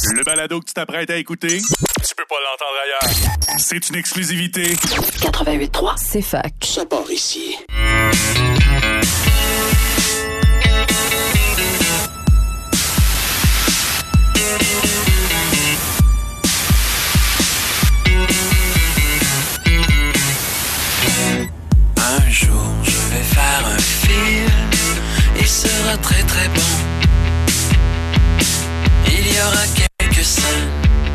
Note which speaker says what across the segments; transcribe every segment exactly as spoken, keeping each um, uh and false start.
Speaker 1: Le balado que tu t'apprêtes à écouter, tu peux pas l'entendre ailleurs. C'est une exclusivité.
Speaker 2: quatre-vingt-huit trois,
Speaker 3: c'est fac.
Speaker 2: Ça part ici.
Speaker 4: Un jour, je vais faire un film. Il sera très très bon. Il y aura quelques scènes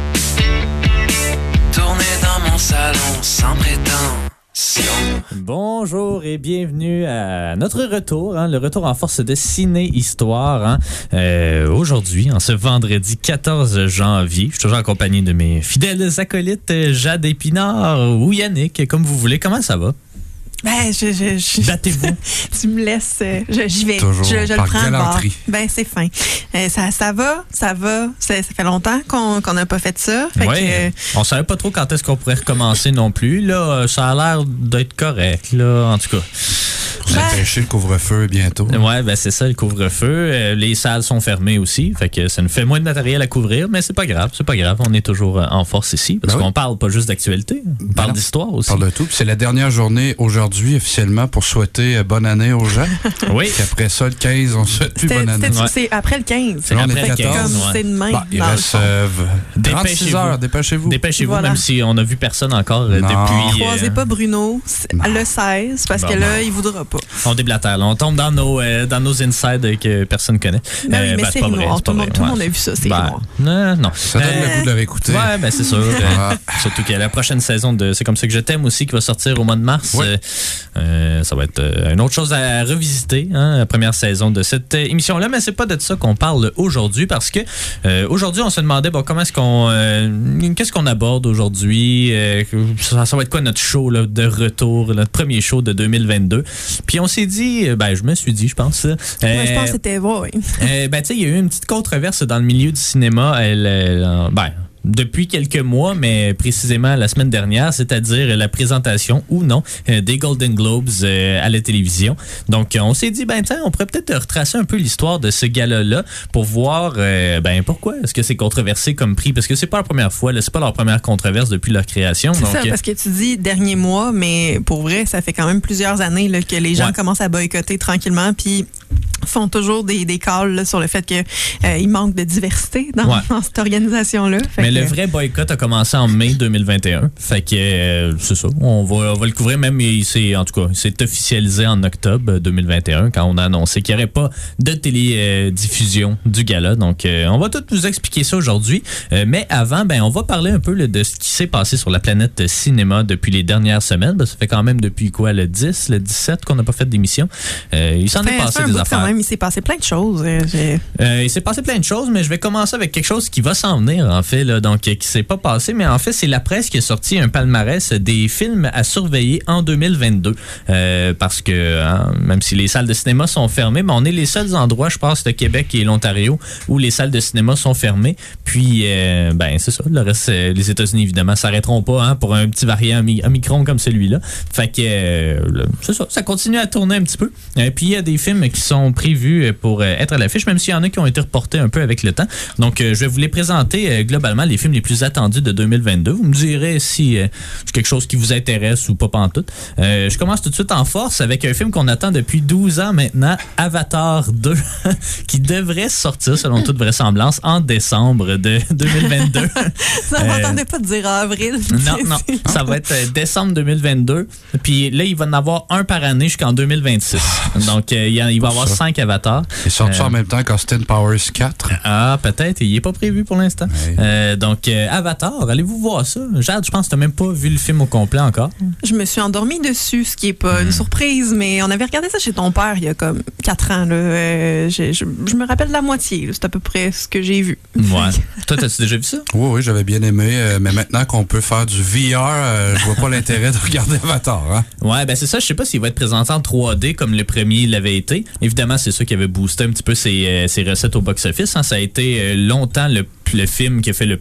Speaker 4: tournées dans mon salon sans prétention.
Speaker 5: Bonjour et bienvenue à notre retour, hein, le retour en force de Ciné Histoire. Hein, euh, aujourd'hui, en ce vendredi quatorze janvier, je suis toujours accompagné de mes fidèles acolytes Jade Épinard ou Yannick, comme vous voulez. Comment ça va?
Speaker 6: Ben, je, je, je
Speaker 5: Battez-vous.
Speaker 6: Tu me laisses, je, j'y vais.
Speaker 7: Toujours
Speaker 6: je, je
Speaker 7: par
Speaker 6: le prends de bord.
Speaker 7: galanterie.
Speaker 6: Ben, c'est fin. Euh, ça, ça va, ça va. Ça, ça fait longtemps qu'on qu'on n'a pas fait ça. Fait
Speaker 5: Oui,
Speaker 6: que, euh,
Speaker 5: on savait pas trop quand est-ce qu'on pourrait recommencer non plus. Là, ça a l'air d'être correct, là, en tout cas.
Speaker 7: Vous avez pêché le couvre-feu bientôt.
Speaker 5: Ouais, ben c'est ça, le couvre-feu. Euh, les salles sont fermées aussi, fait que ça nous fait moins de matériel à couvrir, mais c'est pas grave, c'est pas grave. On est toujours en force ici, parce
Speaker 7: ben
Speaker 5: qu'on
Speaker 7: oui.
Speaker 5: parle pas juste d'actualité, on parle
Speaker 7: non.
Speaker 5: d'histoire aussi.
Speaker 7: On parle de tout. Puis c'est la dernière journée aujourd'hui officiellement pour souhaiter bonne année aux gens.
Speaker 5: Oui.
Speaker 7: Puis après ça, le quinze, on souhaite plus
Speaker 6: c'était-
Speaker 7: bonne année.
Speaker 6: c'était-
Speaker 5: Ouais.
Speaker 6: C'est après le quinze.
Speaker 5: C'est
Speaker 7: Là, on
Speaker 5: après
Speaker 7: est
Speaker 5: le
Speaker 6: Fait que
Speaker 5: quinze,
Speaker 6: comme
Speaker 5: ouais.
Speaker 6: c'est demain,
Speaker 7: Bon, il
Speaker 6: dans le
Speaker 7: reste
Speaker 6: fond.
Speaker 7: euh, trente-six
Speaker 5: Dépêchez-vous.
Speaker 7: heures, dépêchez-vous.
Speaker 5: Dépêchez-vous,
Speaker 6: Voilà.
Speaker 5: même si on a vu personne encore euh,
Speaker 7: Non.
Speaker 5: depuis.
Speaker 6: Croisez
Speaker 5: euh,
Speaker 6: pas Bruno c'est
Speaker 7: Non.
Speaker 6: le seize, parce
Speaker 5: Bon,
Speaker 6: que
Speaker 5: bon.
Speaker 6: là, il voudra pas.
Speaker 5: On déblatère, là. On tombe dans nos, euh, dans nos insides que personne connaît.
Speaker 6: Ben oui,
Speaker 5: Euh,
Speaker 6: mais
Speaker 5: ben,
Speaker 6: c'est
Speaker 5: pas vrai,
Speaker 6: noir.
Speaker 5: c'est
Speaker 6: Tout
Speaker 5: pas
Speaker 6: le monde
Speaker 5: vrai,
Speaker 6: tout le
Speaker 5: ouais.
Speaker 6: monde a vu ça, c'est
Speaker 5: Ben,
Speaker 6: noir.
Speaker 5: non, non.
Speaker 7: Ça donne
Speaker 5: Euh,
Speaker 7: le goût de l'écouter.
Speaker 5: Ouais, ben c'est sûr. Euh,
Speaker 7: Ah.
Speaker 5: surtout que la prochaine saison de C'est comme ça que je t'aime aussi, qui va sortir au mois de mars,
Speaker 7: Ouais.
Speaker 5: euh, euh, ça va être euh, une autre chose à revisiter, hein, la première saison de cette euh, émission-là. Mais c'est pas de ça qu'on parle aujourd'hui, parce que euh, aujourd'hui, on se demandait bon, comment est-ce qu'on, euh, qu'est-ce qu'on aborde aujourd'hui, euh, ça, ça va être quoi notre show là, de retour, notre premier show de deux mille vingt-deux. Puis on s'est dit, euh, ben je me suis dit, je pense. Euh,
Speaker 6: Moi, je pense que c'était vrai. oui.
Speaker 5: euh, ben, tu sais, il y a eu une petite controverse dans le milieu du cinéma. Elle, elle, euh, ben, depuis quelques mois, mais précisément la semaine dernière, c'est-à-dire la présentation ou non euh, des Golden Globes euh, à la télévision. Donc, on s'est dit, ben, tiens, on pourrait peut-être retracer un peu l'histoire de ce gala-là pour voir, euh, ben, pourquoi est-ce que c'est controversé comme prix? Parce que c'est pas la première fois, là, c'est pas leur première controverse depuis leur création.
Speaker 6: C'est
Speaker 5: donc,
Speaker 6: ça,
Speaker 5: euh,
Speaker 6: parce que tu dis dernier mois, mais pour vrai, ça fait quand même plusieurs années là, que les gens
Speaker 5: Ouais.
Speaker 6: commencent à boycotter tranquillement, puis font toujours des, des calls là, sur le fait qu'il euh, manque de diversité dans,
Speaker 5: Ouais.
Speaker 6: dans cette organisation-là. Fait
Speaker 5: Mais
Speaker 6: que,
Speaker 5: le vrai boycott a commencé en mai deux mille vingt et un. Fait que euh, c'est ça. On va, on va le couvrir. Même, il s'est, en tout cas, il s'est officialisé en octobre deux mille vingt et un quand on a annoncé qu'il n'y aurait pas de télédiffusion du gala. Donc, euh, on va tout vous expliquer ça aujourd'hui. Euh, mais avant, ben, on va parler un peu là, de ce qui s'est passé sur la planète cinéma depuis les dernières semaines. Ben, ça fait quand même depuis quoi, le dix, le dix-sept qu'on n'a pas fait d'émission. Euh, il s'en
Speaker 6: ça
Speaker 5: est
Speaker 6: fait- ça
Speaker 5: passé
Speaker 6: fait un
Speaker 5: des
Speaker 6: bout
Speaker 5: affaires.
Speaker 6: quand même, il s'est passé plein de choses. euh, j'ai-
Speaker 5: Euh, il s'est passé plein de choses, mais je vais commencer avec quelque chose qui va s'en venir, en fait, là, donc euh, qui s'est pas passé, mais en fait, c'est la presse qui a sorti un palmarès des films à surveiller en deux mille vingt-deux. Euh, parce que, hein, même si les salles de cinéma sont fermées, mais on est les seuls endroits, je pense, le Québec et l'Ontario, où les salles de cinéma sont fermées. Puis, euh, ben, c'est ça. Le reste, euh, les États-Unis, évidemment, s'arrêteront pas hein, pour un petit variant Omicron comme celui-là. Fait que, euh, le- c'est ça. Ça continue à tourner un petit peu. Euh, puis, il y a des films qui sont prévus pour euh, être à l'affiche, même s'il y en a qui ont été reportés un peu avec le temps. Donc, euh, je vais vous les présenter euh, globalement, les films les plus attendus de deux mille vingt-deux. Vous me direz si euh, c'est quelque chose qui vous intéresse ou pas pantoute. Euh, je commence tout de suite en force avec un film qu'on attend depuis douze ans maintenant, Avatar deux, qui devrait sortir, selon toute vraisemblance, en décembre de deux mille vingt-deux.
Speaker 6: Ça, on
Speaker 5: Euh,
Speaker 6: m'entendait pas de dire avril.
Speaker 5: Non, non, ça va être euh, décembre deux mille vingt-deux. Puis là, il va en avoir un par année jusqu'en deux mille vingt-six. Donc, euh, il y en- il va y avoir
Speaker 7: ça.
Speaker 5: cinq avatars.
Speaker 7: Ils sortent ça
Speaker 5: Euh,
Speaker 7: en même temps qu'Austin Powers quatre.
Speaker 5: Ah, peut-être. Il n'est pas prévu pour l'instant.
Speaker 7: Ouais.
Speaker 5: Euh, donc, euh, Avatar, allez-vous voir ça? Jade, je pense que tu n'as même pas vu le film au complet encore.
Speaker 6: Je me suis endormie dessus, ce qui est pas une surprise, mais on avait regardé ça chez ton père il y a comme quatre ans. Là. Euh, je, je- je me rappelle la moitié. là. C'est à peu près ce que j'ai vu.
Speaker 5: Ouais. Toi, t'as-tu déjà vu ça?
Speaker 7: Oui, oui, j'avais bien aimé, euh, mais maintenant qu'on peut faire du V R, euh, je vois pas l'intérêt de regarder Avatar. Hein?
Speaker 5: Ouais, ben c'est ça. Je sais pas s'il va être présenté en trois D comme le premier l'avait été. Évidemment, c'est ça qui avait boosté un petit peu ses, euh, ses recettes au box-office. Hein. Ça a été euh, longtemps le, le film qui a fait le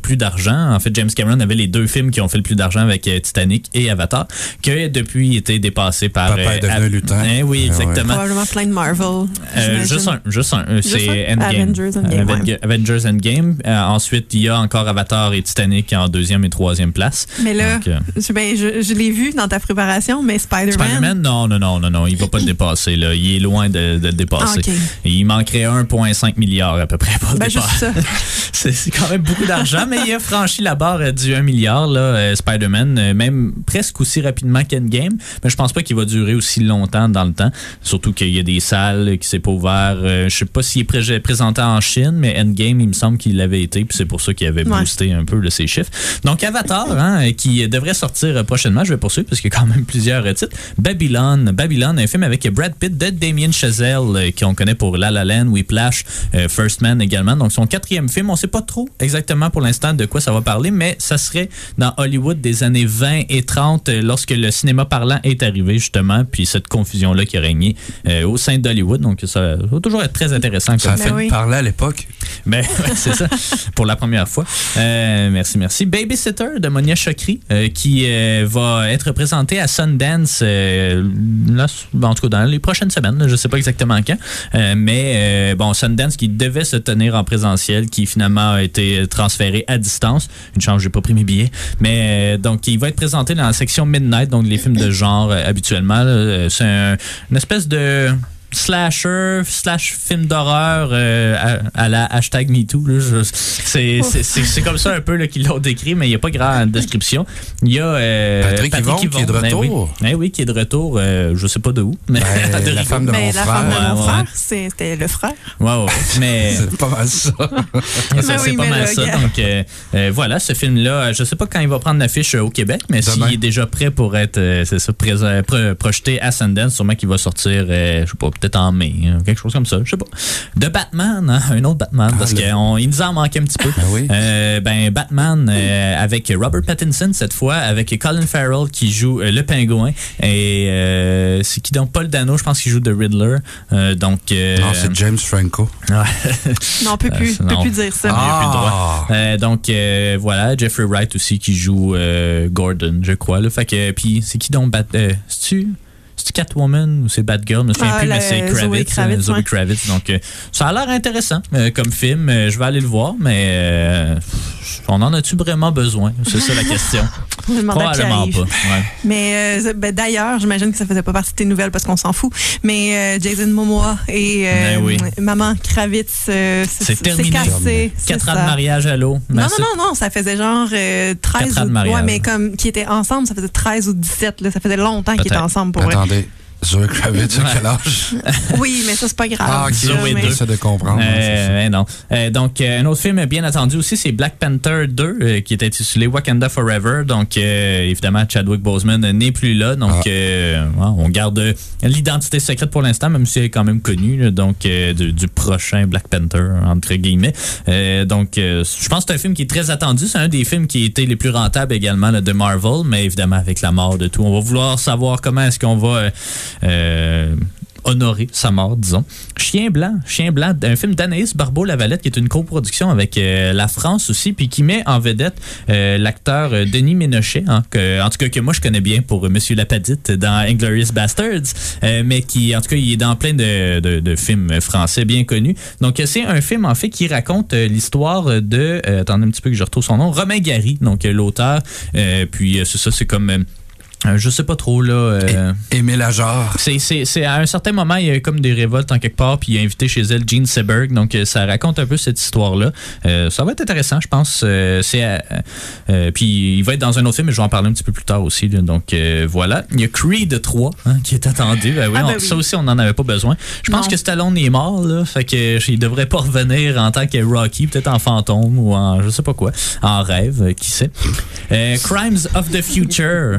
Speaker 5: plus d'argent. En fait, James Cameron avait les deux films qui ont fait le plus d'argent avec euh, Titanic et Avatar, qui a depuis été dépassé par...
Speaker 7: Papa est devenu un lutin.
Speaker 5: Eh oui, exactement.
Speaker 6: Probablement plein de Marvel.
Speaker 5: Euh, juste un. Juste un. Euh, c'est
Speaker 6: un?
Speaker 5: Endgame.
Speaker 6: Avengers Endgame.
Speaker 5: Aven-
Speaker 6: ouais.
Speaker 5: Avengers Endgame. Euh, ensuite, il y a encore Avatar et Titanic en deuxième et troisième place.
Speaker 6: Mais là,
Speaker 5: Donc, euh,
Speaker 6: je, ben, je, je l'ai vu dans ta préparation, mais Spider-Man...
Speaker 5: Spider-Man, non, non, non, non, non, il va pas le dépasser. Là. Il est loin de, de le dépasser.
Speaker 6: Ah, okay.
Speaker 5: Il manquerait un virgule cinq milliard à peu près pour le
Speaker 6: Ben,
Speaker 5: dépasser.
Speaker 6: juste ça.
Speaker 5: c'est, c'est quand même beaucoup d'argent, mais il a franchi la barre euh, du un milliard, là, euh, Spider-Man, euh, même presque aussi rapidement qu'Endgame. Mais je pense pas qu'il va durer aussi longtemps dans le temps. Surtout qu'il y a des salles qui s'est pas ouvert. Euh, je sais pas s'il est pré- présenté en Chine, mais Endgame, il me semble qu'il l'avait été, puis c'est pour ça qu'il avait
Speaker 6: Ouais.
Speaker 5: boosté un peu là, ses chiffres. Donc Avatar, hein, qui devrait sortir prochainement, je vais poursuivre parce qu'il y a quand même plusieurs euh, titres. Babylon, Babylon, un film avec Brad Pitt, de Damien Chazelle, euh, qu'on connaît pour La La Land, Whiplash, euh, First Man également. Donc son quatrième film, on sait pas trop exactement pour l'instant de quoi ça va parler, mais ça serait dans Hollywood des années vingt et trente, euh, lorsque le cinéma parlant est arrivé justement, puis cette confusion-là qui a régné euh, au sein d'Hollywood. Donc ça va toujours être très intéressant.
Speaker 7: Ça a
Speaker 5: Comme
Speaker 7: fait
Speaker 6: oui.
Speaker 7: parler à l'époque.
Speaker 5: ben, ouais, c'est ça, pour la première fois. Euh, merci, merci. Babysitter de Monia Chokri, euh, qui euh, va être présenté à Sundance, euh, là, en tout cas dans les prochaines semaines, là, je ne sais pas exactement quand, euh, mais euh, bon, Sundance qui devait se tenir en présentiel, qui finalement a été transféré à distance. Une chance, j'ai pas pris mes billets, mais euh, donc il va être présenté dans la section Midnight, donc les films de genre euh, habituellement. Là, c'est un, une espèce de slasher slash film d'horreur euh, à, à la hashtag MeToo. Là, je, c'est, c'est, c'est, c'est comme ça un peu là, qu'ils l'ont décrit, mais il n'y a pas grande description. Il y a euh,
Speaker 7: Patrick Yvon, qui est de
Speaker 5: Ben oui.
Speaker 7: retour.
Speaker 5: Ben oui, qui est de retour. Euh, je sais pas de où. Mais
Speaker 7: Ben,
Speaker 5: de
Speaker 7: la
Speaker 5: Rigaud.
Speaker 7: femme de
Speaker 6: Mais
Speaker 7: mon
Speaker 6: la
Speaker 7: frère.
Speaker 6: femme de mon
Speaker 5: Ouais,
Speaker 6: frère,
Speaker 5: ouais.
Speaker 6: c'est- c'était le frère.
Speaker 5: Ouais, ouais. Mais
Speaker 7: C'est pas mal ça.
Speaker 5: ça,
Speaker 6: Ben
Speaker 5: c'est
Speaker 6: oui,
Speaker 5: pas
Speaker 6: mais
Speaker 5: mal
Speaker 6: là,
Speaker 5: ça.
Speaker 6: gars.
Speaker 5: Donc, euh, euh, voilà, ce film-là, je sais pas quand il va prendre l'affiche euh, au Québec, mais
Speaker 7: Demain.
Speaker 5: s'il est déjà prêt pour être euh, c'est ça, présent, pro- projeté à Sundance, sûrement qu'il va sortir, euh, je sais pas, peut-être en mai, hein, quelque chose comme ça, je sais pas. De Batman, hein, un autre Batman,
Speaker 7: Ah,
Speaker 5: parce
Speaker 7: le-
Speaker 5: qu'il nous en manquait un petit peu.
Speaker 7: Ah oui.
Speaker 5: Euh, ben, Batman euh, avec Robert Pattinson cette fois, avec Colin Farrell qui joue euh, le pingouin, et euh, c'est qui donc Paul Dano, je pense qu'il joue The Riddler. Euh, donc, euh,
Speaker 7: Non, c'est James Franco.
Speaker 5: ouais.
Speaker 6: Non, on peut plus,
Speaker 5: Euh,
Speaker 6: peut
Speaker 5: non.
Speaker 6: plus dire ça.
Speaker 5: Il y a plus de droit.
Speaker 7: Ah!
Speaker 5: Euh, donc euh, voilà, Jeffrey Wright aussi qui joue euh, Gordon, je crois. Là. Fait que puis c'est qui donc Bat euh, c'est-tu c'est Catwoman ou c'est Batgirl, je me souviens
Speaker 6: Ah,
Speaker 5: plus,
Speaker 6: la-
Speaker 5: mais c'est
Speaker 6: Zoe
Speaker 5: Kravitz,
Speaker 6: Kravitz,
Speaker 5: euh, Zoe
Speaker 6: ouais.
Speaker 5: Kravitz. Donc euh, ça a l'air intéressant euh, comme film. Euh, je vais aller le voir, mais euh, on en a-tu vraiment besoin? C'est ça la question.
Speaker 6: On va demander à
Speaker 5: Probablement
Speaker 6: Pierre-Yves.
Speaker 5: pas. Ouais.
Speaker 6: Mais euh, ben, d'ailleurs, j'imagine que ça faisait pas partie de tes nouvelles parce qu'on s'en fout. Mais euh, Jason Momoa et euh,
Speaker 5: Ben oui.
Speaker 6: Maman Kravitz, euh,
Speaker 5: C'est terminé.
Speaker 6: cassé. c'est
Speaker 5: Quatre ans
Speaker 6: ça.
Speaker 5: de mariage à l'eau.
Speaker 6: Non, non, non, non, ça faisait genre euh, treize
Speaker 5: Quatre ans de
Speaker 6: ou
Speaker 5: mariage.
Speaker 6: ouais, mais comme qui étaient ensemble, ça faisait treize ou dix-sept. Là, ça faisait longtemps qu'ils étaient
Speaker 5: Peut-être.
Speaker 6: ensemble pour vrai.
Speaker 7: Attendez, Zoe Kravitz, à quel âge?
Speaker 6: Oui, mais ça, c'est pas grave.
Speaker 7: Ah, ok,
Speaker 6: ça,
Speaker 5: Zoé
Speaker 6: mais-
Speaker 5: deux.
Speaker 7: j'essaie de comprendre.
Speaker 5: Euh,
Speaker 7: c'est ça.
Speaker 5: ouais, non. Euh, donc, euh, un autre film bien attendu aussi, c'est Black Panther deux, euh, qui est intitulé Wakanda Forever. Donc, euh, évidemment, Chadwick Boseman n'est plus là. Donc,
Speaker 7: Ah.
Speaker 5: euh, ouais, on garde euh, l'identité secrète pour l'instant, même si elle est quand même connue, là, donc, euh, du, du prochain Black Panther, entre guillemets. Euh, donc, euh, je pense que c'est un film qui est très attendu. C'est un des films qui a été les plus rentables également là, de Marvel, mais évidemment, avec la mort de tout, on va vouloir savoir comment est-ce qu'on va... Euh, euh, honorer sa mort, disons. Chien blanc, Chien blanc, un film d'Anaïs Barbeau-Lavalette qui est une coproduction avec euh, la France aussi, puis qui met en vedette euh, l'acteur euh, Denis Ménochet, hein, que, en tout cas que moi je connais bien pour euh, Monsieur Lapadite dans Inglourious Bastards, euh, mais qui en tout cas il est dans plein de, de, de films français bien connus. Donc c'est un film en fait qui raconte euh, l'histoire de, euh, attendez un petit peu que je retrouve son nom, Romain Gary, donc euh, l'auteur, euh, puis euh, c'est ça, c'est comme... Euh, Euh, je sais pas trop, là. Euh,
Speaker 7: Émile Ajar.
Speaker 5: c'est, c'est, c'est à un certain moment, il y a eu comme des révoltes en quelque part, puis il a invité chez elle Gene Seberg. Donc, euh, ça raconte un peu cette histoire-là. Euh, ça va être intéressant, je pense. Euh, c'est, euh, euh, puis, il va être dans un autre film, mais je vais en parler un petit peu plus tard aussi. Là. Donc, euh, voilà. Il y a Creed trois hein, qui est attendu. Ben, oui,
Speaker 6: Ah, ben
Speaker 5: on-
Speaker 6: oui.
Speaker 5: Ça aussi, on n'en avait pas besoin. Je pense
Speaker 6: Non.
Speaker 5: que Stallone est mort, là. Fait que euh, il devrait pas revenir en tant que Rocky, peut-être en fantôme ou en je sais pas quoi, en rêve, euh, qui sait. Euh, Crimes of the Future. Crimes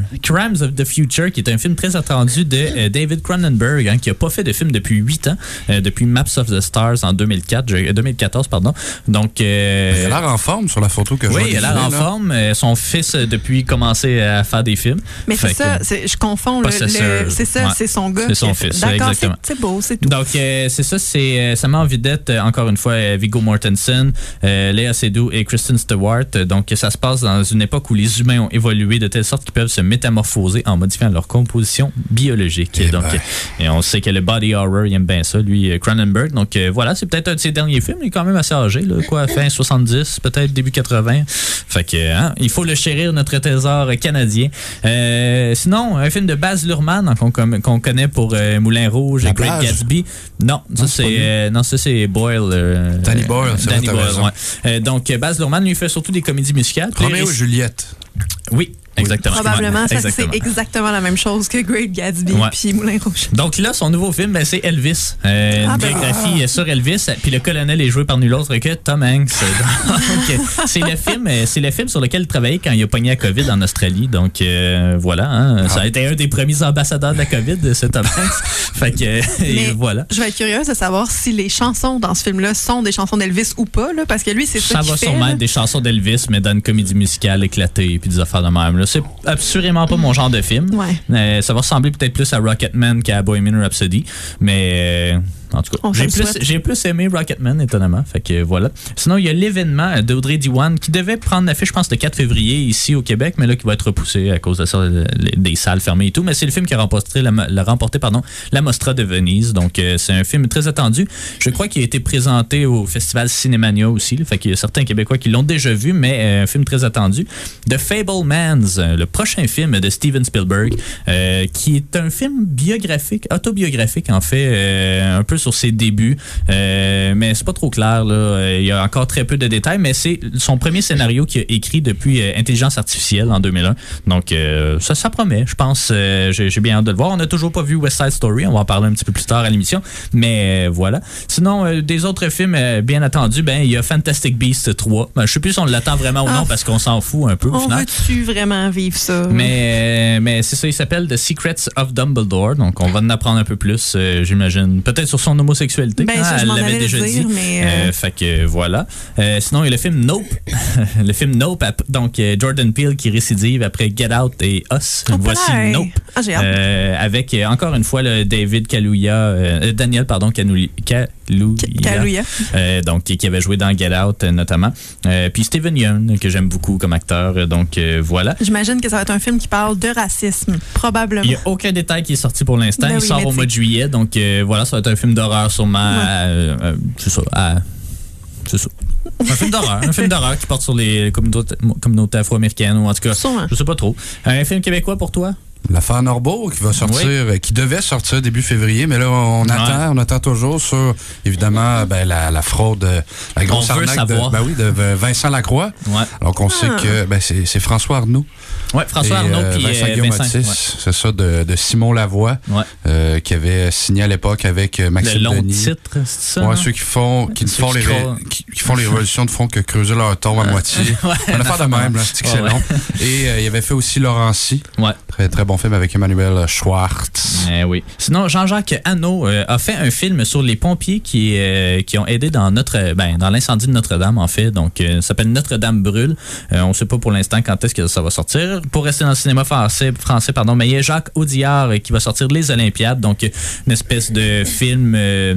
Speaker 5: Crimes of the Future, qui est un film très attendu de euh, David Cronenberg, hein, qui a pas fait de film depuis huit ans, euh, depuis Maps of the Stars en deux mille quatre, deux mille quatorze, pardon. Donc, euh,
Speaker 7: il a l'air en forme sur la photo que je vois.
Speaker 5: oui, il a l'air en
Speaker 7: là.
Speaker 5: forme. Euh, son fils, euh, depuis, commencé à faire des films.
Speaker 6: Mais
Speaker 5: Fait
Speaker 6: c'est ça,
Speaker 5: que,
Speaker 6: c'est, je confonds. Le,
Speaker 5: Possessor.
Speaker 6: le, c'est ça,
Speaker 5: Ouais.
Speaker 6: c'est son gars.
Speaker 5: C'est son
Speaker 6: qui a fait-
Speaker 5: fils,
Speaker 6: D'accord,
Speaker 5: exactement.
Speaker 6: c'est, c'est beau, c'est tout.
Speaker 5: Donc, euh, c'est ça, c'est, euh, ça met en vedette, euh, encore une fois, euh, Viggo Mortensen, euh, Léa Seydoux et Kristen Stewart. Donc, ça se passe dans une époque où les humains ont évolué de telle sorte qu'ils peuvent se métamorphoser en modifiant leur composition biologique.
Speaker 7: Eh
Speaker 5: donc,
Speaker 7: ben.
Speaker 5: euh, et on sait que le body horror, il aime bien ça, lui, euh, Cronenberg. Donc, euh, voilà, c'est peut-être un de ses derniers films. Il est quand même assez âgé, là, quoi, fin soixante-dix, peut-être début quatre-vingts. Fait que, hein, il faut le chérir, notre trésor canadien. Euh, sinon, un film de Baz Luhrmann, hein, qu'on, qu'on connaît pour euh, Moulin Rouge
Speaker 7: La
Speaker 5: et Great
Speaker 7: plage.
Speaker 5: Gatsby. Non, ça
Speaker 7: Non, c'est
Speaker 5: c'est,
Speaker 7: pas lui.
Speaker 5: euh, non, ça c'est Boyle. euh,
Speaker 7: Danny Boyle, c'est
Speaker 5: Danny
Speaker 7: vrai, t'as
Speaker 5: Boyle,
Speaker 7: raison.
Speaker 5: ouais. Euh, donc, Baz Luhrmann, lui, fait surtout des comédies musicales. Puis,
Speaker 7: Roméo
Speaker 5: il-
Speaker 7: et Juliette.
Speaker 5: Oui, exactement.
Speaker 6: Probablement, ça,
Speaker 5: Exactement.
Speaker 6: c'est exactement la même chose que Great Gatsby
Speaker 5: Ouais.
Speaker 6: puis Moulin Rouge.
Speaker 5: Donc là, son nouveau film, ben, c'est Elvis. Euh,
Speaker 6: Ah,
Speaker 5: une
Speaker 6: ben,
Speaker 5: biographie euh, sur Elvis. Puis le colonel est joué par nul autre que Tom Hanks. Donc, c'est le film, euh, c'est le film sur lequel il travaillait quand il a pogné la COVID en Australie. Donc euh, voilà, hein, ça a été un des premiers ambassadeurs de la COVID, ce Tom Hanks. Fait que euh, et
Speaker 6: Mais
Speaker 5: voilà.
Speaker 6: je vais être curieuse de savoir si les chansons dans ce film-là sont des chansons d'Elvis ou pas, là, parce que lui, c'est ça,
Speaker 5: Ça
Speaker 6: qu'il
Speaker 5: va
Speaker 6: fait.
Speaker 5: sûrement
Speaker 6: là.
Speaker 5: être des chansons d'Elvis, mais dans une comédie musicale éclatée puis des affaires de même. Là. C'est absolument pas mon genre de film.
Speaker 6: Ouais.
Speaker 5: Euh, ça va ressembler peut-être plus à Rocketman qu'à Bohemian Rhapsody, mais euh, en tout cas,
Speaker 6: On
Speaker 5: j'ai
Speaker 6: se le
Speaker 5: plus,
Speaker 6: souhaite.
Speaker 5: j'ai plus aimé Rocketman, étonnamment. Fait que voilà. Sinon, il y a l'événement d'Audrey Diwan qui devait prendre l'affiche, je pense, le quatre février ici au Québec, mais là, qui va être repoussé à cause de ça, euh, des salles fermées et tout. Mais c'est le film qui a remporté la, la, remporté, pardon, la Mostra de Venise. Donc, euh, c'est un film très attendu. Je crois qu'il a été présenté au Festival Cinémania aussi. Là, fait qu'il y a certains Québécois qui l'ont déjà vu, mais euh, un film très attendu. The Fablemans, euh, le prochain film de Steven Spielberg, euh, qui est un film biographique, autobiographique en fait, euh, un peu sur ses débuts, euh, mais c'est pas trop clair là. Il y a encore très peu de détails, mais c'est son premier scénario qu'il a écrit depuis euh, Intelligence artificielle en deux mille un. Donc euh, ça, ça promet, je pense. Euh, j'ai, j'ai bien hâte de le voir. On n'a toujours pas vu West Side Story, on va en parler un petit peu plus tard à l'émission, mais euh, voilà. Sinon, euh, des autres films euh, bien attendus, ben il y a Fantastic Beasts trois. Ben, je sais plus si on l'attend vraiment ou non
Speaker 6: Ah.
Speaker 5: parce qu'on s'en fout un peu au
Speaker 6: On
Speaker 5: final.
Speaker 6: veut-tu vraiment vivre ça?
Speaker 5: Mais, euh, mais c'est ça, il s'appelle The Secrets of Dumbledore. Donc, on va en apprendre un peu plus, euh, j'imagine. Peut-être sur son homosexualité.
Speaker 6: Ben,
Speaker 5: hein,
Speaker 6: ça, je
Speaker 5: elle
Speaker 6: m'en
Speaker 5: l'avait
Speaker 6: allais
Speaker 5: déjà
Speaker 6: le dire,
Speaker 5: dit.
Speaker 6: mais, euh,
Speaker 5: Euh, fait que voilà. Euh, sinon, il y a le film Nope. le film Nope. ap- Donc, euh, Jordan Peele qui récidive après Get Out et Us.
Speaker 6: Oh,
Speaker 5: Voici
Speaker 6: pareil.
Speaker 5: Nope.
Speaker 6: Ah, j'ai hâte.
Speaker 5: Euh, avec, euh, encore une fois, le David Kaluuya, euh, Daniel, pardon, Kaluuya. Kaluuya.
Speaker 6: Kaluuya.
Speaker 5: Euh, donc, qui, qui avait joué dans Get Out, euh, notamment. Euh, puis Steven Yeun, que j'aime beaucoup comme acteur. Euh, Donc, euh, voilà.
Speaker 6: J'imagine que ça va être un film qui parle de racisme, probablement.
Speaker 5: Il n'y a aucun détail qui est sorti pour l'instant.
Speaker 6: Ben
Speaker 5: Il
Speaker 6: oui,
Speaker 5: sort
Speaker 6: mais
Speaker 5: au
Speaker 6: tu
Speaker 5: mois
Speaker 6: sais.
Speaker 5: de juillet. Donc, euh, voilà, ça va être un film d'horreur sûrement.
Speaker 6: Ouais.
Speaker 5: à, euh, c'est ça. à- c'est ça. Un film d'horreur. un film d'horreur qui porte sur les communautés, communautés afro-américaines, ou en tout cas,
Speaker 6: Sûrement.
Speaker 5: je sais pas trop. Un film québécois pour toi?
Speaker 7: L'affaire Norbeau qui va sortir, euh, qui devait sortir début février, mais là, on
Speaker 5: Ouais.
Speaker 7: attend, on attend toujours sur, évidemment, ben, la, la fraude, euh, la grosse
Speaker 5: On veut
Speaker 7: arnaque de,
Speaker 5: savoir.
Speaker 7: ben oui, de Vincent Lacroix.
Speaker 5: Ouais.
Speaker 7: Donc, on sait que ben, c'est, c'est François Arnaud.
Speaker 5: Ouais, François
Speaker 7: et,
Speaker 5: Arnaud
Speaker 7: euh,
Speaker 5: puis
Speaker 7: Vincent
Speaker 5: euh,
Speaker 7: Guillaume
Speaker 5: Vincent.
Speaker 7: Otis,
Speaker 5: Ouais.
Speaker 7: c'est ça, de, de Simon Lavoie,
Speaker 5: Ouais.
Speaker 7: euh, qui avait signé à l'époque avec euh,
Speaker 5: Le
Speaker 7: Maxime
Speaker 5: long
Speaker 7: Denis.
Speaker 5: titre, c'est ça?
Speaker 7: Ouais,
Speaker 5: non?
Speaker 7: ceux qui font, qui
Speaker 5: Ceux
Speaker 7: font
Speaker 5: qui
Speaker 7: les,
Speaker 5: croient.
Speaker 7: ré- qui, qui font les révolutions de fond que creuser leur tombe à moitié.
Speaker 5: Ouais,
Speaker 7: On a fait de même, là, c'est
Speaker 5: Ouais,
Speaker 7: excellent. Et euh, il avait fait aussi Laurency.
Speaker 5: Ouais.
Speaker 7: Très, très bon film avec Emmanuel Schwartz.
Speaker 5: Eh oui. Sinon, Jean-Jacques Hano euh, a fait un film sur les pompiers qui, euh, qui ont aidé dans notre ben, dans l'incendie de Notre-Dame, en fait. Donc, euh, ça s'appelle Notre-Dame brûle. Euh, on ne sait pas pour l'instant quand est-ce que ça va sortir. Pour rester dans le cinéma français, français pardon, mais il y a Jacques Audiard euh, qui va sortir Les Olympiades. Donc, euh, une espèce de film... euh,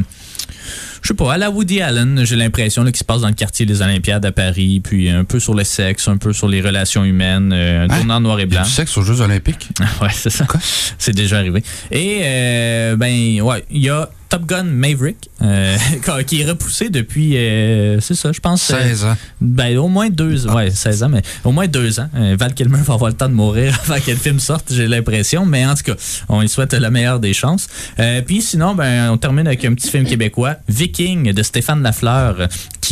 Speaker 5: je sais pas, à la Woody Allen, j'ai l'impression là, qui se passe dans le quartier des Olympiades à Paris, puis un peu sur le sexe, un peu sur les relations humaines, euh, un
Speaker 7: Hein?
Speaker 5: tournant noir et
Speaker 7: Il y a
Speaker 5: blanc.
Speaker 7: du sexe aux Jeux Olympiques.
Speaker 5: Ouais, c'est ça. C'est déjà arrivé. Et, euh, ben, ouais, il y a Top Gun Maverick, euh, qui est repoussé depuis, euh, c'est ça, je pense.
Speaker 7: seize ans.
Speaker 5: Ben, au moins deux ans. Ouais, seize ans, mais au moins deux ans. Euh, Val Kilmer va avoir le temps de mourir avant que le film sorte, j'ai l'impression. Mais en tout cas, on lui souhaite la meilleure des chances. Euh, puis sinon, ben, on termine avec un petit film québécois, Viking, de Stéphane Lafleur, qui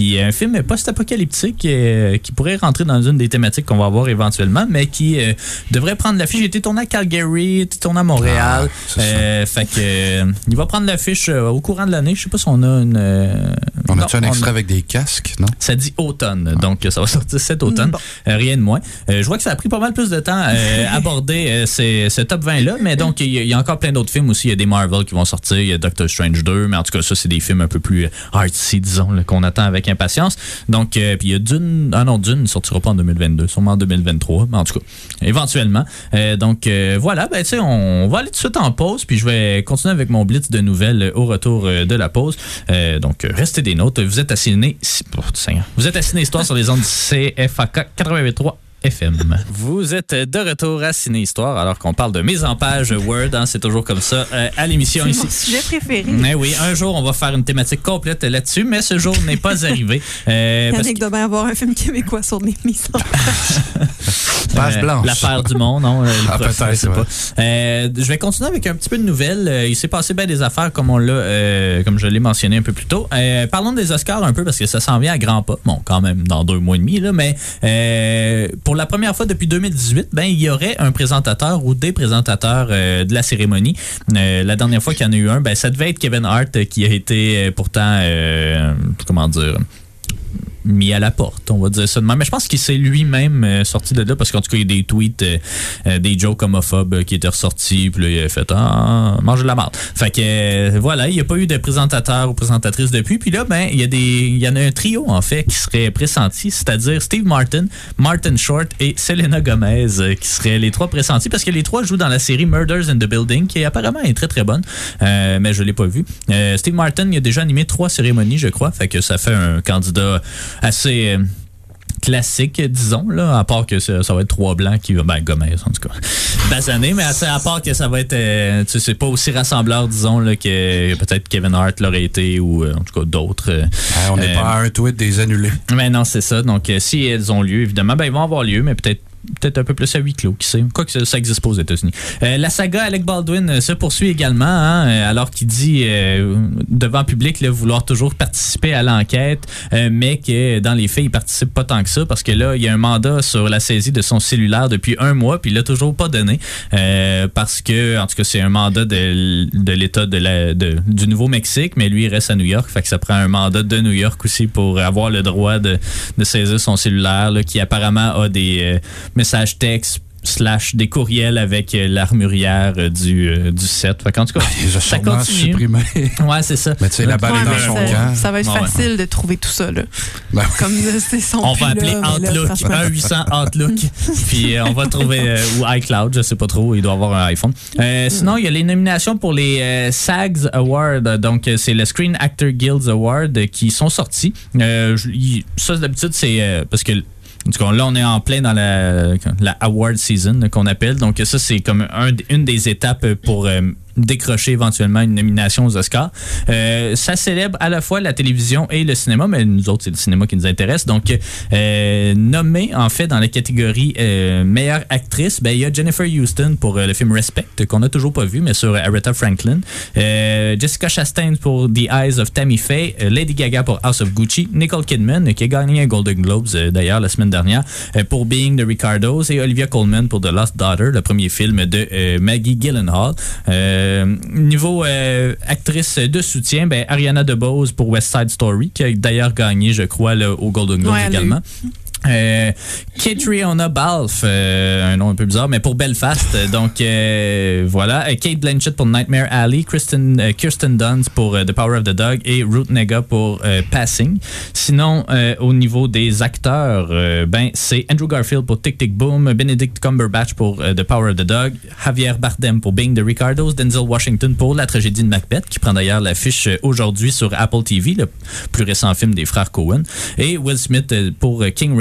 Speaker 5: qui est un film post-apocalyptique euh, qui pourrait rentrer dans une des thématiques qu'on va avoir éventuellement, mais qui euh, devrait prendre l'affiche. Il a été tourné à Calgary, il a été tourné à Montréal. Ah, euh, fait que euh, il va prendre l'affiche euh, au courant de l'année. Je sais pas si on a une. Euh,
Speaker 7: on a-tu un
Speaker 5: on
Speaker 7: extrait
Speaker 5: a...
Speaker 7: avec des casques, non?
Speaker 5: Ça dit automne, ah. donc ça va sortir cet automne. Bon. Euh, rien de moins. Euh, je vois que ça a pris pas mal plus de temps à euh, aborder euh, ces, ce top vingt-là, mais donc il y, y a encore plein d'autres films aussi. Il y a des Marvel qui vont sortir, il y a Doctor Strange deux, mais en tout cas, ça, c'est des films un peu plus artsy, disons, là, qu'on attend avec impatience. Donc, euh, puis il y a Dune. Ah non, Dune ne sortira pas en deux mille vingt-deux, sûrement en deux mille vingt-trois, mais en tout cas, éventuellement. Euh, donc, euh, voilà, ben, tu sais, on va aller tout de suite en pause, puis je vais continuer avec mon blitz de nouvelles au retour de la pause. Euh, donc, restez des notes. Vous êtes à Ciné. Oh, vous êtes à Ciné Histoire sur les ondes du C F A K quatre-vingt-huit point trois. F M. Vous êtes de retour à Ciné Histoire alors qu'on parle de mise en page Word, hein, c'est toujours comme ça euh, à l'émission
Speaker 6: c'est
Speaker 5: ici.
Speaker 6: C'est mon sujet préféré.
Speaker 5: Mais oui, un jour on va faire une thématique complète là-dessus, mais ce jour n'est pas arrivé. Euh,
Speaker 6: Yannick que... doit bien avoir un film québécois sur les mises en page.
Speaker 7: Page blanche.
Speaker 5: Euh, L'affaire du monde, non?
Speaker 7: Ah, peut-être, je sais
Speaker 5: pas. Euh, je vais continuer avec un petit peu de nouvelles. Euh, il s'est passé bien des affaires comme on l'a, euh, comme je l'ai mentionné un peu plus tôt. Euh, parlons des Oscars un peu parce que ça s'en vient à grands pas. Bon, quand même dans deux mois et demi là, mais euh, pour la première fois depuis deux mille dix-huit, ben il y aurait un présentateur ou des présentateurs euh, de la cérémonie. Euh, la dernière fois qu'il y en a eu un, ben ça devait être Kevin Hart euh, qui a été euh, pourtant, euh, comment dire, mis à la porte, on va dire ça de même. Mais je pense qu'il s'est lui-même euh, sorti de là parce qu'en tout cas, il y a des tweets, euh, euh, des jokes homophobes euh, qui étaient ressortis, puis là, il a fait « Ah, mange de la marde ». Fait que, euh, voilà, il n'y a pas eu de présentateur ou présentatrice depuis. Puis là, ben, il y a des, il y en a un trio, en fait, qui serait pressenti, c'est-à-dire Steve Martin, Martin Short et Selena Gomez, euh, qui seraient les trois pressentis parce que les trois jouent dans la série Murders in the Building, qui apparemment est très, très bonne, euh, mais je ne l'ai pas vue. Euh, Steve Martin, il a déjà animé trois cérémonies, je crois, fait que ça fait un candidat assez euh, classique, disons, là, à part que ça, ça va être trois blancs qui vont, ben, Gomez, en tout cas, basané, mais à, à part que ça va être, euh, tu sais, c'est pas aussi rassembleur, disons, là, que peut-être Kevin Hart l'aurait été ou, euh, en tout cas, d'autres. Euh,
Speaker 7: ah, on n'est euh, pas à un tweet des annulés.
Speaker 5: Mais non, c'est ça. Donc, euh, si elles ont lieu, évidemment, ben, ils vont avoir lieu, mais peut-être peut-être un peu plus à huis clos, qui sait. Quoi que ça, ça existe pas aux États-Unis. Euh, la saga Alec Baldwin euh, se poursuit également, hein, alors qu'il dit euh, devant public là, vouloir toujours participer à l'enquête, euh, mais que dans les faits, il participe pas tant que ça, parce que là, il y a un mandat sur la saisie de son cellulaire depuis un mois, puis il l'a toujours pas donné, euh, parce que, en tout cas, c'est un mandat de, de l'État de la, de, du Nouveau-Mexique, mais lui, il reste à New York, fait que ça prend un mandat de New York aussi pour avoir le droit de, de saisir son cellulaire, là, qui apparemment a des euh, messages textes slash des courriels avec euh, l'armurière euh, du, euh, du set. Fait qu'en tout cas,
Speaker 7: ah, ça continue. Supprimé.
Speaker 5: Ouais, c'est ça.
Speaker 7: Mais tu sais, la balle
Speaker 6: ouais,
Speaker 7: est dans son
Speaker 6: ça,
Speaker 7: camp.
Speaker 6: Ça va être
Speaker 5: ouais,
Speaker 6: facile
Speaker 5: ouais.
Speaker 6: de trouver tout ça, là.
Speaker 7: Ben,
Speaker 6: comme c'est son
Speaker 5: on va appeler
Speaker 6: là,
Speaker 5: Outlook, un huit cents Outlook, puis euh, on va trouver, euh, ou iCloud, je sais pas trop, il doit avoir un iPhone. Euh, sinon, il y a les nominations pour les euh, SAGs Awards, donc c'est le Screen Actor Guild Award euh, qui sont sortis. Euh, y, ça, d'habitude, c'est euh, parce que en tout cas, là, on est en plein dans la, la award season qu'on appelle. Donc, ça, c'est comme un, une des étapes pour euh, décrocher éventuellement une nomination aux Oscars. Euh, ça célèbre à la fois la télévision et le cinéma, mais nous autres, c'est le cinéma qui nous intéresse. Donc, euh, nommé, en fait, dans la catégorie euh, meilleure actrice, ben, il y a Jennifer Huston pour euh, le film Respect, qu'on n'a toujours pas vu, mais sur Aretha Franklin. Euh, Jessica Chastain pour The Eyes of Tammy Faye. Euh, Lady Gaga pour House of Gucci. Nicole Kidman, qui a gagné un Golden Globes, euh, d'ailleurs, la semaine dernière, euh, pour Being the Ricardos. Et Olivia Colman pour The Lost Daughter, le premier film de euh, Maggie Gyllenhaal. Euh, Euh, niveau euh, actrice de soutien, ben, Ariana DeBose pour West Side Story, qui a d'ailleurs gagné, je crois, là, au Golden Globes ouais, également. Euh, Catriona Balfe, euh, un nom un peu bizarre, mais pour Belfast. Donc euh, voilà, Kate Blanchett pour Nightmare Alley, Kristen, euh, Kirsten Dunst pour euh, The Power of the Dog et Ruth Negga pour euh, Passing. Sinon, euh, au niveau des acteurs, euh, ben c'est Andrew Garfield pour Tick Tick Boom, Benedict Cumberbatch pour euh, The Power of the Dog, Javier Bardem pour Being the Ricardos, Denzel Washington pour La Tragédie de Macbeth, qui prend d'ailleurs l'affiche aujourd'hui sur Apple T V, le plus récent film des frères Coen, et Will Smith euh, pour euh, King Richard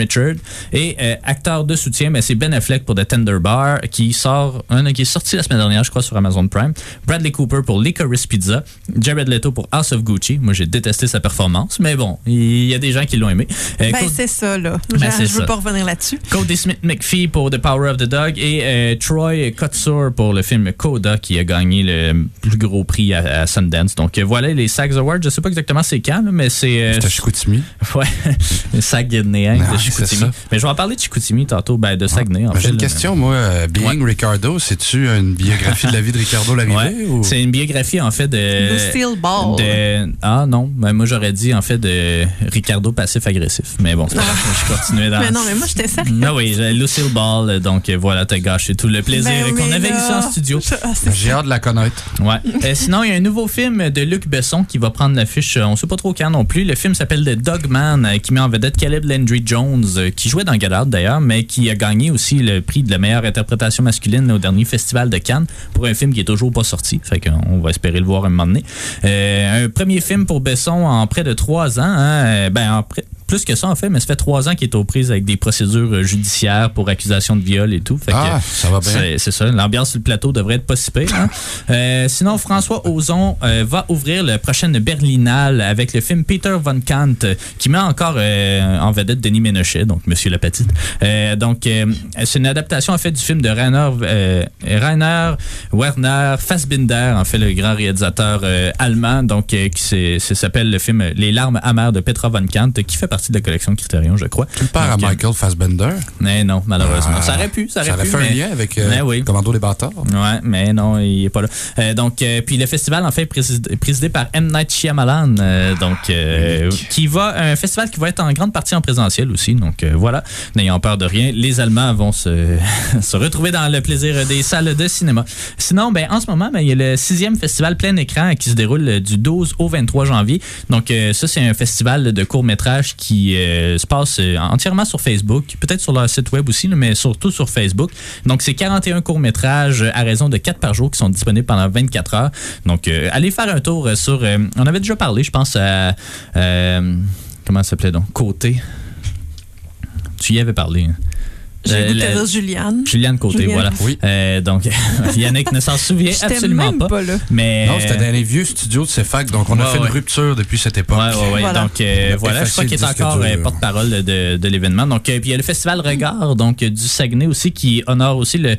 Speaker 5: Richard. Et euh, acteur de soutien, ben, c'est Ben Affleck pour The Tender Bar, qui sort, un qui est sorti la semaine dernière, je crois, sur Amazon Prime. Bradley Cooper pour Licorice Pizza. Jared Leto pour House of Gucci. Moi, j'ai détesté sa performance, mais bon, il y a des gens qui l'ont aimé. Euh,
Speaker 6: ben,
Speaker 5: Cody...
Speaker 6: c'est ça, là.
Speaker 5: Ben,
Speaker 6: je
Speaker 5: c'est
Speaker 6: veux
Speaker 5: ça.
Speaker 6: pas revenir là-dessus.
Speaker 5: Cody Smith-McPhee pour The Power of the Dog et euh, Troy Kotsur pour le film Coda, qui a gagné le plus gros prix à, à Sundance. Donc, euh, voilà les SAG Awards. Je sais pas exactement c'est quand, là, mais c'est... Euh,
Speaker 7: c'est à Chicoutimi.
Speaker 5: Ouais, le Saguenay
Speaker 7: Non,
Speaker 5: de Chicoutimi. Mais je vais en parler de Chicoutimi tantôt, ben, de Saguenay, en
Speaker 7: ben,
Speaker 5: fait.
Speaker 7: J'ai une
Speaker 5: là,
Speaker 7: question, moi. Euh, Being
Speaker 5: ouais.
Speaker 7: Ricardo, c'est-tu une biographie de la vie de Ricardo Larrivé?
Speaker 5: Ouais.
Speaker 7: Ou...
Speaker 5: C'est une biographie, en fait, de...
Speaker 6: Lucille Ball.
Speaker 5: De, ah non, ben, moi j'aurais dit, en fait, de Ricardo passif-agressif. Mais bon, c'est pas grave, je continuais dans...
Speaker 6: Mais non, mais moi, j'étais sérieux.
Speaker 5: Non, oui, Lucille Ball, donc euh, voilà, t'as gâché tout le plaisir
Speaker 6: Ben
Speaker 5: qu'on
Speaker 6: oui,
Speaker 5: avait
Speaker 6: là.
Speaker 5: ici en studio.
Speaker 6: Ah, c'est
Speaker 7: J'ai hâte de la connaître.
Speaker 5: Ouais. Euh, sinon, il y a un nouveau film de Luc Besson qui va prendre l'affiche, euh, on sait pas trop quand non plus. Le film s'appelle The Dogman, euh, qui met en vedette Caleb Landry Jones, euh, qui jouait dans Get Out d'ailleurs, mais qui a gagné aussi le prix de la meilleure interprétation masculine au dernier festival de Cannes pour un film qui est toujours pas sorti. Fait qu'on va espérer le voir un moment donné. Euh, un premier film pour Besson en près de trois ans. Hein, euh, ben, en près... Plus que ça, en fait, mais ça fait trois ans qu'il est aux prises avec des procédures judiciaires pour accusation de viol et tout. Fait
Speaker 7: ah,
Speaker 5: que,
Speaker 7: ça va bien.
Speaker 5: C'est, c'est ça. L'ambiance sur le plateau devrait être pas si pire. Hein? euh, sinon, François Ozon euh, va ouvrir le prochain Berlinale avec le film Peter von Kant, euh, qui met encore euh, en vedette Denis Ménochet, donc Monsieur la Petite. Euh, donc, euh, c'est une adaptation, en fait, du film de Rainer, euh, Rainer Werner Fassbinder, en fait, le grand réalisateur euh, allemand, donc, euh, qui c'est, c'est, s'appelle le film Les larmes amères de Petra von Kant, qui fait partie de la collection Criterion, je crois.
Speaker 7: Tu le perds à Michael Fassbender?
Speaker 5: Mais non, malheureusement.
Speaker 7: Ah,
Speaker 5: ça aurait pu, ça aurait,
Speaker 7: ça aurait
Speaker 5: pu,
Speaker 7: fait
Speaker 5: mais...
Speaker 7: un lien avec euh,
Speaker 5: oui.
Speaker 7: Commando les bâtards.
Speaker 5: Ouais, mais non, il est pas là. Euh, donc, euh, puis le festival, en fait, est présidé, présidé par M. Night Shyamalan, euh, donc, euh, qui va, un festival qui va être en grande partie en présentiel aussi. Donc, euh, voilà, n'ayant peur de rien, les Allemands vont se, se retrouver dans le plaisir des salles de cinéma. Sinon, ben, en ce moment, ben, il y a le sixième festival plein écran qui se déroule du douze au vingt-trois janvier. Donc, euh, ça, c'est un festival de courts-métrages qui euh, se passe entièrement sur Facebook, peut-être sur leur site web aussi, mais surtout sur Facebook. Donc, c'est quarante et un courts-métrages à raison de quatre par jour qui sont disponibles pendant vingt-quatre heures. Donc, euh, allez faire un tour sur... Euh, on avait déjà parlé, je pense, à... Euh, comment ça s'appelait donc? Côté. Tu y avais parlé, hein?
Speaker 6: J'ai
Speaker 5: Euh,
Speaker 6: goûté
Speaker 5: la-
Speaker 6: à dire Juliane.
Speaker 5: Juliane Côté,
Speaker 6: Juliane.
Speaker 5: voilà.
Speaker 7: Oui.
Speaker 5: Euh, donc, Yannick ne s'en souvient
Speaker 6: J'étais
Speaker 5: absolument
Speaker 6: même
Speaker 5: pas.
Speaker 6: pas là.
Speaker 5: Mais,
Speaker 7: Non, c'était dans les vieux studios de CEFAC, donc on a
Speaker 5: Ouais,
Speaker 7: fait
Speaker 5: ouais.
Speaker 7: une rupture depuis cette époque.
Speaker 5: Ouais, ouais, ouais.
Speaker 6: Voilà.
Speaker 5: Donc, euh,
Speaker 7: On a
Speaker 5: voilà, je
Speaker 7: effacé
Speaker 5: crois qu'il est
Speaker 7: le disque
Speaker 5: encore
Speaker 7: dur.
Speaker 5: euh, porte-parole de, de l'événement. Donc, euh, puis il y a le Festival Regard, donc euh, du Saguenay aussi, qui honore aussi le,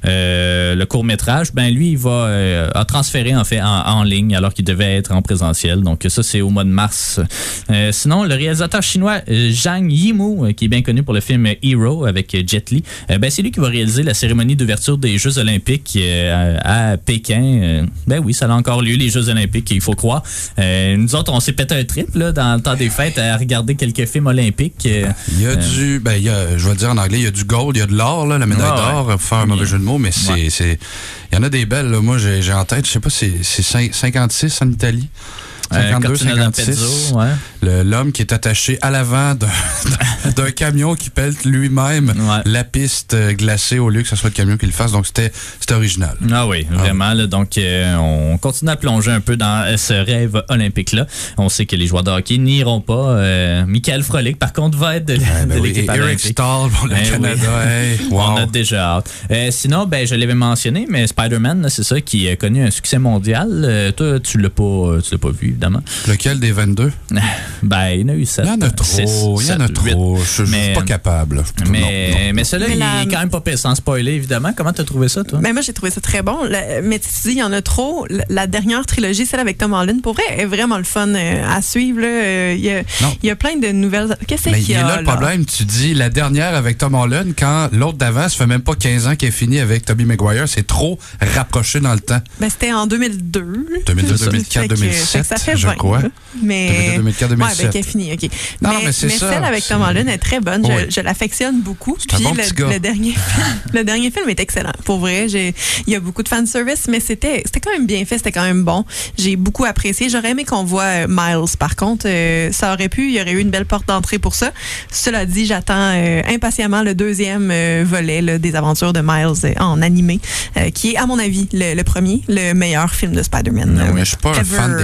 Speaker 5: euh, le court-métrage. Ben, lui, il va euh, a transféré, en fait, en, en ligne, alors qu'il devait être en présentiel. Donc, ça, c'est au mois de mars. Euh, sinon, le réalisateur chinois euh, Zhang Yimou, euh, qui est bien connu pour le film Hero avec euh, Jet Li, euh, ben, c'est lui qui va réaliser la cérémonie d'ouverture des Jeux olympiques euh, à, à Pékin. Euh, ben oui, ça a encore lieu, les Jeux olympiques, il faut croire. Euh, nous autres, on s'est pété un trip là, dans le temps des fêtes à regarder quelques films olympiques. Euh,
Speaker 7: Il y a
Speaker 5: euh,
Speaker 7: du, ben, il y a, je vais le dire en anglais, il y a du gold, il y a de l'or, là, la médaille
Speaker 5: Ah,
Speaker 7: d'or,
Speaker 5: ouais.
Speaker 7: pour faire un mauvais jeu de mots, mais c'est,
Speaker 5: Ouais.
Speaker 7: c'est, il y en a des belles, là. Moi, j'ai, j'ai en tête, je sais pas, c'est, c'est cinquante-six en Italie. cinquante-deux,
Speaker 5: Cortina
Speaker 7: cinquante-six.
Speaker 5: d'Ampezzo, ouais.
Speaker 7: Le- l'homme qui est attaché à l'avant d'un, d'un camion qui pète lui-même
Speaker 5: Ouais.
Speaker 7: la piste euh, glacée au lieu que ce soit le camion qui le fasse. Donc, c'était, c'était original.
Speaker 5: Ah oui, vraiment. Là, donc, euh, on continue à plonger un peu dans euh, ce rêve olympique-là. On sait que les joueurs de hockey n'iront pas. Euh, Michael Frolik, par contre, va être de,
Speaker 7: Ah, ben
Speaker 5: de
Speaker 7: oui,
Speaker 5: l'équipe
Speaker 7: et Eric
Speaker 5: olympique.
Speaker 7: Stahl pour le
Speaker 5: Ben
Speaker 7: Canada.
Speaker 5: oui.
Speaker 7: Hey, wow.
Speaker 5: On a déjà hâte. Euh, sinon, ben, je l'avais mentionné, mais Spider-Man, là, c'est ça, qui a connu un succès mondial. Euh, toi, tu l'as pas, tu l'as pas vu, évidemment.
Speaker 7: Lequel des vingt-deux?
Speaker 5: Ben, il y en a eu sept.
Speaker 7: Il y en a trop,
Speaker 5: six,
Speaker 7: il y en a
Speaker 5: sept,
Speaker 7: trop.
Speaker 5: huit.
Speaker 7: Je je suis
Speaker 5: Mais-
Speaker 7: pas capable.
Speaker 5: Mais,
Speaker 7: Non, non.
Speaker 5: mais celui-là,
Speaker 6: Mais
Speaker 5: il
Speaker 6: la-
Speaker 5: est quand même pas pire, sans spoiler, évidemment. Comment t'as trouvé ça, toi?
Speaker 6: Mais moi, j'ai trouvé ça très bon. Le- mais tu dis, il y en a trop. La, la dernière trilogie, celle avec Tom Holland, pour vrai, est vraiment le fun euh, à suivre. là. Euh, Il y, a,
Speaker 7: Non.
Speaker 6: il y a plein de nouvelles. Qu'est-ce
Speaker 7: Mais
Speaker 6: qu'il
Speaker 7: il
Speaker 6: y
Speaker 7: est
Speaker 6: a?
Speaker 7: là le problème. Tu dis la dernière avec Tom Holland, quand l'autre d'avant, ça fait même pas quinze ans qu'il est fini avec Tobey Maguire. C'est trop rapproché dans le temps.
Speaker 6: Ben, c'était en deux mille deux.
Speaker 7: deux mille deux,
Speaker 6: Fait
Speaker 7: deux mille quatre,
Speaker 6: que-
Speaker 7: deux mille
Speaker 6: fait que
Speaker 7: sept,
Speaker 6: ça fait
Speaker 7: je
Speaker 6: vingt,
Speaker 7: crois.
Speaker 6: là. Mais...
Speaker 7: deux mille deux, deux mille quatre, deux mille sept.
Speaker 6: Ouais, ben, qui est fini, OK.
Speaker 7: Non,
Speaker 6: mais
Speaker 7: mais c'est ça.
Speaker 6: celle avec Tom Holland est très bonne.
Speaker 7: Oui.
Speaker 6: Je, je l'affectionne beaucoup.
Speaker 7: C'est un
Speaker 6: Puis
Speaker 7: bon
Speaker 6: le,
Speaker 7: petit gars.
Speaker 6: le dernier film, le dernier film est excellent. Pour vrai, j'ai, il y a beaucoup de fanservice, mais c'était, c'était quand même bien fait. C'était quand même bon. J'ai beaucoup apprécié. J'aurais aimé qu'on voit euh, Miles. Par contre, euh, ça aurait pu. Il y aurait eu une belle porte d'entrée pour ça. Cela dit, j'attends euh, impatiemment le deuxième euh, volet là, des aventures de Miles euh, en animé, euh, qui est, à mon avis, le, le premier, le meilleur film de Spider-Man.
Speaker 7: Non,
Speaker 6: euh,
Speaker 7: mais je suis pas un
Speaker 6: ever.
Speaker 7: fan des B D,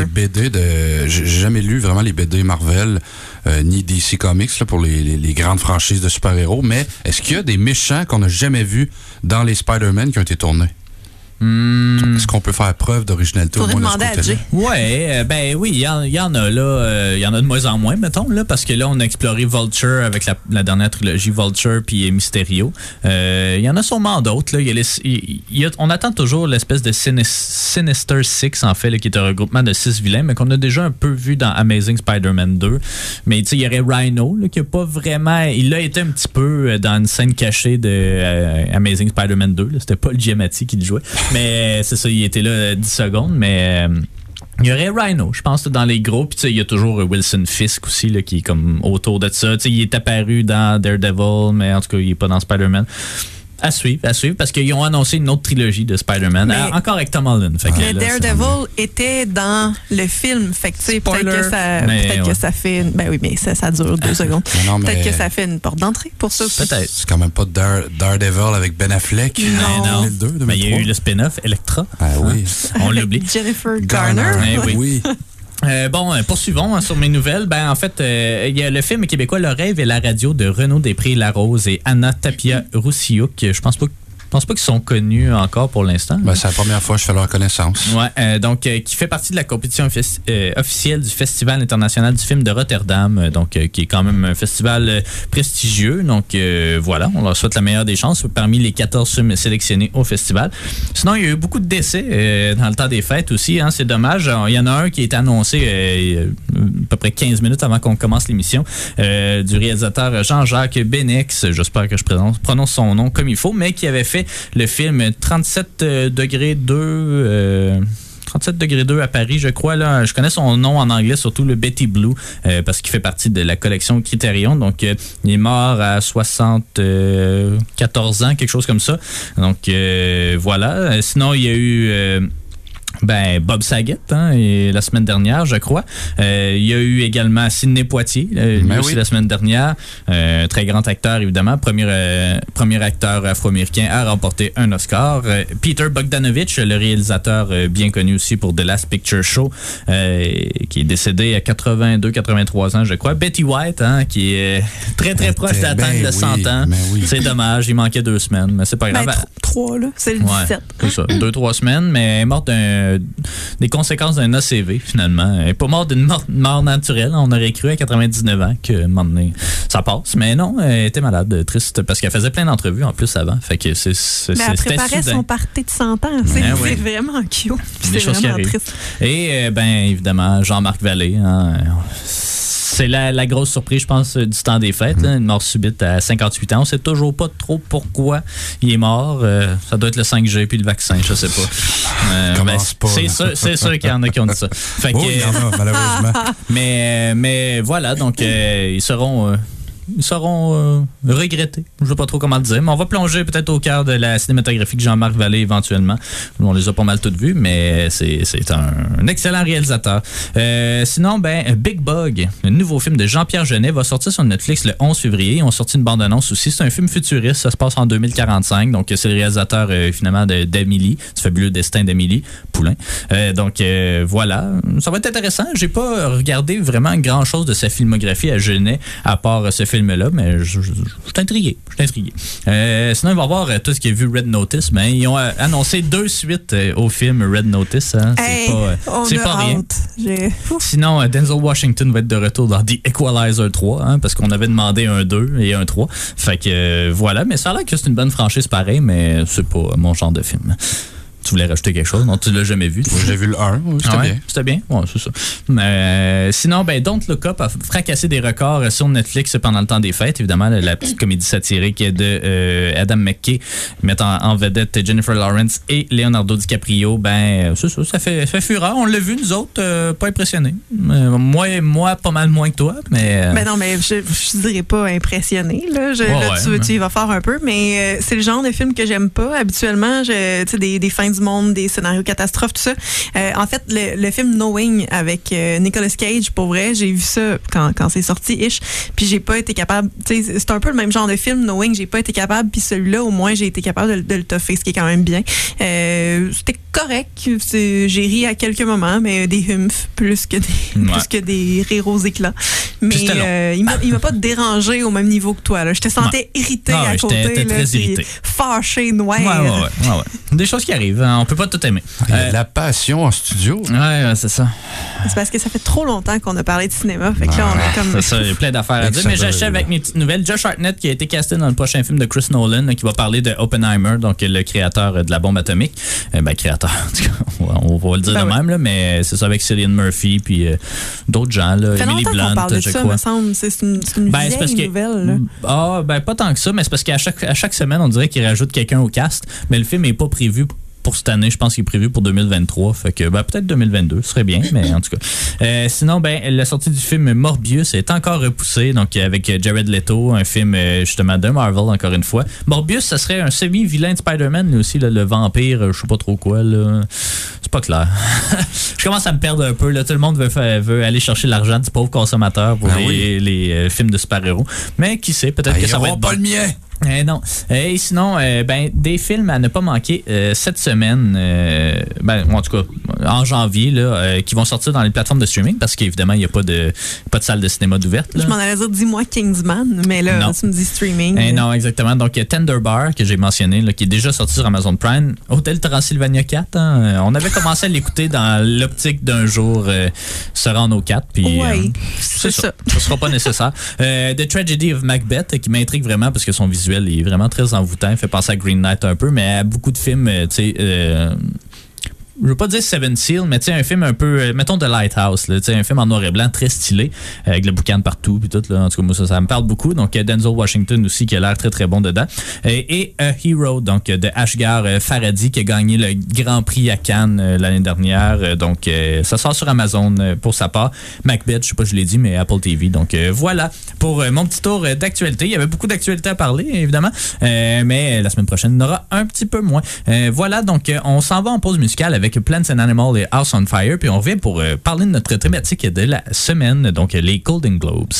Speaker 7: arrivé de... J'ai jamais lu vraiment les B D Marvel, euh, ni D C Comics là, pour les, les, les grandes franchises de super-héros, mais est-ce qu'il y a des méchants qu'on n'a jamais vus dans les Spider-Man qui ont été tournés?
Speaker 5: Hmm.
Speaker 7: Est-ce qu'on peut faire preuve d'originalité au
Speaker 6: Faudrait
Speaker 7: moins de ce
Speaker 6: demander à
Speaker 7: côté-là?
Speaker 6: Jay.
Speaker 5: Ouais, euh, ben oui, il y, en- y en a là. euh, Il y en a de moins en moins, mettons, là, parce que là, on a exploré Vulture avec la, la dernière trilogie Vulture puis Mysterio. Euh, Il y en a sûrement d'autres. Là. Il y a les- il- il y a- on attend toujours l'espèce de Sinis- Sinister Six, en fait, là, qui est un regroupement de six vilains, mais qu'on a déjà un peu vu dans Amazing Spider-Man deux. Mais tu sais, il y aurait Rhino, là, qui a pas vraiment... Il a été un petit peu euh, dans une scène cachée de euh, Amazing Spider-Man deux. là. C'était pas le Giamatti qui le jouait. Mais c'est ça, il était là euh, dix secondes, mais euh, il y aurait Rhino, je pense, dans les gros. Puis tu sais, il y a toujours euh, Wilson Fisk aussi, là, qui est comme autour de ça. Tu sais, il est apparu dans Daredevil, mais en tout cas, il est pas dans Spider-Man. À suivre, à suivre, parce qu'ils ont annoncé une autre trilogie de Spider-Man,
Speaker 6: Mais-
Speaker 5: à- encore avec Tom Holland. Fait que
Speaker 6: Le
Speaker 5: là, ça-
Speaker 6: Daredevil était dans le film. Fait que, tu sais, peut-être
Speaker 5: Spoiler.
Speaker 6: que ça,
Speaker 5: Mais
Speaker 6: peut-être
Speaker 5: ouais.
Speaker 6: que ça fait. une- Ben oui, mais ça, ça dure deux secondes.
Speaker 7: Mais non, mais-
Speaker 6: Peut-être que ça fait une porte d'entrée pour ça aussi.
Speaker 5: Peut-être.
Speaker 7: C'est quand même pas Dare, Daredevil avec Ben Affleck
Speaker 6: Non.
Speaker 7: en
Speaker 5: Mais non.
Speaker 7: deux mille deux,
Speaker 5: Mais il y a
Speaker 7: deux mille trois.
Speaker 5: eu le spin-off, Electra.
Speaker 7: Ah oui.
Speaker 5: On
Speaker 6: Avec
Speaker 5: l'oublie.
Speaker 6: Jennifer Garner.
Speaker 5: Eh oui.
Speaker 7: oui.
Speaker 5: Euh, bon, euh, poursuivons hein, sur mes nouvelles. Ben, en fait, euh, il y a le film québécois Le Rêve et la radio de Renaud Després-Larose et Anna Tapia Roussillou, que je pense pas Je pense pas qu'ils sont connus encore pour l'instant.
Speaker 7: Ben, c'est la première fois que je fais leur connaissance.
Speaker 5: Ouais, euh, donc euh, qui fait partie de la compétition festi- euh, officielle du Festival international du film de Rotterdam, euh, donc euh, qui est quand même un festival euh, prestigieux. Donc euh, voilà, on leur souhaite la meilleure des chances parmi les quatorze films sélectionnés au festival. Sinon, il y a eu beaucoup de décès euh, dans le temps des fêtes aussi. Hein, c'est dommage. Il y en a un qui a été annoncé euh, à peu près quinze minutes avant qu'on commence l'émission, euh, du réalisateur Jean-Jacques Benex. J'espère que je prononce, prononce son nom comme il faut, mais qui avait fait le film trente-sept degrés deux euh, trente-sept degrés deux à Paris, je crois. Là, je connais son nom en anglais, surtout le Betty Blue, euh, parce qu'il fait partie de la collection Criterion. Donc, euh, il est mort à soixante-quatorze ans, quelque chose comme ça. Donc, euh, voilà. Sinon, il y a eu... Euh, Ben, Bob Saget, hein, et la semaine dernière, je crois. Euh, il y a eu également Sidney Poitier, euh, lui
Speaker 7: Ben
Speaker 5: aussi
Speaker 7: oui.
Speaker 5: la semaine dernière. Euh, très grand acteur, évidemment. Premier, euh, premier acteur afro-américain à remporter un Oscar. Euh, Peter Bogdanovich, le réalisateur euh, bien connu aussi pour The Last Picture Show, euh, qui est décédé à quatre-vingt-deux quatre-vingt-trois ans, je crois. Betty White, hein, qui est très, très proche
Speaker 7: Ben
Speaker 5: d'atteindre
Speaker 7: oui,
Speaker 5: le cent ans.
Speaker 7: ben oui.
Speaker 5: C'est dommage, il manquait deux semaines, mais c'est pas grave.
Speaker 6: Ben, tro- trois, là. C'est le
Speaker 5: Ouais,
Speaker 6: dix-sept.
Speaker 5: c'est ça. Deux, trois semaines, mais elle est morte d'un, des conséquences d'un A C V, finalement. Elle n'est pas morte d'une mort, mort naturelle. On aurait cru à quatre-vingt-dix-neuf ans que, à un moment donné, ça passe. Mais non, elle était malade, triste, parce qu'elle faisait plein d'entrevues en plus avant. Fait que c'est, c'est,
Speaker 6: Mais elle
Speaker 5: c'était
Speaker 6: préparait
Speaker 5: soudain.
Speaker 6: son party de cent ans. C'est,
Speaker 5: Ben
Speaker 6: c'est
Speaker 5: oui.
Speaker 6: vraiment cute. Puis
Speaker 5: Des
Speaker 6: c'est
Speaker 5: choses qui
Speaker 6: vraiment
Speaker 5: arrivent.
Speaker 6: triste.
Speaker 5: Et, euh, ben, évidemment, Jean-Marc Vallée. Hein, c'est la, la grosse surprise, je pense, du temps des fêtes. Là, une mort subite à cinquante-huit ans. On sait toujours pas trop pourquoi il est mort. Euh, ça doit être le cinq G puis le vaccin, je sais pas. Euh,
Speaker 7: Commence pas,
Speaker 5: c'est
Speaker 7: là.
Speaker 5: sûr, c'est sûr qu'il y en a qui ont dit ça. Fait que,
Speaker 7: Oh, il y en a, malheureusement.
Speaker 5: mais, mais voilà, donc euh, ils seront... euh, Ils seront euh, regrettés. Je ne sais pas trop comment le dire, mais on va plonger peut-être au cœur de la cinématographie de Jean-Marc Vallée éventuellement. On les a pas mal toutes vues, mais c'est, c'est un, un excellent réalisateur. Euh, sinon, ben, Big Bug, le nouveau film de Jean-Pierre Jeunet, va sortir sur Netflix le onze février. Ils ont sorti une bande-annonce aussi. C'est un film futuriste. Ça se passe en deux mille quarante-cinq. Donc, c'est le réalisateur euh, finalement de, d'Amélie, du fabuleux destin d'Amélie Poulain. Euh, donc, euh, voilà. Ça va être intéressant. J'ai pas regardé vraiment grand-chose de sa filmographie à Jeunet, à part euh, ce film là, mais je, je, je, je suis intrigué. Je suis intrigué. Euh, sinon, il va y avoir euh, tout ce qui a vu Red Notice. Ben, ils ont euh, annoncé deux suites euh, au film Red Notice. Hein. C'est
Speaker 6: Hey,
Speaker 5: pas, euh,
Speaker 6: on
Speaker 5: c'est
Speaker 6: a
Speaker 5: pas rien.
Speaker 6: hâte. J'ai- Ouf.
Speaker 5: Sinon, euh, Denzel Washington va être de retour dans The Equalizer trois, hein, parce qu'on avait demandé un deux et un trois. Fait que euh, voilà, mais ça a l'air que c'est une bonne franchise pareil, mais c'est pas mon genre de film. Tu voulais rajouter quelque chose? Non, tu l'as jamais vu.
Speaker 7: Moi, j'ai vu le un, oui, c'était
Speaker 5: Ah ouais,
Speaker 7: bien.
Speaker 5: C'était bien? Ouais, c'est ça. Euh, sinon, ben, Don't Look Up a fracassé des records sur Netflix pendant le temps des fêtes. Évidemment, la, la petite comédie satirique de euh, Adam McKay mettant en, en vedette Jennifer Lawrence et Leonardo DiCaprio. Ben, c'est ça, ça fait, ça fait fureur. On l'a vu, nous autres, euh, pas impressionnés. Euh, moi, moi, pas mal moins que toi, mais... euh,
Speaker 6: Ben non, mais je, je dirais pas impressionné. Là, je,
Speaker 5: Ouais,
Speaker 6: là
Speaker 5: ouais,
Speaker 6: tu,
Speaker 5: mais-
Speaker 6: tu y vas faire un peu, mais euh, c'est le genre de film que j'aime pas. Habituellement, je, tu sais, des, des fins du du monde, des scénarios catastrophes, tout ça. Euh, en fait, le, le film Knowing avec euh, Nicolas Cage, pour vrai, j'ai vu ça quand, quand c'est sorti, ish, puis j'ai pas été capable, tu sais, c'est un peu le même genre de film, Knowing, j'ai pas été capable, puis celui-là, au moins, j'ai été capable de, de le toffer, ce qui est quand même bien. Euh, c'était correct, c'est, j'ai ri à quelques moments, mais des humph plus que des, ouais. plus que des rires aux éclats. Mais euh, il, m'a, il m'a pas dérangé au même niveau que toi, là. Je te sentais ouais. irrité ah, à ouais, côté,
Speaker 5: j'étais,
Speaker 6: là,
Speaker 5: très irrité.
Speaker 6: Fâché, noir.
Speaker 5: Ouais, ouais, ouais, ouais, ouais. Des choses qui arrivent, hein. On peut pas tout aimer.
Speaker 7: Il y a de la passion en studio.
Speaker 5: Ouais, ouais, c'est ça.
Speaker 6: C'est parce que ça fait trop longtemps qu'on a parlé de cinéma, fait que là, on est comme...
Speaker 5: C'est ça, il y a plein d'affaires à dire, mais j'achève avec mes petites nouvelles. Josh Hartnett qui a été casté dans le prochain film de Chris Nolan, qui va parler de Oppenheimer, donc le créateur de la bombe atomique. Euh, ben, créateur, en tout cas, on va le dire ben de oui. même, là, mais c'est ça avec Cillian Murphy, puis euh, d'autres gens, là, Emily Blunt,
Speaker 6: parle de
Speaker 5: je
Speaker 6: ça,
Speaker 5: crois.
Speaker 6: Me semble. C'est une, c'est une
Speaker 5: ben,
Speaker 6: vieille
Speaker 5: c'est parce que,
Speaker 6: nouvelle. Là.
Speaker 5: Ah, ben, pas tant que ça, mais c'est parce qu'à chaque, à chaque semaine, on dirait qu'il rajoute quelqu'un au cast, mais le film n'est pas prévu pour cette année. Je pense qu'il est prévu pour deux mille vingt-trois. Fait que, ben, peut-être deux mille vingt-deux, ce serait bien, mais en tout cas. Euh, sinon, ben, la sortie du film Morbius est encore repoussée, donc avec Jared Leto, un film justement de Marvel, encore une fois. Morbius, ça serait un semi-vilain de Spider-Man, lui aussi, là, le vampire, je sais pas trop quoi, là. C'est pas clair. Je commence à me perdre un peu, là. Tout le monde veut, faire, veut aller chercher l'argent du pauvre consommateur pour ah, les, oui. les euh, films de super-héros. Mais qui sait, peut-être ah, que ça va être
Speaker 7: pas
Speaker 5: bon.
Speaker 7: le mien!
Speaker 5: Eh non. Et sinon, euh, ben, des films à ne pas manquer euh, cette semaine, euh, ben, en tout cas, en janvier, là, euh, qui vont sortir dans les plateformes de streaming parce qu'évidemment, il n'y a pas de, pas de salle de cinéma d'ouverte. Là.
Speaker 6: Je m'en allais dire, dis-moi Kingsman, mais là, non. tu me dis streaming.
Speaker 5: Eh non, exactement. Donc, Tender Bar, que j'ai mentionné, là, qui est déjà sorti sur Amazon Prime. Hotel Transylvania quatre, hein, on avait commencé à l'écouter dans l'optique d'un jour euh, se rendre au quatre. Puis,
Speaker 6: oui,
Speaker 5: euh,
Speaker 6: c'est, c'est ça.
Speaker 5: Ça ne sera pas nécessaire. Euh, The Tragedy of Macbeth, qui m'intrigue vraiment parce que son visuel il est vraiment très envoûtant. Il fait penser à Green Knight un peu, mais à beaucoup de films, tu sais... Euh, je veux pas dire Seven Seal, mais tu sais, un film un peu, mettons The Lighthouse, là, tu sais, un film en noir et blanc très stylé, avec le boucan partout, puis tout, là. En tout cas, moi, ça, ça me parle beaucoup. Donc, Denzel Washington aussi, qui a l'air très, très bon dedans. Et, et A Hero, donc, de Ashghar Farhadi, qui a gagné le Grand Prix à Cannes euh, l'année dernière. Donc, euh, ça sort sur Amazon euh, pour sa part. Macbeth, je sais pas, je l'ai dit, mais Apple T V. Donc, euh, voilà pour euh, mon petit tour euh, d'actualité. Il y avait beaucoup d'actualités à parler, évidemment, euh, mais la semaine prochaine, il y en aura un petit peu moins. Euh, voilà, donc, euh, on s'en va en pause musicale avec Plants and Animals et House on Fire, puis on revient pour euh, parler de notre thématique de la semaine, donc les Golden Globes.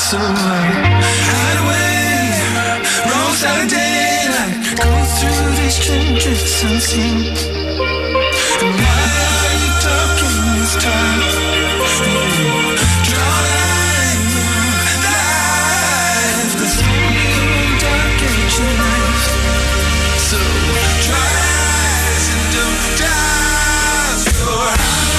Speaker 4: So hideaway, wrong side of daylight, going through these trenches unseen. And why are you talking this time? Draw a line, life, there's only one dark edge in life. So try and don't die. Your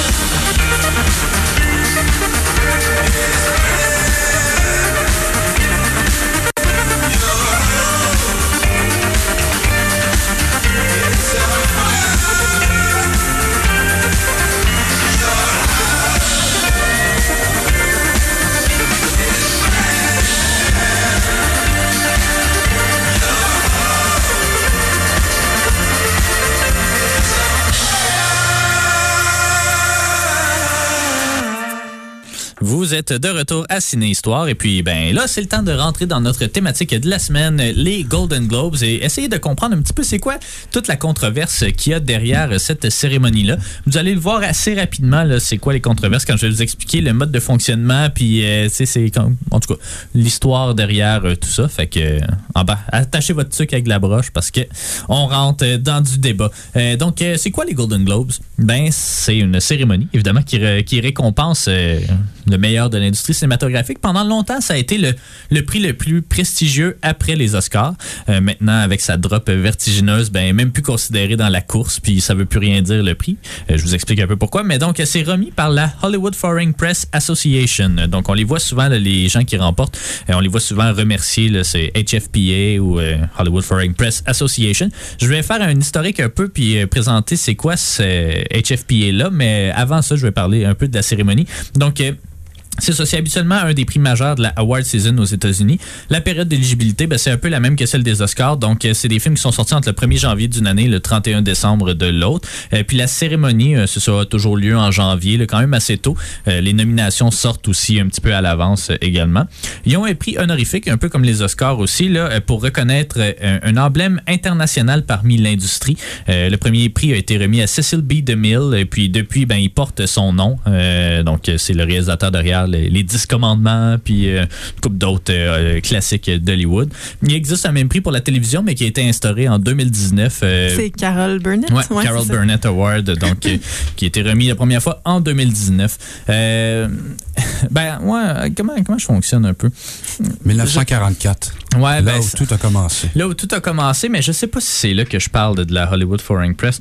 Speaker 5: Vous êtes de retour à Ciné-Histoire et puis ben là c'est le temps de rentrer dans notre thématique de la semaine, les Golden Globes, et essayer de comprendre un petit peu c'est quoi toute la controverse qu'il y a derrière cette cérémonie-là. Vous allez le voir assez rapidement, là, c'est quoi les controverses quand je vais vous expliquer le mode de fonctionnement puis euh, c'est quand, en tout cas l'histoire derrière euh, tout ça. Fait que en bas, attachez votre truc avec la broche parce que on rentre dans du débat. Euh, donc euh, c'est quoi les Golden Globes? Ben c'est une cérémonie évidemment qui, ré, qui récompense euh, le meilleur de l'industrie cinématographique. Pendant longtemps, ça a été le, le prix le plus prestigieux après les Oscars. Euh, maintenant, avec sa drop vertigineuse, ben même plus considéré dans la course, puis ça veut plus rien dire le prix. Euh, je vous explique un peu pourquoi. Mais donc, c'est remis par la Hollywood Foreign Press Association. Donc, on les voit souvent, là, les gens qui remportent, euh, on les voit souvent remercier, là, c'est H F P A ou euh, Hollywood Foreign Press Association. Je vais faire un historique un peu, puis euh, présenter c'est quoi ce H F P A-là, mais avant ça, je vais parler un peu de la cérémonie. Donc, euh, c'est ça, c'est habituellement un des prix majeurs de la Award Season aux États-Unis. La période d'éligibilité, ben, c'est un peu la même que celle des Oscars. Donc, c'est des films qui sont sortis entre le premier janvier d'une année et le trente et un décembre de l'autre. Euh, puis la cérémonie, euh, ça a toujours lieu en janvier, là, quand même assez tôt. Euh, les nominations sortent aussi un petit peu à l'avance euh, également. Ils ont un prix honorifique, un peu comme les Oscars aussi, là, pour reconnaître euh, un, un emblème international parmi l'industrie. Euh, le premier prix a été remis à Cecil B. DeMille. Et puis, depuis, ben, il porte son nom. Euh, donc, c'est le réalisateur derrière Les, les Dix Commandements, puis euh, une couple d'autres euh, classiques d'Hollywood. Il existe un même prix pour la télévision, mais qui a été instauré en deux mille dix-neuf. Euh,
Speaker 6: c'est Carol Burnett.
Speaker 5: Ouais,
Speaker 6: ouais
Speaker 5: Carol Burnett Award, donc euh, qui a été remis la première fois en deux mille dix-neuf. Euh, ben, ouais, comment, comment je fonctionne un peu?
Speaker 7: dix-neuf cent quarante-quatre.
Speaker 5: Ouais,
Speaker 7: là
Speaker 5: ben,
Speaker 7: où tout a commencé.
Speaker 5: Là où tout a commencé, mais je sais pas si c'est là que je parle de, de la Hollywood Foreign Press.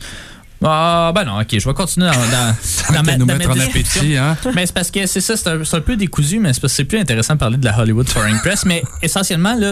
Speaker 5: Ah, ben non, ok, je vais continuer dans, dans, dans ma,
Speaker 7: nous
Speaker 5: dans
Speaker 7: mettre
Speaker 5: ma
Speaker 7: en appétit, hein?
Speaker 5: Mais c'est parce que c'est ça, c'est un, c'est un peu décousu, mais c'est parce que c'est plus intéressant de parler de la Hollywood Foreign Press. Mais essentiellement, là,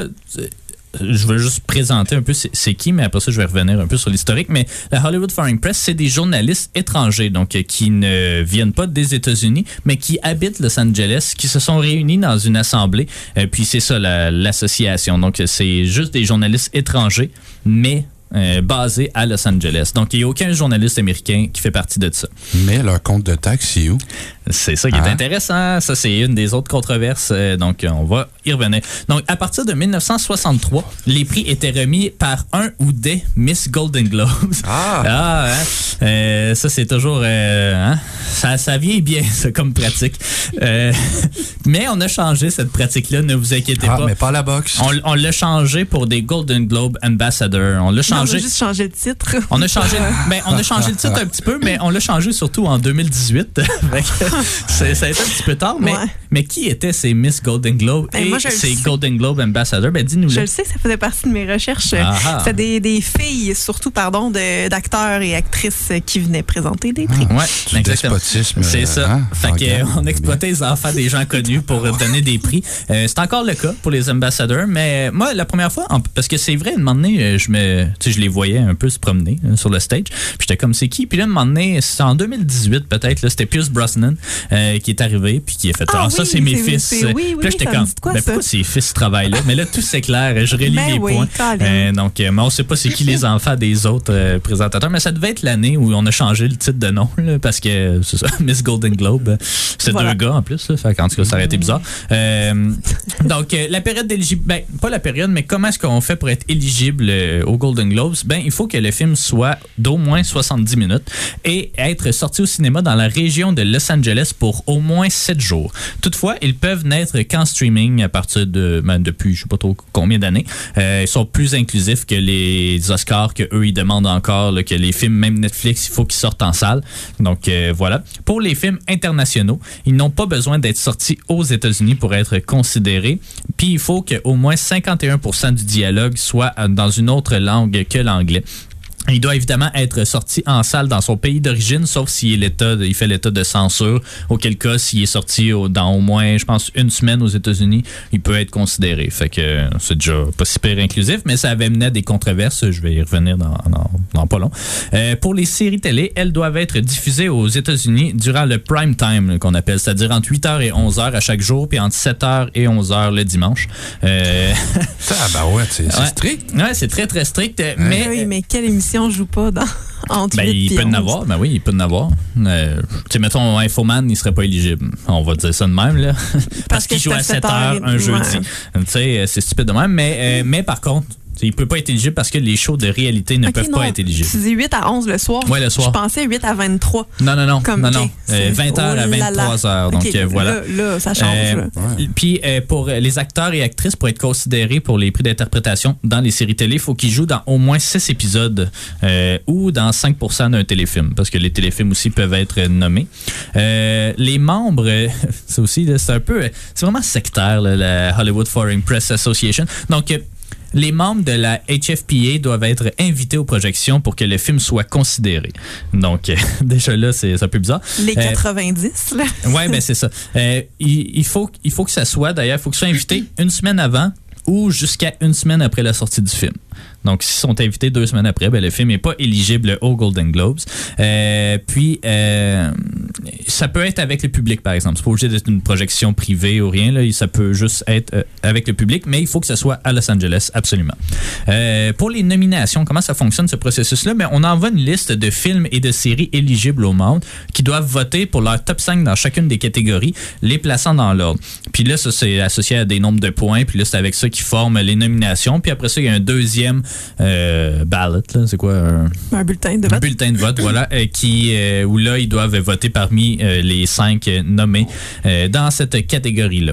Speaker 5: je veux juste présenter un peu c'est, c'est qui, mais après ça, je vais revenir un peu sur l'historique. Mais la Hollywood Foreign Press, c'est des journalistes étrangers, donc qui ne viennent pas des États-Unis, mais qui habitent Los Angeles, qui se sont réunis dans une assemblée. Euh, puis c'est ça, la, l'association. Donc, c'est juste des journalistes étrangers, mais Euh, basé à Los Angeles. Donc, il n'y a aucun journaliste américain qui fait partie de ça.
Speaker 7: Mais leur compte de taxe, c'est où?
Speaker 5: C'est ça qui est
Speaker 7: ah.
Speaker 5: intéressant. Ça, c'est une des autres controverses. Donc, on va y revenir. Donc, à partir de dix-neuf cent soixante-trois, les prix étaient remis par un ou des Miss Golden Globes.
Speaker 7: Ah!
Speaker 5: ah hein? euh, ça, c'est toujours... Euh, hein? ça, ça vient bien, ça, comme pratique. Euh, mais on a changé cette pratique-là, ne vous inquiétez
Speaker 7: ah,
Speaker 5: pas.
Speaker 7: mais pas la boxe.
Speaker 5: On, on l'a changé pour des Golden Globe Ambassadors. On l'a changé.
Speaker 6: Non, on a juste changé de titre.
Speaker 5: On a changé, ben, on a changé le titre un petit peu, mais on l'a changé surtout en deux mille dix-huit. c'est, ça a été un petit peu tard, mais, ouais. mais qui étaient ces Miss Golden Globe ben, et moi, ces Golden Globe Ambassadors? Ben, dis-nous-le.
Speaker 6: Je le sais, ça faisait partie de mes recherches.
Speaker 5: Ah-ha.
Speaker 6: C'était des, des filles, surtout, pardon, de, d'acteurs et actrices qui venaient présenter des prix.
Speaker 5: Ah, ouais,
Speaker 7: du
Speaker 5: exactement.
Speaker 7: despotisme.
Speaker 5: C'est ça.
Speaker 7: Hein?
Speaker 5: Fait qu'on exploitait les enfants des gens connus pour donner des prix. Euh, c'est encore le cas pour les ambassadeurs, mais moi, la première fois, en, parce que c'est vrai, un moment donné, je me, tu sais, je les voyais un peu se promener là, sur le stage. Puis j'étais comme, c'est qui? Puis là, un moment donné, c'était en deux mille dix-huit peut-être, là, c'était Pierce Brosnan euh, qui est arrivé puis qui a fait, ah, ah oui, ça, c'est mes c'est, fils. C'est, oui, oui, puis là, j'étais comme, quoi, ben, pourquoi ces fils travaillent là? Mais là, tout s'éclaire. Je relis
Speaker 6: mais
Speaker 5: les
Speaker 6: oui,
Speaker 5: points. Euh, donc, euh, mais on sait pas c'est qui les enfants des autres euh, présentateurs, mais ça devait être l'année où on a changé le titre de nom, là, parce que, c'est ça, Miss Golden Globe, c'est voilà. deux gars en plus, là, fait en tout cas, ça aurait été bizarre. Euh, donc, euh, la période d'éligibilité, ben, pas la période, mais comment est-ce qu'on fait pour être éligible euh, aux Golden Globes? Ben, il faut que le film soit d'au moins soixante-dix minutes et être sorti au cinéma dans la région de Los Angeles Angeles pour au moins sept jours. Toutefois, ils peuvent n'être qu'en streaming à partir de ben, depuis je sais pas trop combien d'années. Euh, ils sont plus inclusifs que les Oscars que eux ils demandent encore là, que les films même Netflix il faut qu'ils sortent en salle. Donc euh, voilà. Pour les films internationaux, ils n'ont pas besoin d'être sortis aux États-Unis pour être considérés. Puis il faut que au moins cinquante et un pour cent du dialogue soit dans une autre langue que l'anglais. Il doit évidemment être sorti en salle dans son pays d'origine, sauf s'il est l'état, il fait l'état de censure. Auquel cas, s'il est sorti au, dans au moins, je pense, une semaine aux États-Unis, il peut être considéré. Fait que c'est déjà pas super inclusif, mais ça avait mené à des controverses. Je vais y revenir dans, dans, dans pas long. Euh, pour les séries télé, elles doivent être diffusées aux États-Unis durant le prime time qu'on appelle, c'est-à-dire entre huit heures et onze heures à chaque jour, puis entre sept heures et onze heures le dimanche. Euh...
Speaker 7: Ah ben ouais, c'est, c'est
Speaker 5: ouais.
Speaker 7: strict.
Speaker 5: Ouais, c'est très très strict. Ouais. Mais
Speaker 6: oui, mais quelle émission on joue pas dans entre
Speaker 5: ben,
Speaker 6: huit
Speaker 5: il peut en avoir, ben oui, il peut en avoir. Euh, tu sais, mettons, Infoman, il serait pas éligible. On va dire ça de même, là. Parce, Parce qu'il joue à sept heures un jeudi. Ouais. Tu sais, c'est stupide de même. Mais, euh, mais par contre, il peut pas être éligible parce que les shows de réalité ne okay, peuvent non. pas être éligibles.
Speaker 6: Tu dis huit à onze le soir?
Speaker 5: Oui, le soir.
Speaker 6: Je pensais huit à vingt-trois.
Speaker 5: Non, non, non.
Speaker 6: Comme,
Speaker 5: non,
Speaker 6: okay.
Speaker 5: non. Euh, vingt heures oh à vingt-trois heures. Donc,
Speaker 6: okay,
Speaker 5: euh, voilà.
Speaker 6: Là, là, ça change.
Speaker 5: Euh,
Speaker 6: ouais.
Speaker 5: Puis, euh, pour les acteurs et actrices, pour être considérés pour les prix d'interprétation dans les séries télé, il faut qu'ils jouent dans au moins six épisodes euh, ou dans cinq pour cent d'un téléfilm, parce que les téléfilms aussi peuvent être nommés. Euh, les membres, c'est aussi, là, c'est un peu, c'est vraiment sectaire, là, la Hollywood Foreign Press Association. Donc, euh, les membres de la H F P A doivent être invités aux projections pour que le film soit considéré. Donc, euh, déjà là, c'est, c'est un peu bizarre.
Speaker 6: Les quatre-vingt-dix, euh, là.
Speaker 5: Oui, ben c'est ça. Euh, il, il, faut, il faut que ça soit, d'ailleurs, il faut que ça soit invité une semaine avant ou jusqu'à une semaine après la sortie du film. Donc, s'ils sont invités deux semaines après, ben, le film n'est pas éligible aux Golden Globes. Euh, puis, euh, ça peut être avec le public, par exemple. C'est pas obligé d'être une projection privée ou rien. Là. Ça peut juste être euh, avec le public, mais il faut que ce soit à Los Angeles, absolument. Euh, pour les nominations, comment ça fonctionne, ce processus-là? Ben, on envoie une liste de films et de séries éligibles au monde qui doivent voter pour leur top cinq dans chacune des catégories, les plaçant dans l'ordre. Puis là, ça, c'est associé à des nombres de points. Puis là, c'est avec ça qu'ils forment les nominations. Puis après ça, il y a un deuxième Euh, ballot, là, c'est quoi? Un,
Speaker 6: un bulletin de vote.
Speaker 5: Un bulletin de vote, voilà, euh, qui, euh, où là, ils doivent voter parmi euh, les cinq euh, nommés euh, dans cette catégorie-là.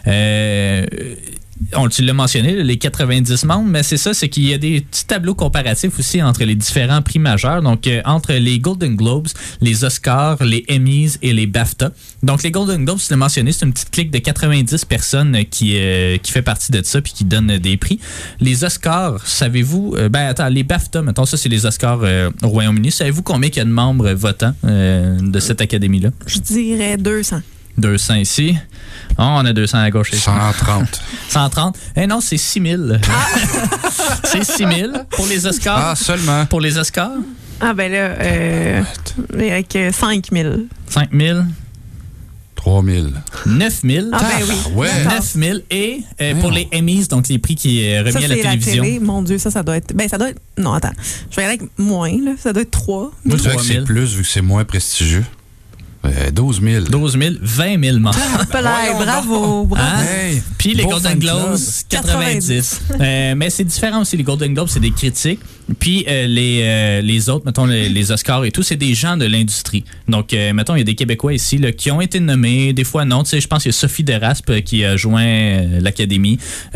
Speaker 5: Euh, On, tu l'as mentionné, les quatre-vingt-dix membres, mais c'est ça, c'est qu'il y a des petits tableaux comparatifs aussi entre les différents prix majeurs. Donc, euh, entre les Golden Globes, les Oscars, les Emmys et les BAFTA. Donc, les Golden Globes, tu l'as mentionné, c'est une petite clique de quatre-vingt-dix personnes qui, euh, qui fait partie de ça puis qui donne des prix. Les Oscars, savez-vous... Euh, ben, attends, les BAFTA, mettons, ça, c'est les Oscars euh, au Royaume-Uni. Savez-vous combien il y a de membres votants euh, de cette académie-là?
Speaker 6: Je dirais deux cents.
Speaker 5: deux cents ici. Oh, on a deux cents à gauche.
Speaker 7: cent trente.
Speaker 5: cent trente. Eh non, c'est six mille. Ah. C'est six mille pour les Oscars.
Speaker 7: Ah, seulement.
Speaker 5: Pour les Oscars.
Speaker 6: Ah, ben là, euh, avec cinq mille.
Speaker 5: cinq mille.
Speaker 7: trois mille.
Speaker 5: neuf mille.
Speaker 6: Ah, ben oui.
Speaker 7: Ouais.
Speaker 5: neuf mille. Et euh, pour les Emmys, donc les prix qui est remis
Speaker 6: ça,
Speaker 5: à la
Speaker 6: c'est
Speaker 5: télévision.
Speaker 6: La télé. Mon Dieu, ça, ça doit être. Ben, ça doit être. Non, attends. Je vais aller avec moins, là. Ça doit être trois.
Speaker 7: Moi, je dirais que c'est plus vu que c'est moins prestigieux. Euh, douze mille.
Speaker 5: douze mille, vingt mille membres.
Speaker 6: Ouais, bravo, bravo.
Speaker 5: Hein?
Speaker 7: Hey,
Speaker 5: puis les Golden Globes, quatre-vingt-dix. euh, mais c'est différent aussi. Les Golden Globes, c'est des critiques. Puis euh, les, euh, les autres, mettons les, les Oscars et tout, c'est des gens de l'industrie. Donc, euh, mettons, il y a des Québécois ici là, qui ont été nommés, des fois non. Tu sais, je pense qu'il y a Sophie Deraspe qui a joint euh, l'Académie,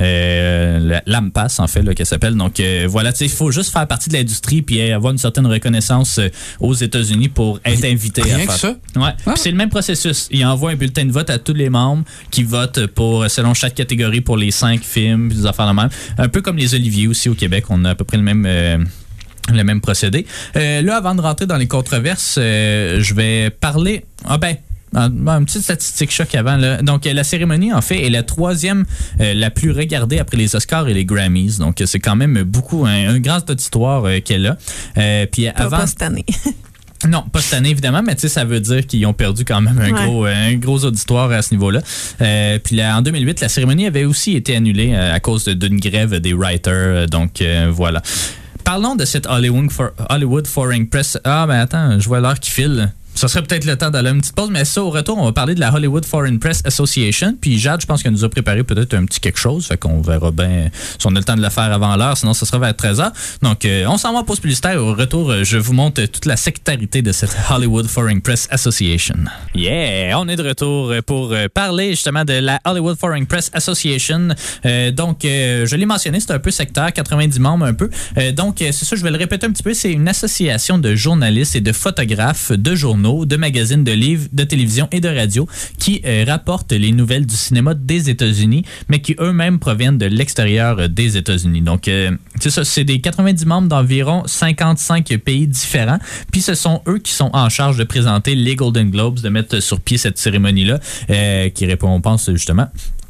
Speaker 5: euh, l'A M P A S en fait, là, qu'elle s'appelle. Donc, euh, voilà, tu sais, il faut juste faire partie de l'industrie puis avoir une certaine reconnaissance euh, aux États-Unis pour être invité
Speaker 7: Rien
Speaker 5: à faire.
Speaker 7: que ça?
Speaker 5: Ouais. Ah. Puis c'est le même processus. Il envoie un bulletin de vote à tous les membres qui votent pour selon chaque catégorie pour les cinq films, des affaires de même. Un peu comme les Oliviers aussi au Québec, on a à peu près le même euh, le même procédé. Euh, là, avant de rentrer dans les controverses, euh, je vais parler. Ah ben. Une petite statistique choc avant. Là. Donc, la cérémonie, en fait, est la troisième euh, la plus regardée après les Oscars et les Grammys. Donc, c'est quand même beaucoup, un, un grand auditoire euh, qu'elle a. Euh, puis
Speaker 6: pas,
Speaker 5: avant,
Speaker 6: pas cette année.
Speaker 5: Non, pas cette année, évidemment, mais tu sais, ça veut dire qu'ils ont perdu quand même un, ouais. gros, un gros auditoire à ce niveau-là. Euh, puis là, en deux mille huit, la cérémonie avait aussi été annulée euh, à cause d'une grève des writers. Donc, euh, voilà. Parlons de cette Hollywood, for, Hollywood Foreign Press. Ah, ben attends, je vois l'heure qui file. ça serait peut-être le temps d'aller à une petite pause, mais ça, au retour, on va parler de la Hollywood Foreign Press Association. Puis Jade, je pense qu'elle nous a préparé peut-être un petit quelque chose. Fait qu'on verra bien si on a le temps de le faire avant l'heure. Sinon, ça sera vers treize heures. Donc, euh, on s'en va en pause publicitaire. Au retour, euh, je vous montre toute la sectarité de cette Hollywood Foreign Press Association. Yeah! On est de retour pour euh, parler justement de la Hollywood Foreign Press Association. Euh, donc, euh, je l'ai mentionné, c'est un peu sectaire, quatre-vingt-dix membres un peu. Euh, donc, euh, c'est ça, je vais le répéter un petit peu. C'est une association de journalistes et de photographes de journaux, de magazines, de livres, de télévision et de radio qui euh, rapportent les nouvelles du cinéma des États-Unis, mais qui eux-mêmes proviennent de l'extérieur des États-Unis. Donc, euh, c'est ça, c'est des quatre-vingt-dix membres d'environ cinquante-cinq pays différents, puis ce sont eux qui sont en charge de présenter les Golden Globes, de mettre sur pied cette cérémonie-là, euh, qui récompense justement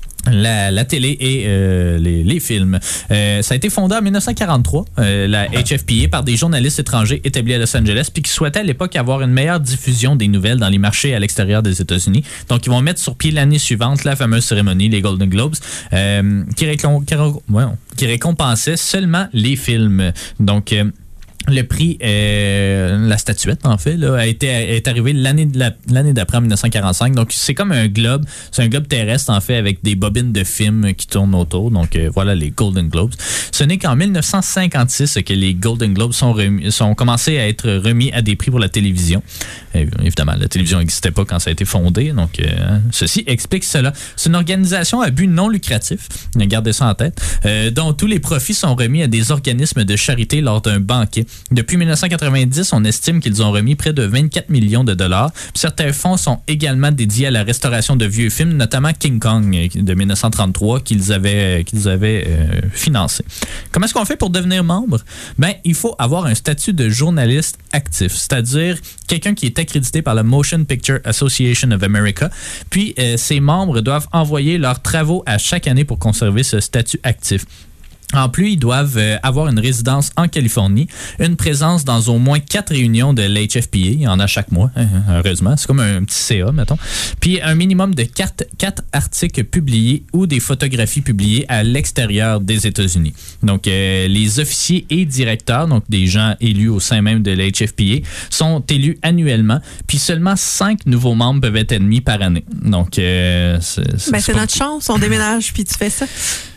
Speaker 5: La, la télé et euh, les, les films. Euh, ça a été fondé en dix-neuf cent quarante-trois, euh, la H F P A, par des journalistes étrangers établis à Los Angeles, puis qui souhaitaient à l'époque avoir une meilleure diffusion des nouvelles dans les marchés à l'extérieur des États-Unis. Donc, ils vont mettre sur pied l'année suivante la fameuse cérémonie, les Golden Globes, euh, qui, récom- qui, récom- ouais, qui récompensait seulement les films. Donc, euh, le prix, euh, la statuette, en fait, là, a été est arrivé l'année, de la, l'année d'après, en dix-neuf cent quarante-cinq. Donc, c'est comme un globe. C'est un globe terrestre, en fait, avec des bobines de films qui tournent autour. Donc, euh, voilà les Golden Globes. Ce n'est qu'en dix-neuf cent cinquante-six que les Golden Globes sont, remis, sont commencés à être remis à des prix pour la télévision. Et, évidemment, la télévision n'existait pas quand ça a été fondé. Donc, euh, ceci explique cela. C'est une organisation à but non lucratif. Gardez ça en tête. Euh, dont tous les profits sont remis à des organismes de charité lors d'un banquet. Depuis dix-neuf cent quatre-vingt-dix, on estime qu'ils ont remis près de vingt-quatre millions de dollars. Puis certains fonds sont également dédiés à la restauration de vieux films, notamment King Kong de dix-neuf cent trente-trois qu'ils avaient, qu'ils avaient euh, financé. Comment est-ce qu'on fait pour devenir membre? Ben, il faut avoir un statut de journaliste actif, c'est-à-dire quelqu'un qui est accrédité par la Motion Picture Association of America. Puis, euh, ces membres doivent envoyer leurs travaux à chaque année pour conserver ce statut actif. En plus, ils doivent euh, avoir une résidence en Californie, une présence dans au moins quatre réunions de l'H F P A, il y en a chaque mois, hein, heureusement, c'est comme un petit C A, mettons, puis un minimum de quatre, quatre articles publiés ou des photographies publiées à l'extérieur des États-Unis. Donc, euh, les officiers et directeurs, donc des gens élus au sein même de l'H F P A, sont élus annuellement, puis seulement cinq nouveaux membres peuvent être admis par année. Donc, euh, c'est, c'est,
Speaker 6: ben,
Speaker 5: c'est,
Speaker 6: c'est
Speaker 5: pas...
Speaker 6: notre chance, on déménage puis tu fais ça.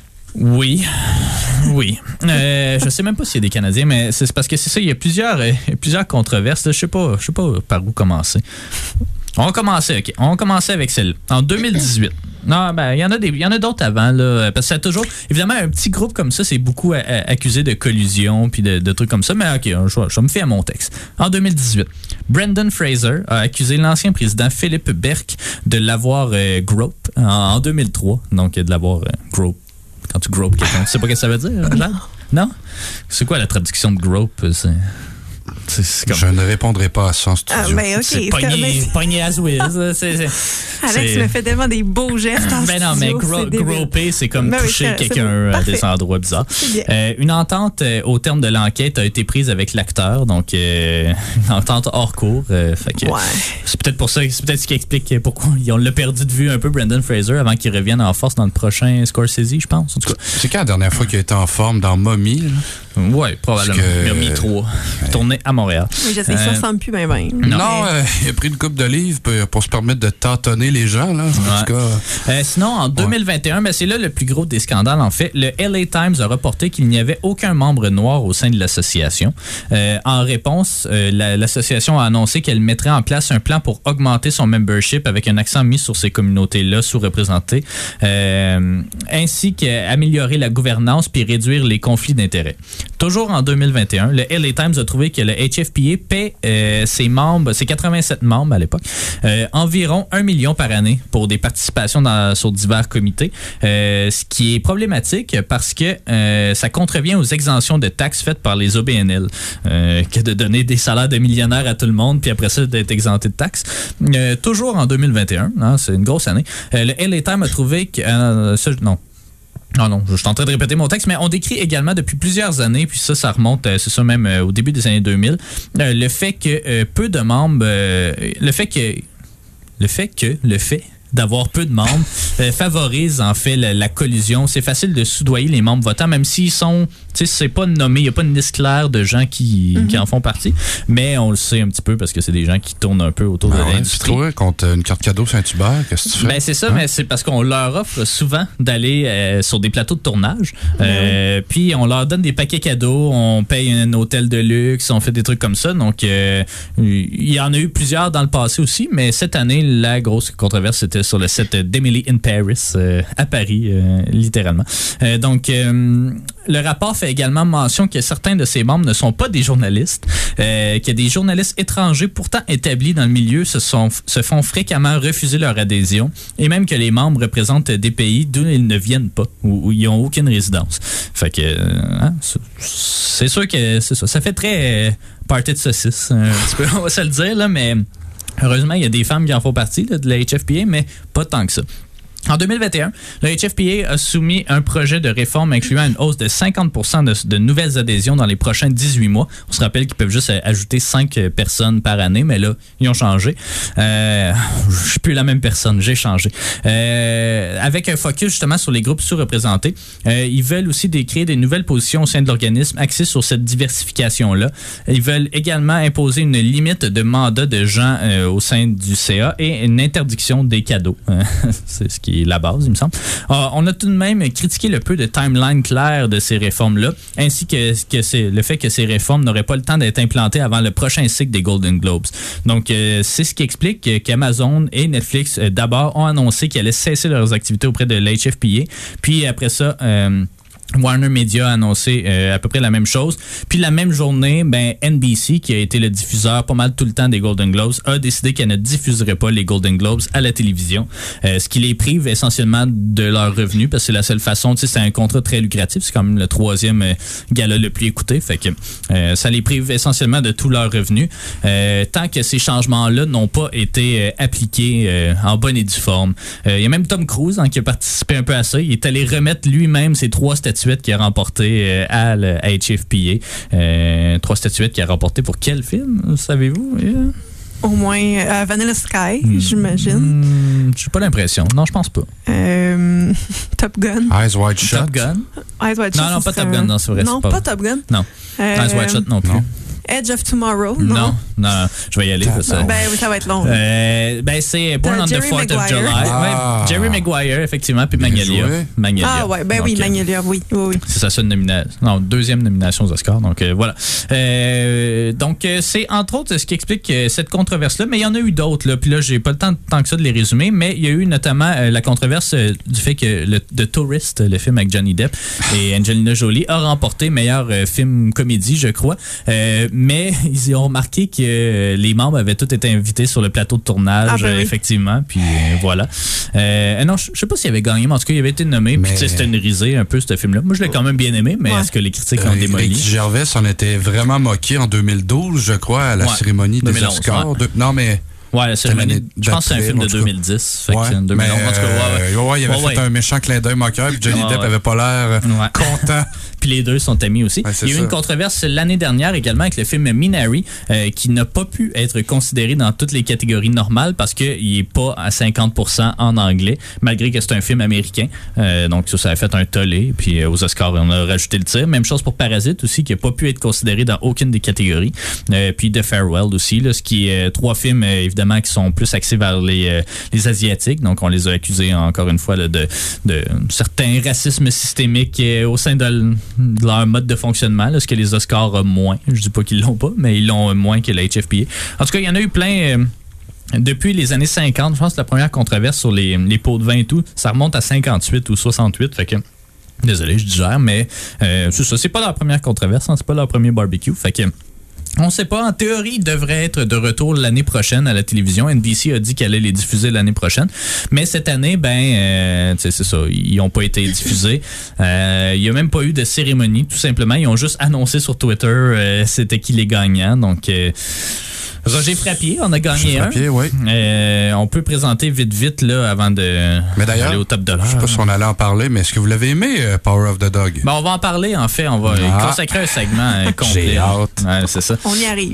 Speaker 5: Oui, oui. Euh, je sais même pas s'il y a des Canadiens, mais c'est parce que c'est ça, il y a plusieurs, euh, plusieurs controverses. Là. Je sais pas, je sais pas par où commencer. On va commencer, OK. On va commencer avec celle-là. En deux mille dix-huit. Non, ben, il y en a des, il y en a d'autres avant, là. Parce que c'est toujours, évidemment, un petit groupe comme ça, c'est beaucoup à, à, accusé de collusion puis de, de trucs comme ça. Mais OK, je, je me fie à mon texte. En deux mille dix-huit, Brendan Fraser a accusé l'ancien président Philippe Berck de l'avoir euh, grope en, en deux mille trois. Donc, de l'avoir euh, grope. Quand tu gropes quelqu'un, tu sais pas ce que ça veut dire, Jade? Non? C'est quoi la traduction de grope? C'est... C'est, c'est comme...
Speaker 7: Je ne répondrai pas à ça en studio.
Speaker 6: Ah, ben, OK.
Speaker 5: C'est pogné, pogné as whiz. C'est, c'est,
Speaker 6: Alex
Speaker 5: c'est...
Speaker 6: me fait tellement des beaux gestes en
Speaker 5: ben non, mais gro- groper, c'est comme
Speaker 6: ben
Speaker 5: toucher
Speaker 6: oui, c'est,
Speaker 5: quelqu'un
Speaker 6: c'est
Speaker 5: à des endroits bizarres. Euh, une entente euh, au terme de l'enquête a été prise avec l'acteur, donc euh, une entente hors cours. Euh, fait que,
Speaker 6: ouais.
Speaker 5: C'est peut-être pour ça, c'est peut-être ce qui explique pourquoi on l'a perdu de vue un peu, Brendan Fraser, avant qu'il revienne en force dans le prochain Scorsese, je pense. En tout cas.
Speaker 7: C'est quand la dernière fois qu'il a été en forme dans Mommy?
Speaker 5: Oui, probablement.
Speaker 7: Que...
Speaker 5: Mommy trois, tourné à Montréal.
Speaker 6: Oui, je sais que ça ressemble plus bien, bien.
Speaker 7: Non, non euh, il a pris une coupe de livres pour, pour se permettre de tâtonner les gens, là. En
Speaker 5: ouais.
Speaker 7: tout cas.
Speaker 5: Euh, sinon, en deux mille vingt et un, ben, c'est là le plus gros des scandales, en fait. Le L A Times a reporté qu'il n'y avait aucun membre noir au sein de l'association. Euh, en réponse, euh, la, l'association a annoncé qu'elle mettrait en place un plan pour augmenter son membership avec un accent mis sur ces communautés-là sous-représentées, euh, ainsi qu'améliorer la gouvernance puis réduire les conflits d'intérêts. Toujours en deux mille vingt et un, le L A Times a trouvé que le H F P A paie euh, ses membres, ses quatre-vingt-sept membres à l'époque, euh, environ un million par année pour des participations dans, sur divers comités, euh, ce qui est problématique parce que euh, ça contrevient aux exemptions de taxes faites par les O B N L, euh, que de donner des salaires de millionnaires à tout le monde puis après ça d'être exempté de taxes. Euh, toujours en deux mille vingt et un, hein, c'est une grosse année, euh, le L A Times a trouvé que... Euh, ça, non. Non, non, je suis en train de répéter mon texte, mais on décrit également depuis plusieurs années, puis ça, ça remonte, c'est ça même euh, au début des années deux mille, euh, le fait que euh, peu de membres, euh, le fait que, le fait que, le fait d'avoir peu de membres euh, favorise en fait la, la collusion. C'est facile de soudoyer les membres votants, même s'ils sont, tu sais, c'est pas nommé, il n'y a pas une liste claire de gens qui, mm-hmm. qui en font partie, mais on le sait un petit peu parce que c'est des gens qui tournent un peu autour ben de ouais, l'industrie.
Speaker 7: Toi, contre une carte cadeau Saint-Hubert, qu'est-ce que tu fais?
Speaker 5: Ben c'est ça,
Speaker 7: hein?
Speaker 5: mais c'est parce qu'on leur offre souvent d'aller euh, sur des plateaux de tournage, euh, mm-hmm. puis on leur donne des paquets cadeaux, on paye un hôtel de luxe, on fait des trucs comme ça, donc euh, il y en a eu plusieurs dans le passé aussi, mais cette année, la grosse controverse, c'était sur le set d'Emily in Paris, euh, à Paris, euh, littéralement. Euh, donc, euh, le rapport fait également mention que certains de ses membres ne sont pas des journalistes, euh, que des journalistes étrangers pourtant établis dans le milieu se, sont, se font fréquemment refuser leur adhésion, et même que les membres représentent des pays d'où ils ne viennent pas, ou où ils n'ont aucune résidence. Fait que, euh, hein, c'est sûr que c'est ça. Ça fait très euh, party de saucisse, un petit peu, on va se le dire, là, mais... Heureusement, il y a des femmes qui en font partie là, de la H F P A, mais pas tant que ça. En deux mille vingt et un, le H F P A a soumis un projet de réforme incluant une hausse de cinquante pour cent de, de nouvelles adhésions dans les prochains dix-huit mois. On se rappelle qu'ils peuvent juste ajouter cinq personnes par année, mais là, ils ont changé. Euh, je suis plus la même personne, j'ai changé. Euh, avec un focus justement sur les groupes sous-représentés, euh, ils veulent aussi créer des nouvelles positions au sein de l'organisme axées sur cette diversification-là. Ils veulent également imposer une limite de mandat de gens euh, au sein du C A et une interdiction des cadeaux. C'est ce qui est la base, il me semble. Alors, on a tout de même critiqué le peu de timeline clair de ces réformes-là, ainsi que, que c'est le fait que ces réformes n'auraient pas le temps d'être implantées avant le prochain cycle des Golden Globes. Donc, euh, c'est ce qui explique qu'Amazon et Netflix, euh, d'abord, ont annoncé qu'ils allaient cesser leurs activités auprès de l'H F P A. Puis après ça... Euh, Warner Media a annoncé euh, à peu près la même chose. Puis la même journée, ben N B C, qui a été le diffuseur pas mal tout le temps des Golden Globes, a décidé qu'elle ne diffuserait pas les Golden Globes à la télévision, euh, ce qui les prive essentiellement de leurs revenus, parce que c'est la seule façon, tu sais, c'est un contrat très lucratif, c'est quand même le troisième euh, gala le plus écouté, fait que euh, ça les prive essentiellement de tous leurs revenus, euh, tant que ces changements-là n'ont pas été euh, appliqués euh, en bonne et due forme. Il euh, y a même Tom Cruise hein, qui a participé un peu à ça, il est allé remettre lui-même ses trois statuettes qu'il a remporté euh, à le H F P A. Euh, trois statuettes qu'il a remporté pour quel film, savez-vous? Yeah.
Speaker 6: Au moins euh, Vanilla Sky, mmh. j'imagine.
Speaker 5: Mmh, j'ai pas l'impression. Non, je pense pas.
Speaker 6: Euh, Top Gun.
Speaker 7: Eyes Wide Shut.
Speaker 5: Top Gun.
Speaker 6: Eyes Wide Shut.
Speaker 5: Non, non, pas Top Gun. Non, c'est vrai.
Speaker 6: Non,
Speaker 5: c'est
Speaker 6: pas, pas Top Gun.
Speaker 5: Non.
Speaker 6: Euh,
Speaker 5: Eyes Wide Shut non plus.
Speaker 7: Non.
Speaker 6: Edge of Tomorrow. Non,
Speaker 5: non, non je vais y aller. Ça.
Speaker 6: Ben oui, ça va être long.
Speaker 5: Euh, ben c'est Born on the fourth of July.
Speaker 7: Ah.
Speaker 5: Ouais, Jerry Maguire, effectivement, puis Magnolia. Magnolia.
Speaker 6: Ah ouais, ben donc, oui, Magnolia, oui. oui, oui.
Speaker 5: C'est sa seule nomination. Non, deuxième nomination aux Oscars. Donc euh, voilà. Euh, donc euh, c'est entre autres ce qui explique euh, cette controverse-là, mais il y en a eu d'autres. Là, puis là, j'ai pas le temps tant que ça de les résumer, mais il y a eu notamment euh, la controverse euh, du fait que le The Tourist, le film avec Johnny Depp et Angelina Jolie, a remporté meilleur euh, film comédie, je crois. Euh, mais ils ont remarqué que les membres avaient tous été invités sur le plateau de tournage, ah ben oui. effectivement, puis euh, voilà. Euh, non, je sais pas s'il avait gagné, mais en tout cas, il avait été nommé, mais... puis c'était une risée un peu, ce film-là. Moi, je l'ai quand même bien aimé, mais ouais. est-ce que les critiques l'ont euh, démoli?
Speaker 7: Guy Gervais en était vraiment moqué en deux mille douze, je crois, à la ouais. cérémonie des Oscars. Ouais. De... Non, mais...
Speaker 5: Ouais, la cérémonie. Je pense que c'est un film de deux mille dix. Fait
Speaker 7: ouais,
Speaker 5: que deux mille onze,
Speaker 7: mais,
Speaker 5: en tout cas, ouais, ouais.
Speaker 7: ouais, il avait
Speaker 5: ouais,
Speaker 7: fait
Speaker 5: ouais.
Speaker 7: un méchant clin d'œil moqueur, puis Johnny
Speaker 5: ouais,
Speaker 7: Depp
Speaker 5: ouais.
Speaker 7: avait pas l'air ouais. content.
Speaker 5: Puis les deux sont amis aussi.
Speaker 7: Ouais,
Speaker 5: il y a eu
Speaker 7: ça.
Speaker 5: une controverse l'année dernière également avec le film Minari, euh, qui n'a pas pu être considéré dans toutes les catégories normales parce qu'il n'est pas à cinquante pour cent en anglais, malgré que c'est un film américain. Euh, donc ça, ça a fait un tollé. Puis euh, aux Oscars, on a rajouté le tir. Même chose pour Parasite aussi, qui n'a pas pu être considéré dans aucune des catégories. Euh, puis The Farewell aussi, là, ce qui est euh, trois films euh, évidemment qui sont plus axés vers les, euh, les Asiatiques. Donc on les a accusés encore une fois là, de, de certains racismes systémiques euh, au sein de, de leur mode de fonctionnement, là, ce que les Oscars ont moins. Je dis pas qu'ils l'ont pas, mais ils l'ont moins que la H F P A. En tout cas, il y en a eu plein... Euh, Depuis les années cinquante, je pense que la première controverse sur les, les pots de vin et tout, ça remonte à cinquante-huit ou soixante-huit, fait que désolé, je digère, mais euh, c'est ça, c'est pas leur première controverse, hein, c'est pas leur premier barbecue, fait que on sait pas, en théorie, ils devraient être de retour l'année prochaine à la télévision. N B C a dit qu'elle allait les diffuser l'année prochaine. Mais cette année, ben, euh, c'est ça, ils n'ont pas été diffusés. Euh, il n'y a même pas eu de cérémonie, tout simplement. Ils ont juste annoncé sur Twitter euh, c'était qui les gagnants. Donc, euh, Roger Frappier, on a gagné
Speaker 7: Roger
Speaker 5: un.
Speaker 7: Frappier, oui.
Speaker 5: Euh, on peut présenter vite, vite, là, avant de
Speaker 7: mais d'ailleurs,
Speaker 5: aller au top de l'heure.
Speaker 7: Je sais pas si on allait en parler, mais est-ce que vous l'avez aimé, euh, Power of the Dog?
Speaker 5: Ben, on va en parler, en fait. On va ah. consacrer un segment euh, complet.
Speaker 7: J'ai hâte.
Speaker 5: Ouais, c'est ça.
Speaker 6: On y arrive.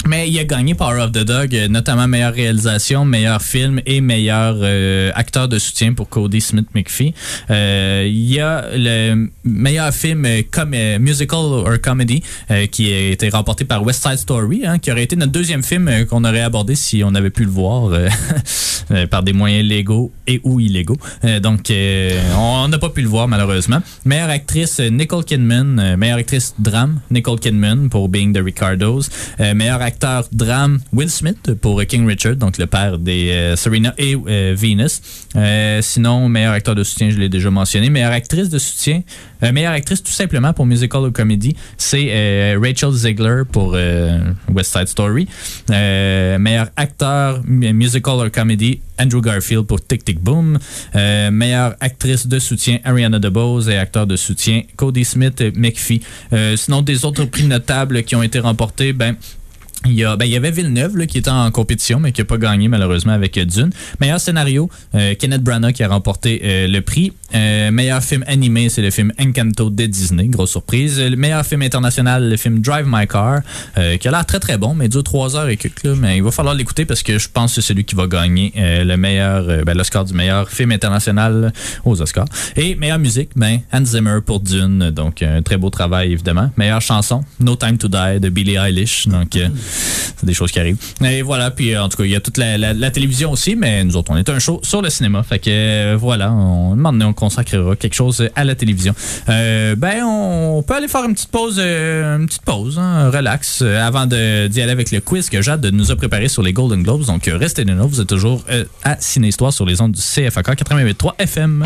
Speaker 5: Mais il a gagné Power of the Dog, notamment meilleure réalisation, meilleur film et meilleur euh, acteur de soutien pour Cody Smith-McPhee. Euh, il y a le meilleur film com- musical or comedy euh, qui a été remporté par West Side Story, hein, qui aurait été notre deuxième film euh, qu'on aurait abordé si on avait pu le voir euh, par des moyens légaux et ou illégaux. Euh, donc, euh, on n'a pas pu le voir malheureusement. Meilleure actrice, Nicole Kidman. Euh, meilleure actrice drame, Nicole Kidman pour Being the Ricardos. Euh, meilleur acteur acteur drame, Will Smith pour King Richard, donc le père des euh, Serena et euh, Venus. Euh, sinon, meilleur acteur de soutien, je l'ai déjà mentionné. Meilleure actrice de soutien, euh, meilleure actrice tout simplement pour musical ou comedy, c'est euh, Rachel Zegler pour euh, West Side Story. Euh, meilleur acteur musical or comedy, Andrew Garfield pour Tick Tick Boom. Euh, meilleure actrice de soutien, Ariana DeBose, et acteur de soutien, Cody Smith-McPhee. Euh, sinon, des autres prix notables qui ont été remportés, ben Il y, a, ben, il y avait Villeneuve là, qui était en compétition, mais qui n'a pas gagné malheureusement avec Dune. Meilleur scénario, euh, Kenneth Branagh qui a remporté euh, le prix. Euh, meilleur film animé, c'est le film Encanto de Disney, grosse surprise. Le meilleur film international, le film Drive My Car, euh, qui a l'air très très bon, mais il dure trois heures et quelques, là, mais il va falloir l'écouter parce que je pense que c'est celui qui va gagner euh, le meilleur, euh, ben, l'Oscar du meilleur film international aux Oscars. Et meilleure musique, ben, Hans Zimmer pour Dune, donc un très beau travail évidemment. Meilleure chanson, No Time to Die de Billie Eilish, donc euh, c'est des choses qui arrivent. Et voilà, puis en tout cas, il y a toute la, la, la télévision aussi, mais nous autres, on est un show sur le cinéma. Fait que euh, voilà, on demande, on consacrera quelque chose à la télévision. Euh, ben, on peut aller faire une petite pause, euh, une petite pause, hein, relax, euh, avant de, d'y aller avec le quiz que Jade nous a préparé sur les Golden Globes. Donc, euh, restez là, vous êtes toujours euh, à Ciné-Histoire sur les ondes du C F A K quatre-vingt-huit point trois F M.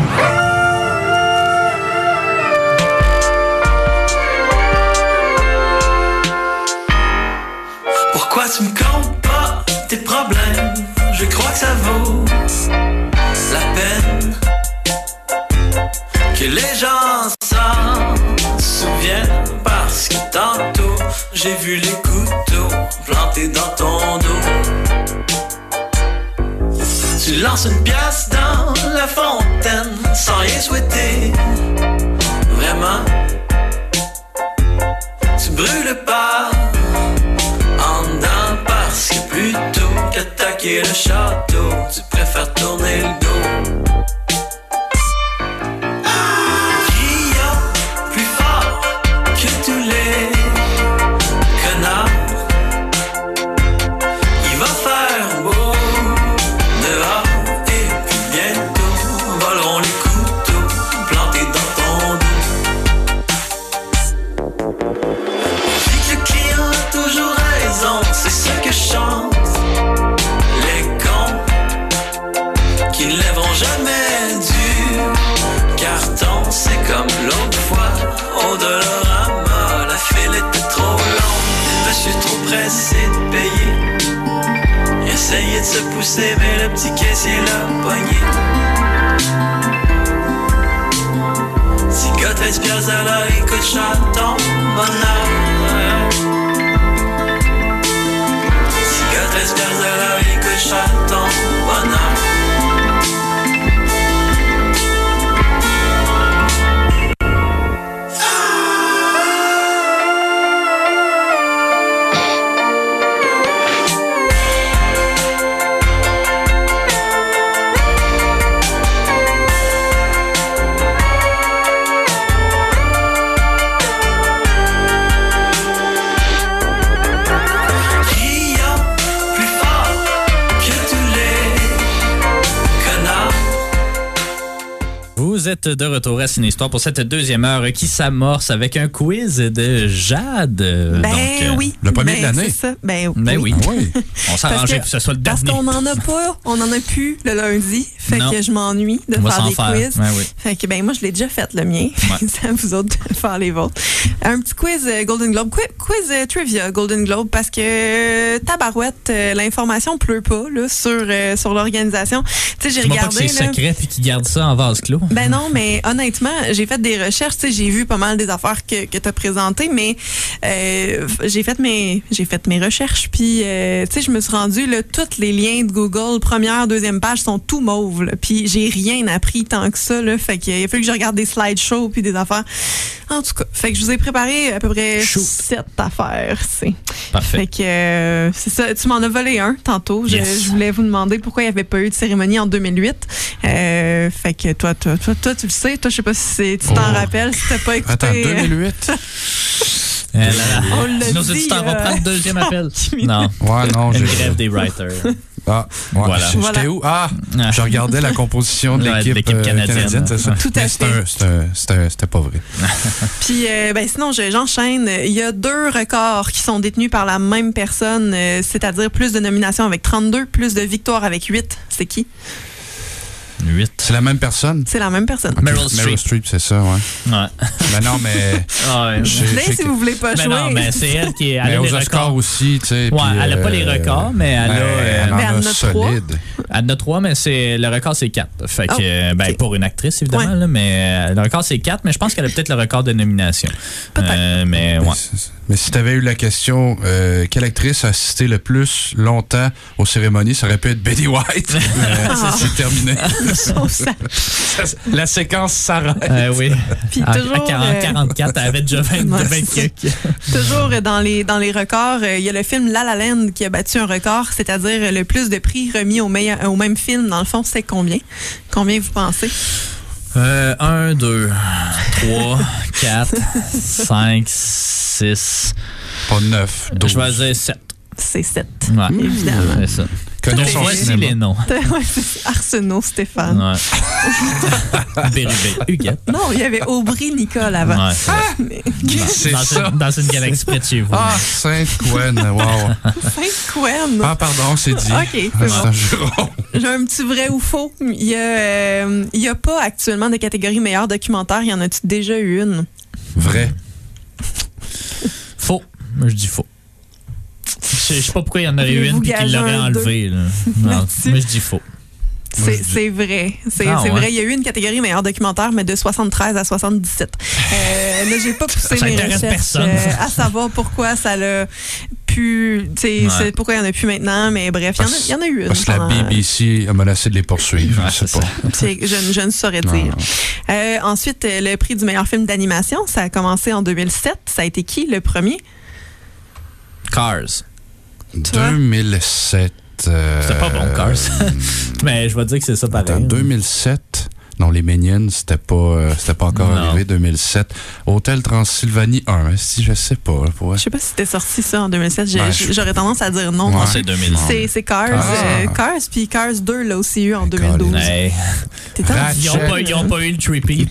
Speaker 4: Pourquoi tu me comptes pas tes problèmes? Je crois que ça vaut la peine que les gens s'en souviennent, parce que tantôt j'ai vu les couteaux plantés dans ton dos. Tu lances une pièce dans la fontaine sans rien souhaiter, vraiment. Tu brûles pas en dedans parce que plutôt qu'attaquer le château, tu préfères tourner le dos. Criant plus fort que tous les connards. Il va faire beau dehors et puis bientôt voleront les couteaux plantés dans ton dos. On dit que le client a toujours raison, c'est ce que je chante. Les cons qui ne lèveront jamais du carton, c'est comme l'autre fois au Dolorama, la file était trop longue, monsieur trop pressé de payer. Il essayait de se pousser, mais le petit caissier l'a pogné. Si gars treize piastres à l'heure, écoute, chante ton bonheur. Si gars treize piastres à l'heure, écoute, chante ton bonheur.
Speaker 5: Vous êtes de retour à Ciné-Histoire pour cette deuxième heure qui s'amorce avec un quiz de Jade.
Speaker 6: Ben
Speaker 5: Donc, euh,
Speaker 6: oui.
Speaker 7: le premier
Speaker 6: ben,
Speaker 7: de l'année.
Speaker 6: C'est ça. Ben,
Speaker 5: Ben oui.
Speaker 7: Ah oui.
Speaker 5: On s'est arrangé pour que ce soit le
Speaker 6: Parce
Speaker 5: dernier.
Speaker 6: qu'on n'en a pas, on n'en a plus le lundi. Fait
Speaker 5: Non.
Speaker 6: que je m'ennuie de
Speaker 5: On va
Speaker 6: faire
Speaker 5: s'en
Speaker 6: des
Speaker 5: faire.
Speaker 6: quiz.
Speaker 5: Ouais, oui.
Speaker 6: Fait que ben moi je l'ai déjà fait le mien.
Speaker 5: Ouais.
Speaker 6: C'est à vous autres de faire les vôtres. Un petit quiz euh, Golden Globe, quiz, quiz euh, trivia Golden Globe, parce que euh, tabarouette, euh, l'information pleut pas là sur euh, sur l'organisation. Tu sais, j'ai
Speaker 5: Dis-moi pas
Speaker 6: regardé
Speaker 5: que c'est
Speaker 6: là.
Speaker 5: secret puis qu'ils gardent ça en vase clos.
Speaker 6: Ben Ben non, mais honnêtement, j'ai fait des recherches. Tu sais, j'ai vu pas mal des affaires que, que tu as présentées, mais euh, j'ai fait mes j'ai fait mes recherches. Puis, euh, tu sais, je me suis rendue, là, tous les liens de Google, première, deuxième page, sont tout mauves. Là. Puis, j'ai rien appris tant que ça. Là, fait qu'il a fallu que je regarde des slideshows puis des affaires. En tout cas, fait que je vous ai préparé à peu près
Speaker 5: Chou.
Speaker 6: sept affaires. C'est.
Speaker 5: Parfait.
Speaker 6: Fait que euh, c'est ça. Tu m'en as volé un tantôt. Je,
Speaker 5: Yes.
Speaker 6: je voulais vous demander pourquoi il n'y avait pas eu de cérémonie en deux mille huit. Euh, fait que toi, toi, toi, toi, tu le sais. Toi, je sais pas si c'est, tu t'en
Speaker 7: Oh.
Speaker 6: rappelles, si t'as pas écouté.
Speaker 7: Attends, deux mille huit?
Speaker 5: Eh là là.
Speaker 6: On l'a
Speaker 5: Sinon,
Speaker 6: dit,
Speaker 5: tu t'en vas
Speaker 6: euh,
Speaker 5: prendre le deuxième appel. Non.
Speaker 7: Ouais, non,
Speaker 5: Une
Speaker 7: j'ai...
Speaker 5: grève des writers.
Speaker 7: Ah, ouais.
Speaker 5: Voilà.
Speaker 7: J'étais
Speaker 6: Voilà.
Speaker 7: où? Ah,
Speaker 5: Ah.
Speaker 7: je regardais la composition de
Speaker 5: Ouais, de
Speaker 7: l'équipe,
Speaker 5: l'équipe
Speaker 7: euh,
Speaker 5: canadienne.
Speaker 7: canadienne, c'est ça?
Speaker 6: Tout à
Speaker 7: Mais
Speaker 6: fait.
Speaker 7: c'est un- c'est un- c'était c'était pas vrai.
Speaker 6: Puis, euh, ben, sinon, je- j'enchaîne. Il y a deux records qui sont détenus par la même personne, euh, c'est-à-dire plus de nominations avec trente-deux, plus de victoires avec huit. C'est qui?
Speaker 5: huit.
Speaker 7: C'est la même personne?
Speaker 6: C'est la même personne.
Speaker 7: Ok,
Speaker 5: Meryl Streep.
Speaker 7: Streep, c'est ça, ouais.
Speaker 5: Ouais.
Speaker 7: Ben non, mais...
Speaker 5: Ah ouais.
Speaker 7: j'ai-
Speaker 6: Là,
Speaker 7: j'ai-
Speaker 6: si vous voulez pas
Speaker 5: Mais
Speaker 6: jouer.
Speaker 5: non, mais c'est elle qui est. Elle
Speaker 7: Mais
Speaker 5: a
Speaker 7: aux
Speaker 5: les
Speaker 7: Oscars
Speaker 5: records.
Speaker 7: aussi, tu sais.
Speaker 5: Ouais,
Speaker 7: puis,
Speaker 5: elle a pas les
Speaker 7: euh,
Speaker 5: records, mais elle a,
Speaker 7: ben,
Speaker 5: euh,
Speaker 7: elle en
Speaker 6: Mais elle en
Speaker 7: a
Speaker 6: a trois.
Speaker 7: solide.
Speaker 5: Elle en a trois, mais c'est, le record, c'est quatre. Fait que,
Speaker 6: Oh,
Speaker 5: euh, ben,
Speaker 6: ok.
Speaker 5: pour une actrice, évidemment,
Speaker 6: Ouais.
Speaker 5: là, mais euh, le record, c'est quatre, mais je pense qu'elle a peut-être le record de nomination.
Speaker 6: Peut-être.
Speaker 5: Euh, mais,
Speaker 7: Mais,
Speaker 5: ouais.
Speaker 7: c'est- mais si tu avais eu la question, euh, quelle actrice a assisté le plus longtemps aux cérémonies, ça aurait pu être Betty White. Mais
Speaker 6: Ah.
Speaker 7: c'est terminé.
Speaker 6: Sauf ça.
Speaker 7: La séquence s'arrête.
Speaker 5: Euh, oui.
Speaker 6: Puis
Speaker 5: À,
Speaker 6: toujours,
Speaker 5: à quarante,
Speaker 6: euh,
Speaker 5: quarante-quatre, elle avait déjà vingt,
Speaker 6: Ouais,
Speaker 5: vingt
Speaker 6: c'est
Speaker 5: quelques.
Speaker 6: Toujours dans les, dans les records, euh, il y a le film La La Land qui a battu un record, c'est-à-dire le plus de prix remis au, meilleur, au même film. Dans le fond, c'est combien? Combien vous pensez?
Speaker 5: Euh, un, deux, trois, quatre, cinq, six.
Speaker 7: Pas neuf, douze.
Speaker 5: Je vais dire sept.
Speaker 6: C'est sept.
Speaker 5: Ouais.
Speaker 6: Évidemment.
Speaker 5: C'est ça.
Speaker 7: Connais
Speaker 5: Donc,
Speaker 7: son
Speaker 5: voici
Speaker 7: cinéma.
Speaker 5: les noms.
Speaker 6: Ouais, c'est Arsenault, Stéphane.
Speaker 5: Ouais. Bérubé. Huguette.
Speaker 6: Non, il y avait Aubry Nicole avant.
Speaker 5: Ouais, c'est vrai.
Speaker 6: Mais
Speaker 7: C'est
Speaker 5: dans,
Speaker 7: ça.
Speaker 5: Une, dans une galaxie près de chez vous.
Speaker 7: Ah, Sainte-Gwen, wow.
Speaker 6: Sainte-Gwen.
Speaker 7: Ah, pardon, c'est dit.
Speaker 6: OK, c'est
Speaker 7: Ah, c'est
Speaker 6: bon.
Speaker 7: un juron.
Speaker 6: J'ai un petit vrai ou faux. Il y a, euh, il y a pas actuellement de catégorie meilleur documentaire. Il y en a-tu déjà eu une?
Speaker 7: Vrai.
Speaker 5: Faux. Moi, je dis faux. Je je sais pas pourquoi il y en aurait eu
Speaker 6: Voulez-vous
Speaker 5: une et qu'il
Speaker 6: gager
Speaker 5: l'aurait
Speaker 6: un deux
Speaker 5: enlevé. Là. Non,
Speaker 6: là-dessus?
Speaker 5: moi, je dis faux.
Speaker 7: Moi,
Speaker 6: C'est
Speaker 7: je dis-
Speaker 6: c'est vrai. C'est
Speaker 5: Ah,
Speaker 6: c'est
Speaker 5: ouais.
Speaker 6: vrai. Il y a eu une catégorie meilleur documentaire, mais de soixante-treize à soixante-dix-sept. Euh, là, j'ai pas poussé
Speaker 5: Ça
Speaker 6: mes
Speaker 5: intéresse
Speaker 6: recherches
Speaker 5: personne.
Speaker 6: euh, à savoir pourquoi ça l'a pu. tu sais,
Speaker 5: Ouais.
Speaker 6: c'est pourquoi il y en a plus maintenant, mais bref, il y en a- il y, en a eu une.
Speaker 7: Parce que la
Speaker 6: pendant-
Speaker 7: B B C a menacé de les poursuivre.
Speaker 5: Ouais,
Speaker 7: je sais
Speaker 5: c'est
Speaker 7: pas.
Speaker 6: C'est- Je, ne- je ne saurais
Speaker 7: Non,
Speaker 6: dire.
Speaker 7: non.
Speaker 6: Euh, ensuite, euh, le prix du meilleur film d'animation, ça a commencé en deux mille sept. Ça a été qui le premier?
Speaker 5: Cars.
Speaker 6: Toi?
Speaker 7: deux mille sept. euh,
Speaker 5: C'était pas bon, Cars. Mais je vais dire que c'est ça pareil.
Speaker 7: Attends, deux mille sept. Non, les Minions, c'était pas, euh, c'était pas encore
Speaker 5: Non.
Speaker 7: arrivé, deux mille sept. Hôtel Transylvanie un, si je sais pas. Pour...
Speaker 6: Je sais pas si c'était sorti ça en deux mille sept. J'ai-
Speaker 7: Ouais, je-
Speaker 6: J'aurais tendance à dire non.
Speaker 7: Ouais.
Speaker 5: C'est deux mille.
Speaker 6: C'est c'est Cars.
Speaker 7: Ah.
Speaker 6: euh, Cars, puis Cars deux l'a aussi eu en deux mille douze.
Speaker 5: Hey.
Speaker 6: T'es en-
Speaker 7: Ratchet.
Speaker 5: Ils ont pas, ils ont pas eu le repeat.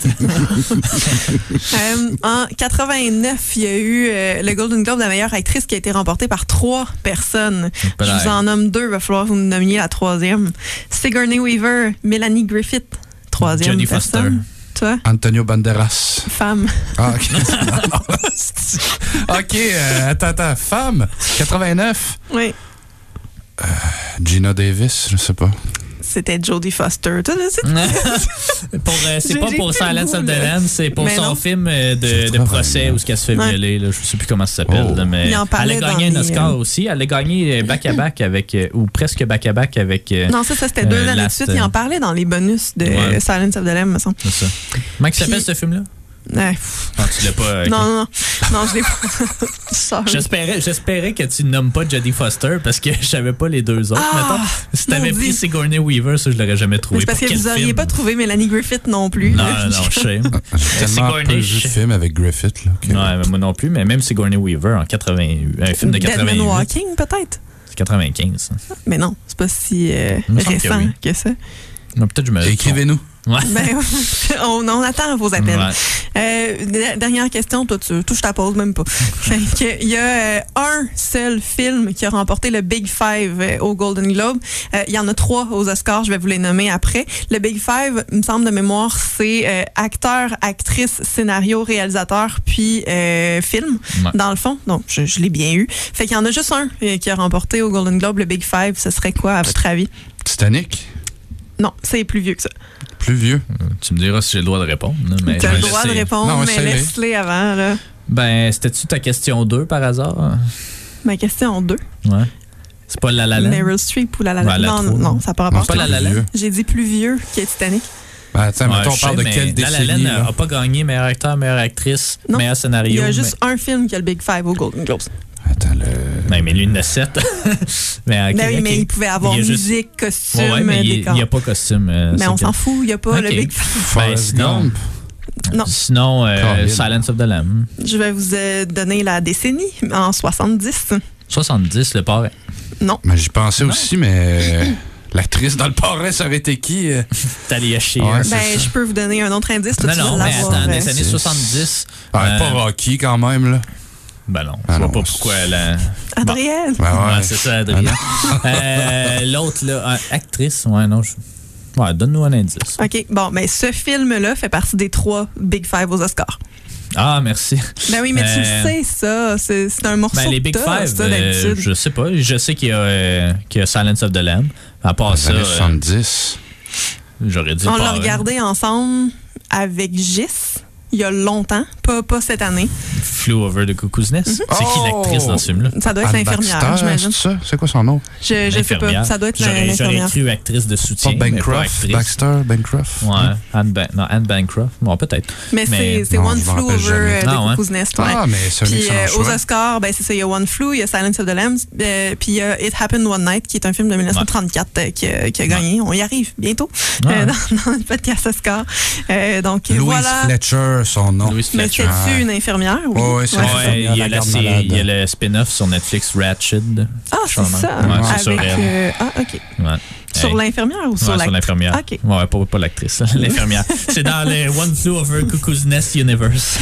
Speaker 6: Euh, en quatre-vingt-neuf, il y a eu euh, le Golden Globe de la meilleure actrice qui a été remporté par trois personnes. Je vous en nomme deux, il va falloir que vous me nommiez la troisième. Sigourney Weaver, Melanie Griffith, troisième
Speaker 5: Jodie
Speaker 6: personne. Toi,
Speaker 7: Antonio Banderas.
Speaker 6: femme.
Speaker 7: Ah, ok. Non, c'est- ok, euh, attends, attends. Femme, quatre-vingt-neuf.
Speaker 6: Oui,
Speaker 7: Gina Davis, je sais pas.
Speaker 6: c'était Jodie Foster. Toi, c'est-
Speaker 5: pour, euh, c'est
Speaker 6: J'ai-
Speaker 5: pas
Speaker 6: j'ai
Speaker 5: pour
Speaker 6: plus le
Speaker 5: Silence
Speaker 6: goût,
Speaker 5: of the
Speaker 6: là.
Speaker 5: Lambs, c'est pour
Speaker 6: Mais
Speaker 5: son
Speaker 6: non.
Speaker 5: film euh, de, de
Speaker 7: quatre-vingt-neuf.
Speaker 5: procès où ce qu'elle se fait
Speaker 6: Ouais.
Speaker 5: violer. Là. Je sais plus comment ça s'appelle.
Speaker 7: Oh.
Speaker 5: là, mais
Speaker 6: Il en
Speaker 5: elle
Speaker 6: parlait
Speaker 5: a gagné
Speaker 6: dans
Speaker 5: un
Speaker 6: les,
Speaker 5: Oscar
Speaker 6: euh,
Speaker 5: aussi. Elle a gagné back-à-back avec, euh, ou presque back-à-back avec. euh,
Speaker 6: Non, ça, ça c'était
Speaker 5: Euh,
Speaker 6: deux années de
Speaker 5: Last,
Speaker 6: suite. Il en parlait dans les bonus de
Speaker 5: Ouais.
Speaker 6: Silence of the Lambs, me semble.
Speaker 5: c'est ça. Comment il s'appelle
Speaker 6: Puis-
Speaker 5: ce film-là?
Speaker 6: Ouais.
Speaker 5: Non, tu l'as pas. ok.
Speaker 6: Non, non, non. Non, je l'ai pas. Sorry.
Speaker 5: J'espérais, j'espérais que tu nommes pas Jodie Foster parce que je savais pas les deux autres.
Speaker 6: Ah,
Speaker 5: mettons. Si t'avais
Speaker 6: maudit.
Speaker 5: pris Sigourney Weaver, ça, je l'aurais jamais
Speaker 6: Mais
Speaker 5: trouvé.
Speaker 6: c'est parce
Speaker 5: Pour
Speaker 6: que
Speaker 5: quel
Speaker 6: vous auriez
Speaker 5: film?
Speaker 6: pas trouvé Mélanie Griffith non plus.
Speaker 5: Non,
Speaker 6: là.
Speaker 5: non, je sais.
Speaker 7: J'ai tellement
Speaker 5: Sigourney,
Speaker 7: peu vu
Speaker 5: je-
Speaker 7: de film avec Griffith. Là, que-
Speaker 5: Ouais, mais moi non plus, mais même Sigourney Weaver en quatre-vingt-huit, un film de
Speaker 6: Dead Man
Speaker 5: quatre-vingt-huit.
Speaker 6: Walking, peut-être?
Speaker 5: C'est quatre-vingt-quinze. ça.
Speaker 6: Mais non, c'est pas si euh,
Speaker 5: Il me semble que
Speaker 6: récent
Speaker 5: oui.
Speaker 6: que ça.
Speaker 5: Non, peut-être que je me
Speaker 7: Écrivez-nous.
Speaker 5: Ouais.
Speaker 6: Ben, on, on attend vos appels.
Speaker 5: Ouais.
Speaker 6: Euh, de- dernière question, toi, tu touches ta pause même pas. Fait que, il y a euh, un seul film qui a remporté le Big Five euh, au Golden Globe. Euh, il y en a trois aux Oscars, je vais vous les nommer après. Le Big Five, il me semble de mémoire, c'est euh, acteur, actrice, scénario, réalisateur, puis euh, film,
Speaker 5: Ouais.
Speaker 6: dans le fond. Donc, je, je l'ai bien eu. Fait qu'il y en a juste un euh, qui a remporté au Golden Globe le Big Five. Ce serait quoi, à votre avis?
Speaker 7: Titanic.
Speaker 6: Non, c'est plus vieux que ça.
Speaker 7: Plus vieux?
Speaker 5: Tu me diras si j'ai le droit de répondre. Mais
Speaker 6: tu as
Speaker 5: je
Speaker 6: le
Speaker 5: vais
Speaker 6: droit de
Speaker 5: laisser.
Speaker 6: répondre,
Speaker 7: Non,
Speaker 6: mais
Speaker 7: essaye-les.
Speaker 6: laisse-les avant. Là.
Speaker 5: Ben, c'était-tu ta question deux par hasard?
Speaker 6: Ma question deux.
Speaker 5: Ouais. C'est pas La La Land?
Speaker 6: Meryl Streep ou La La Land?
Speaker 5: Ouais, la
Speaker 6: non,
Speaker 5: trois.
Speaker 6: non, ça n'a pas
Speaker 5: Non,
Speaker 6: rapport.
Speaker 5: c'est pas La La Land?
Speaker 7: vieux.
Speaker 6: J'ai dit plus vieux que Titanic.
Speaker 7: Ben, attends,
Speaker 5: Ouais,
Speaker 7: mettons, on
Speaker 5: je
Speaker 7: parle
Speaker 5: sais,
Speaker 7: de quelle
Speaker 5: mais La La Land
Speaker 7: décennie? là?
Speaker 5: n'a pas gagné meilleur acteur, meilleure actrice,
Speaker 6: Non.
Speaker 5: meilleur scénario.
Speaker 6: Il y a
Speaker 5: mais-
Speaker 6: juste un film qui a le Big Five au Golden Globes.
Speaker 7: Attends, le...
Speaker 5: Ben, mais lui, il en a sept. mais, ok,
Speaker 6: Ben oui,
Speaker 5: ok.
Speaker 6: mais il pouvait avoir
Speaker 5: Il y a juste-
Speaker 6: musique, costume,
Speaker 5: Ouais, ouais, mais il
Speaker 6: décor.
Speaker 5: n'y a pas costume. euh,
Speaker 6: Mais
Speaker 5: c'est
Speaker 6: on
Speaker 5: que-
Speaker 6: s'en fout, il n'y a pas
Speaker 5: Ok.
Speaker 6: le Big Five.
Speaker 7: Forrest
Speaker 5: sinon-
Speaker 7: Gump.
Speaker 6: Non.
Speaker 5: Sinon, euh,
Speaker 7: Colin.
Speaker 5: Silence of the Lamb.
Speaker 6: Je vais vous euh, donner la décennie en soixante-dix.
Speaker 5: soixante-dix, le parrain.
Speaker 6: Non.
Speaker 7: Ben, j'y pensais aussi, mais euh, l'actrice dans le parrain, ça aurait été qui? euh?
Speaker 5: Talia Shire.
Speaker 7: Ouais, c'est
Speaker 6: Ben,
Speaker 7: ça.
Speaker 6: je peux vous donner un autre indice. Toi,
Speaker 5: Non,
Speaker 6: tu vas
Speaker 5: non, mais
Speaker 6: l'avoir,
Speaker 5: attends,
Speaker 6: euh,
Speaker 5: des années
Speaker 7: c'est-
Speaker 5: soixante-dix.
Speaker 7: Ah,
Speaker 5: euh,
Speaker 7: pas Rocky quand même, là.
Speaker 5: Ben non,
Speaker 7: Ah
Speaker 5: je vois
Speaker 7: non,
Speaker 5: pas pourquoi elle a...
Speaker 6: Adrienne.
Speaker 7: Ben ouais.
Speaker 5: Ouais, c'est ça, Adrien. Euh, L'autre, là, euh, actrice, ouais, non, je... Ouais, donne-nous un indice.
Speaker 6: OK, bon, mais ce film-là fait partie des trois Big Five aux Oscars.
Speaker 5: Ah, merci.
Speaker 6: Ben oui, mais tu
Speaker 5: Euh,
Speaker 6: le sais, ça. C'est c'est un morceau
Speaker 5: Ben, les Big
Speaker 6: que t'as,
Speaker 5: Five,
Speaker 6: ça,
Speaker 5: euh,
Speaker 6: d'habitude.
Speaker 5: je sais pas. Je sais qu'il y, a, euh, qu'il y a Silence of the Lamb. À part
Speaker 7: Les
Speaker 5: ça,
Speaker 7: années
Speaker 5: euh,
Speaker 7: soixante-dix.
Speaker 5: j'aurais dit
Speaker 6: On l'a
Speaker 5: Parrain.
Speaker 6: regardé ensemble avec Gis il y a longtemps, pas, pas cette année.
Speaker 5: Flew Over the Cuckoo's Nest.
Speaker 6: Mhm.
Speaker 5: C'est qui
Speaker 7: Oh!
Speaker 5: l'actrice dans ce film-là?
Speaker 6: Ça doit être
Speaker 7: Anne
Speaker 6: l'infirmière,
Speaker 7: Baxter,
Speaker 6: j'imagine.
Speaker 7: c'est ça? C'est quoi son nom?
Speaker 6: Je, je sais pas.
Speaker 5: L'infirmière.
Speaker 6: Ça doit être
Speaker 5: J'aurais, j'aurais
Speaker 6: l'infirmière.
Speaker 5: cru actrice de
Speaker 7: Pas
Speaker 5: soutien, mais pas
Speaker 7: Bancroft?
Speaker 5: actrice.
Speaker 7: Baxter? Bancroft?
Speaker 5: Ouais, Anne, Ban- non, Anne Bancroft. Bon, peut-être.
Speaker 6: Mais,
Speaker 5: Mais-
Speaker 6: c'est, c'est
Speaker 7: Non,
Speaker 6: One
Speaker 7: je m'en
Speaker 6: Flew
Speaker 7: rappelle
Speaker 6: Over
Speaker 7: jamais.
Speaker 6: euh,
Speaker 5: Ah,
Speaker 6: the
Speaker 5: ouais.
Speaker 6: Cuckoo's Nest. Ouais.
Speaker 7: Ah, mais c'est un
Speaker 6: Puis
Speaker 7: excellent
Speaker 6: euh, aux
Speaker 7: choix.
Speaker 6: Oscars, ben, c'est ça, il y a One Flew, il y a Silence of the Lambs, euh, puis il y a It Happened One Night, qui est un film de dix-neuf cent trente-quatre euh, qui, a, qui a gagné. On y arrive bientôt
Speaker 5: Ouais.
Speaker 6: euh, dans, dans le podcast Oscar. Euh, donc
Speaker 7: Louise
Speaker 6: voilà.
Speaker 7: Fletcher, son nom.
Speaker 5: Louise
Speaker 6: Mais
Speaker 5: Fletcher.
Speaker 6: c'est-tu une infirmière? Oui.
Speaker 7: Ouais, ouais, c'est
Speaker 6: Ouais,
Speaker 7: une
Speaker 6: ça.
Speaker 5: Ouais, il y a,
Speaker 7: La
Speaker 5: la
Speaker 7: garde
Speaker 5: série-
Speaker 7: malade.
Speaker 5: il y a le spin-off sur Netflix, Ratched.
Speaker 6: Ah, c'est
Speaker 5: Charmant.
Speaker 6: ça.
Speaker 5: Ouais, c'est sur
Speaker 6: Avec,
Speaker 5: elle.
Speaker 6: euh, ah, OK.
Speaker 5: Ouais.
Speaker 6: Sur
Speaker 5: Hey.
Speaker 6: l'infirmière ou sur
Speaker 5: Ouais,
Speaker 6: l'actrice?
Speaker 5: sur l'infirmière.
Speaker 6: OK.
Speaker 5: Ouais, pas, pas l'actrice, l'infirmière. C'est dans le One Flew Over Cuckoo's Nest Universe.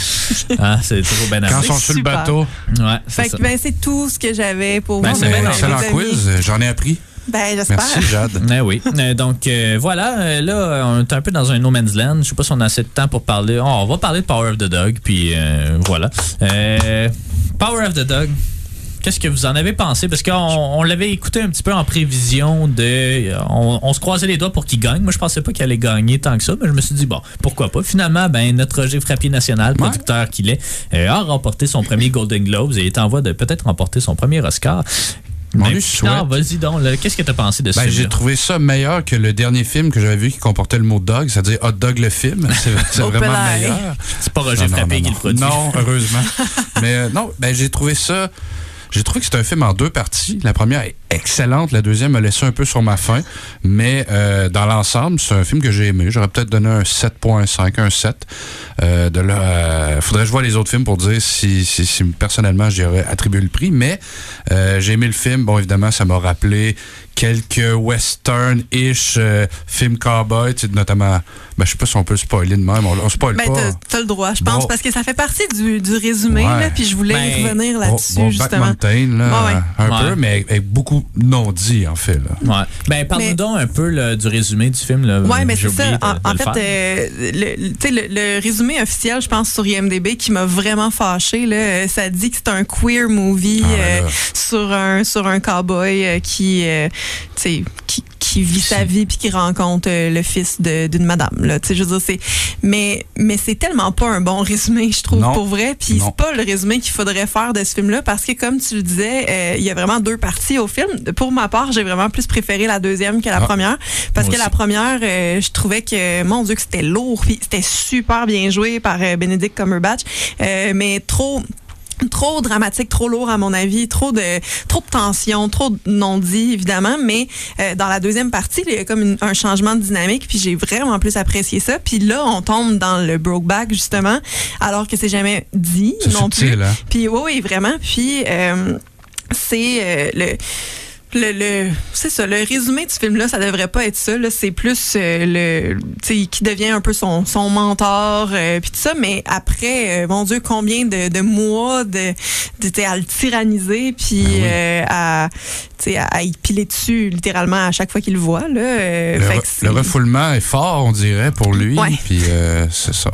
Speaker 5: ah, c'est trop bien
Speaker 7: Quand
Speaker 5: amené.
Speaker 7: ils sont sur le
Speaker 6: super.
Speaker 7: bateau.
Speaker 5: Ouais, c'est
Speaker 6: Fait
Speaker 5: ça.
Speaker 6: que ben, c'est tout ce que j'avais pour
Speaker 5: Ben,
Speaker 6: vous.
Speaker 5: c'est
Speaker 6: mes
Speaker 5: bien,
Speaker 7: Excellent
Speaker 6: amis.
Speaker 7: quiz, j'en ai appris.
Speaker 6: Ben, j'espère.
Speaker 7: Merci, Jade.
Speaker 5: Eh oui. Euh, donc, euh, voilà. euh, là, on est un peu dans un no man's land. Je sais pas si on a assez de temps pour parler. Oh, on va parler de Power of the Dog, puis euh, voilà. Euh, Power of the Dog. Qu'est-ce que vous en avez pensé? Parce qu'on on l'avait écouté un petit peu en prévision de... On, on se croisait les doigts pour qu'il gagne. Moi, je pensais pas qu'il allait gagner tant que ça, mais je me suis dit, bon, pourquoi pas? Finalement, ben, notre Roger Frappier national, producteur qu'il est, euh, a remporté son premier Golden Globes et est en voie de peut-être remporter son premier Oscar.
Speaker 7: On
Speaker 5: Mais
Speaker 7: lui
Speaker 5: Pinard,
Speaker 7: souhaite.
Speaker 5: vas-y donc. là, Qu'est-ce que tu as pensé de ce
Speaker 7: Ben, j'ai
Speaker 5: film-là?
Speaker 7: trouvé ça meilleur que le dernier film que j'avais vu qui comportait le mot dog, c'est-à-dire Hot Dog le film. C'est, c'est
Speaker 6: Oh,
Speaker 7: vraiment
Speaker 6: pelaille.
Speaker 7: meilleur.
Speaker 5: C'est pas Roger
Speaker 7: Non, non,
Speaker 5: Frappier
Speaker 7: non,
Speaker 5: qui
Speaker 7: non.
Speaker 5: le produit.
Speaker 7: Non, heureusement. Mais euh, non, ben j'ai trouvé ça. J'ai trouvé que c'est un film en deux parties. La première est excellente, la deuxième me laissé un peu sur ma faim. Mais euh, dans l'ensemble, c'est un film que j'ai aimé. J'aurais peut-être donné un sept virgule cinq, un sept. Euh, de là, euh, faudrait que je vois les autres films pour dire si, si, si personnellement j'y aurais attribué le prix. Mais euh, j'ai aimé le film. Bon, évidemment, ça m'a rappelé quelques western-ish euh, films cowboy, tu sais, notamment, ben, je sais pas si on peut spoiler de même. On, on spoil
Speaker 6: Ben,
Speaker 7: pas.
Speaker 6: t'as, t'as le droit, je pense,
Speaker 7: Bon.
Speaker 6: parce que ça fait partie du, du résumé,
Speaker 7: Ouais.
Speaker 6: là, puis je voulais
Speaker 5: Ben,
Speaker 6: revenir là-dessus,
Speaker 7: Bon, Back
Speaker 6: justement.
Speaker 7: Mountain, là,
Speaker 6: Ouais, ouais.
Speaker 7: un
Speaker 5: Ouais.
Speaker 7: peu, mais avec beaucoup non dit, en fait. Là.
Speaker 5: Ouais. Ben, parle-nous
Speaker 6: Mais-
Speaker 5: donc un peu là, du résumé du film. Là.
Speaker 6: Ouais, mais
Speaker 5: J'ai
Speaker 6: c'est ça.
Speaker 5: oublié de-
Speaker 6: En,
Speaker 5: de
Speaker 6: en
Speaker 5: le
Speaker 6: fait,
Speaker 5: faire.
Speaker 6: euh, le, tu sais, le, le résumé officiel, je pense, sur I M D B, qui m'a vraiment fâché, là, euh, ça dit que c'est un queer movie
Speaker 7: Ah,
Speaker 6: euh,
Speaker 7: là.
Speaker 6: sur un sur un cowboy euh, qui, euh, tu sais, qui qui vit sa vie puis qui rencontre euh, le fils de- d'une madame, là. Tu sais, je veux dire, c'est mais mais c'est tellement pas un bon résumé, je trouve,
Speaker 7: Non.
Speaker 6: pour vrai. Puis
Speaker 7: Non.
Speaker 6: c'est pas le résumé qu'il faudrait faire de ce film-là, parce que comme tu le disais, euh, il y a vraiment deux parties au film. Pour ma part, j'ai vraiment plus préféré la deuxième que la
Speaker 7: Ah.
Speaker 6: première, parce
Speaker 5: Moi
Speaker 6: que la
Speaker 5: aussi.
Speaker 6: première, euh, je trouvais que, mon Dieu, que c'était lourd, puis c'était super bien joué par euh, Benedict Cumberbatch, euh, mais trop... trop dramatique, trop lourd à mon avis, trop de trop de tension, trop de non-dit évidemment, mais euh, dans la deuxième partie, il y a comme une- un changement de dynamique, puis j'ai vraiment plus apprécié ça. Puis là, on tombe dans le Brokeback justement, alors que c'est jamais dit
Speaker 7: C'est
Speaker 6: non
Speaker 7: subtil,
Speaker 6: plus.
Speaker 7: hein?
Speaker 6: Puis oui, oui, vraiment. Puis euh, c'est euh, le Le, le, c'est ça, le résumé du film-là, ça devrait pas être ça. Là. C'est plus euh, le, tu sais, qui devient un peu son, son mentor, euh, puis tout ça. Mais après, euh, mon Dieu, combien de, de mois de, de, tu sais, à le tyranniser, puis
Speaker 7: Ben oui.
Speaker 6: euh, à, tu sais, à, à y piler dessus littéralement à chaque fois qu'il le voit. Là. Euh,
Speaker 7: Le,
Speaker 6: fait
Speaker 7: re-
Speaker 6: que c'est-
Speaker 7: le refoulement est fort, on dirait, pour lui.
Speaker 6: Ouais.
Speaker 7: Puis euh, c'est ça.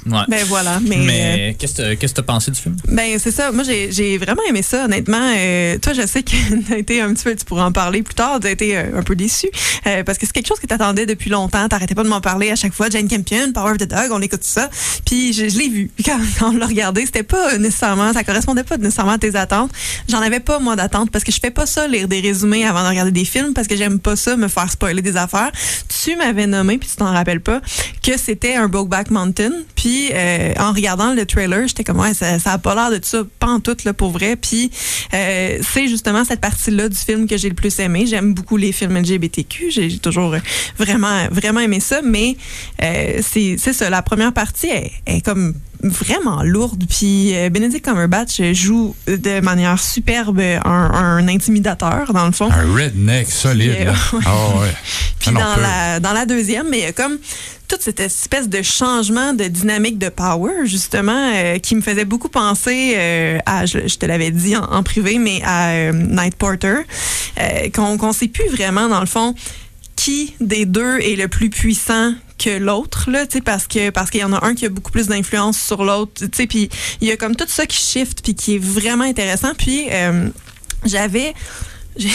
Speaker 5: Ouais.
Speaker 6: Ben voilà. Mais,
Speaker 5: mais euh, qu'est-ce que qu'est-ce que t'as pensé du film?
Speaker 6: Ben c'est ça. Moi, j'ai, j'ai vraiment aimé ça, honnêtement. Euh, toi, je sais que t'as été un petit peu, tu pourras en parler plus tard, t'as été euh, un peu déçu. Euh, parce que c'est quelque chose que t'attendais depuis longtemps. T'arrêtais pas de m'en parler à chaque fois. Jane Campion, Power of the Dog, on écoute ça. Puis je, je l'ai vu. Quand, quand on l'a regardé, c'était pas nécessairement, ça correspondait pas nécessairement à tes attentes. J'en avais pas, moi, d'attente, parce que je fais pas ça, lire des résumés avant de regarder des films, parce que j'aime pas ça, me faire spoiler des affaires. Tu m'avais nommé, puis tu t'en rappelles pas, que c'était un Brokeback Mountain. Puis euh, en regardant le trailer, j'étais comme, ouais, ça, ça a pas l'air de ça, pas en tout, là, pour vrai. Puis euh, c'est justement cette partie-là du film que j'ai le plus aimé. J'aime beaucoup les films L G B T Q. J'ai, j'ai toujours vraiment, vraiment aimé ça. Mais euh, c'est, c'est ça, la première partie est, est comme vraiment lourde. Puis euh, Benedict Cumberbatch joue de manière superbe un, un intimidateur, dans le fond.
Speaker 7: Un redneck solide.
Speaker 6: Puis, euh, ouais.
Speaker 7: Oh, ouais.
Speaker 6: Puis dans la, dans la deuxième, mais il y a comme toute cette espèce de changement de dynamique de power, justement, euh, qui me faisait beaucoup penser euh, à, je, je te l'avais dit en, en privé, mais à euh, Night Porter, euh, qu'on qu'on sait plus vraiment, dans le fond, qui des deux est le plus puissant que l'autre, là, tu sais, parce que parce qu'il y en a un qui a beaucoup plus d'influence sur l'autre, tu sais, puis il y a comme tout ça qui shift, puis qui est vraiment intéressant. Puis euh, j'avais... J'ai...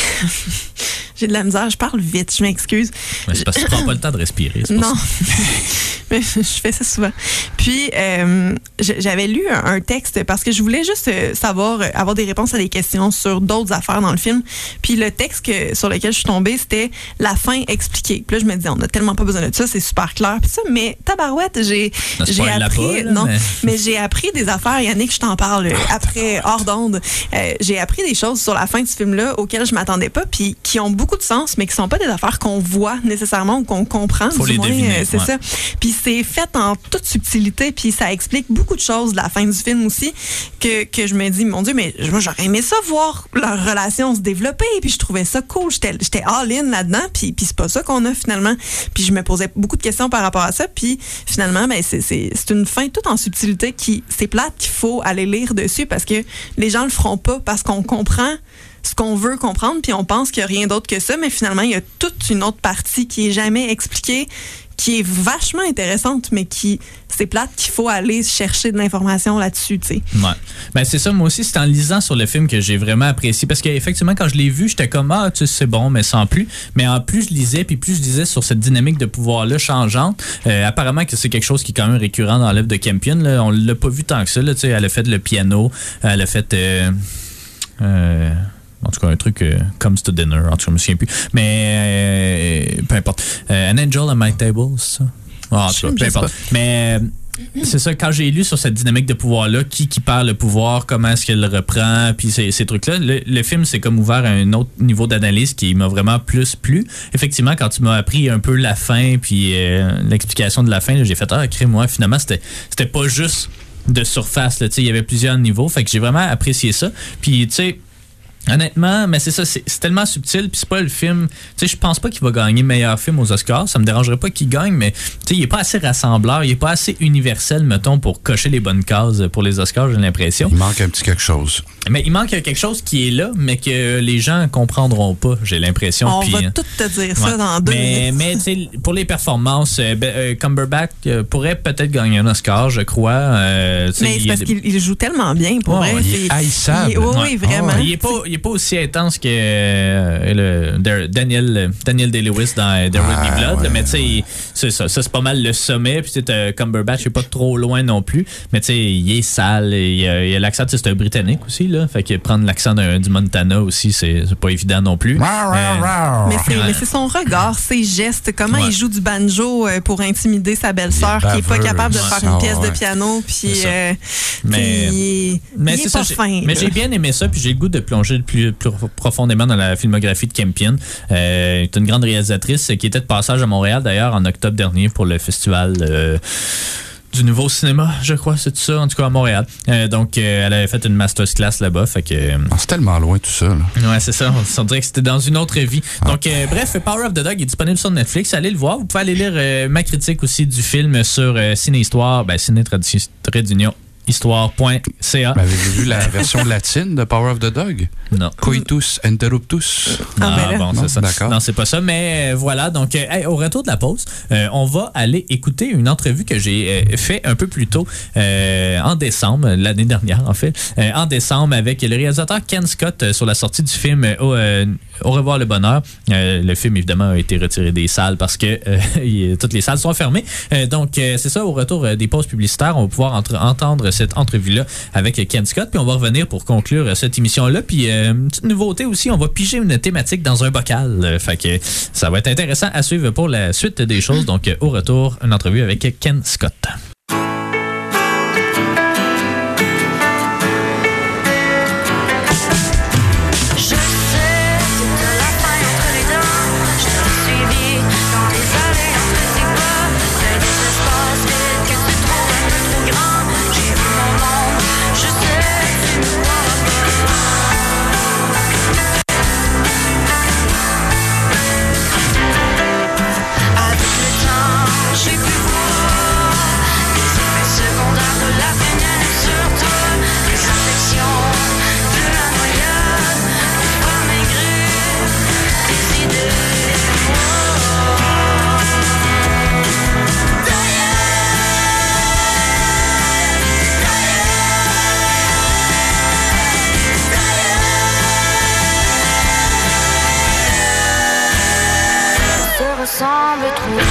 Speaker 6: J'ai de la misère, je parle vite, je m'excuse.
Speaker 5: Mais c'est parce que tu prends pas le temps de respirer. C'est
Speaker 6: non, mais je fais ça souvent. Puis, euh, j'avais lu un texte parce que je voulais juste savoir, avoir des réponses à des questions sur d'autres affaires dans le film. Puis le texte que, sur lequel je suis tombée, c'était la fin expliquée. Puis là, je me disais, on a tellement pas besoin de ça, c'est super clair. Puis ça, mais tabarouette, j'ai, j'ai appris, pas, là, non, mais... mais j'ai appris des affaires. Yannick, je t'en parle après, hors d'onde. Euh, j'ai appris des choses sur la fin du film-là auxquelles je m'attendais pas, puis qui ont beaucoup de sens, mais qui sont pas des affaires qu'on voit nécessairement ou qu'on comprend.
Speaker 5: Faut
Speaker 6: du
Speaker 5: les
Speaker 6: moins,
Speaker 5: deviner,
Speaker 6: c'est
Speaker 5: ouais.
Speaker 6: ça. Puis c'est fait en toute subtilité, puis ça explique beaucoup de choses de la fin du film aussi, que, que je me dis, mon Dieu, mais moi j'aurais aimé ça voir leur relation se développer, puis je trouvais ça cool, j'étais, j'étais all-in là-dedans, puis, puis c'est pas ça qu'on a finalement. Puis je me posais beaucoup de questions par rapport à ça, puis finalement, ben c'est, c'est, c'est une fin toute en subtilité qui, c'est plate qu'il faut aller lire dessus, parce que les gens le feront pas, parce qu'on comprend ce qu'on veut comprendre, puis on pense qu'il n'y a rien d'autre que ça, mais finalement, il y a toute une autre partie qui est jamais expliquée, qui est vachement intéressante, mais qui, c'est plate qu'il faut aller chercher de l'information là-dessus, tu sais.
Speaker 5: Ouais. Ben, c'est ça, moi aussi, c'est en lisant sur le film que j'ai vraiment apprécié, parce qu'effectivement, quand je l'ai vu, j'étais comme, ah, tu sais, c'est bon, mais sans plus. Mais en plus, je lisais, puis plus je lisais sur cette dynamique de pouvoir-là changeante, euh, apparemment que c'est quelque chose qui est quand même récurrent dans l'œuvre de Campion, là. On l'a pas vu tant que ça, là, tu sais, elle a fait le piano, elle a fait... Euh, euh, en tout cas, un truc euh, Comes to Dinner, en tout cas, je me souviens plus. Mais euh, peu importe. Euh, An Angel at My Table, c'est ça? Ah, en tout cas, peu importe. Mais euh, c'est ça, quand j'ai lu sur cette dynamique de pouvoir-là, qui, qui perd le pouvoir, comment est-ce qu'elle le reprend, puis ces, ces trucs-là, le, le film s'est comme ouvert à un autre niveau d'analyse qui m'a vraiment plus plu. Effectivement, quand tu m'as appris un peu la fin, puis euh, l'explication de la fin, là, j'ai fait, ah, crée-moi, finalement, c'était, c'était pas juste de surface, là, tu sais, il y avait plusieurs niveaux, fait que j'ai vraiment apprécié ça. Puis, tu sais, honnêtement, mais c'est ça, c'est, c'est tellement subtil, puis c'est pas le film. Tu sais, je pense pas qu'il va gagner meilleur film aux Oscars. Ça me dérangerait pas qu'il gagne, mais tu sais, il est pas assez rassembleur, il est pas assez universel, mettons, pour cocher les bonnes cases pour les Oscars, j'ai l'impression.
Speaker 7: Il manque un petit quelque chose.
Speaker 5: Mais il manque quelque chose qui est là, mais que les gens comprendront pas, j'ai l'impression.
Speaker 6: On
Speaker 5: puis,
Speaker 6: va tout te dire ça
Speaker 5: ouais.
Speaker 6: dans deux
Speaker 5: mais,
Speaker 6: minutes.
Speaker 5: Mais tu sais, pour les performances, euh, euh, Cumberbatch euh, pourrait peut-être gagner un Oscar, je crois. Euh,
Speaker 6: mais c'est parce
Speaker 5: des...
Speaker 6: qu'il il joue tellement bien, pour
Speaker 5: oh,
Speaker 6: vrai.
Speaker 7: Il est haïssable.
Speaker 6: Il, oui, oui, vraiment.
Speaker 5: Oh, il est pas, il est pas aussi intense que euh, le, Daniel, Daniel Day-Lewis dans The
Speaker 7: ah,
Speaker 5: Ruby Blood,
Speaker 7: ouais,
Speaker 5: là, mais tu sais,
Speaker 7: ouais.
Speaker 5: c'est ça, ça c'est pas mal le sommet. Puis tu sais, Cumberbatch, il est pas trop loin non plus, mais tu sais, il est sale, il a, il a l'accent, c'est un Britannique aussi, là, fait que prendre l'accent d'un, du Montana aussi, c'est, c'est pas évident non plus.
Speaker 7: Rar, rar, rar.
Speaker 5: Euh,
Speaker 6: mais, c'est,
Speaker 5: ouais.
Speaker 6: mais c'est son regard, ses gestes, comment
Speaker 5: ouais.
Speaker 6: il joue du banjo pour intimider sa belle-sœur qui est pas capable de
Speaker 5: ouais.
Speaker 6: faire une pièce
Speaker 7: ouais.
Speaker 6: de piano, puis euh,
Speaker 5: mais,
Speaker 6: il est,
Speaker 5: mais
Speaker 6: il
Speaker 5: c'est
Speaker 6: est
Speaker 5: ça,
Speaker 6: pas
Speaker 5: j'ai,
Speaker 6: fin.
Speaker 5: mais
Speaker 6: là.
Speaker 5: j'ai bien aimé ça, puis j'ai le goût de plonger plus, plus profondément dans la filmographie de Campion. Euh, c'est une grande réalisatrice qui était de passage à Montréal d'ailleurs en octobre dernier pour le festival euh, du Nouveau Cinéma, je crois, c'est tout ça, en tout cas à Montréal. Euh, donc, euh, elle avait fait une masterclass là-bas, fait que... Euh,
Speaker 7: oh, c'est tellement loin tout ça, là.
Speaker 5: ouais, c'est ça, on, on dirait que c'était dans une autre vie. Donc, euh, bref, Power of the Dog est disponible sur Netflix, allez le voir. Vous pouvez aller lire euh, ma critique aussi du film sur euh, Ciné-Histoire, ben, Ciné-Tradition histoire point c a.
Speaker 7: Avez-vous vu la version latine de Power of the Dog?
Speaker 5: Non.
Speaker 7: Coitus interruptus.
Speaker 5: Ah,
Speaker 6: ben là.
Speaker 5: bon,
Speaker 7: Non,
Speaker 5: c'est ça.
Speaker 7: d'accord.
Speaker 5: Non, c'est pas ça. Mais euh, voilà, donc euh, hey, au retour de la pause, euh, on va aller écouter une entrevue que j'ai euh, fait un peu plus tôt, euh, en décembre, l'année dernière en fait, euh, en décembre avec le réalisateur Ken Scott euh, sur la sortie du film euh, au, euh, Au revoir le bonheur. Euh, le film, évidemment, a été retiré des salles parce que euh, toutes les salles sont fermées. Euh, donc, euh, c'est ça, au retour euh, des pauses publicitaires, on va pouvoir entre- entendre cette entrevue-là avec Ken Scott, puis on va revenir pour conclure euh, cette émission-là. Puis, euh, une petite nouveauté aussi, on va piger une thématique dans un bocal. Euh, fait que ça va être intéressant à suivre pour la suite des choses. Donc, euh, au retour, une entrevue avec Ken Scott.
Speaker 3: J'ai pu voir des effets secondaires de la vénère sur toi, des infections de la noyade pour pas maigrir, des idées. Se ressemble trop.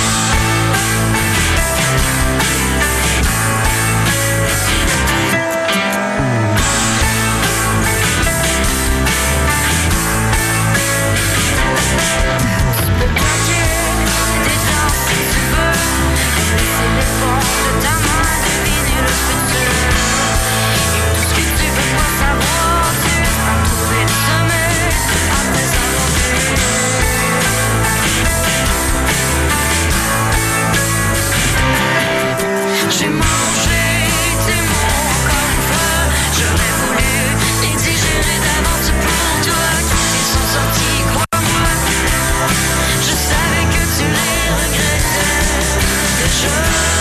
Speaker 3: J'ai mangé tes mots encore une fois. J'aurais voulu exagérer d'avance pour toi. Ils sont sortis, crois-moi. Je savais que tu les regrettais déjà.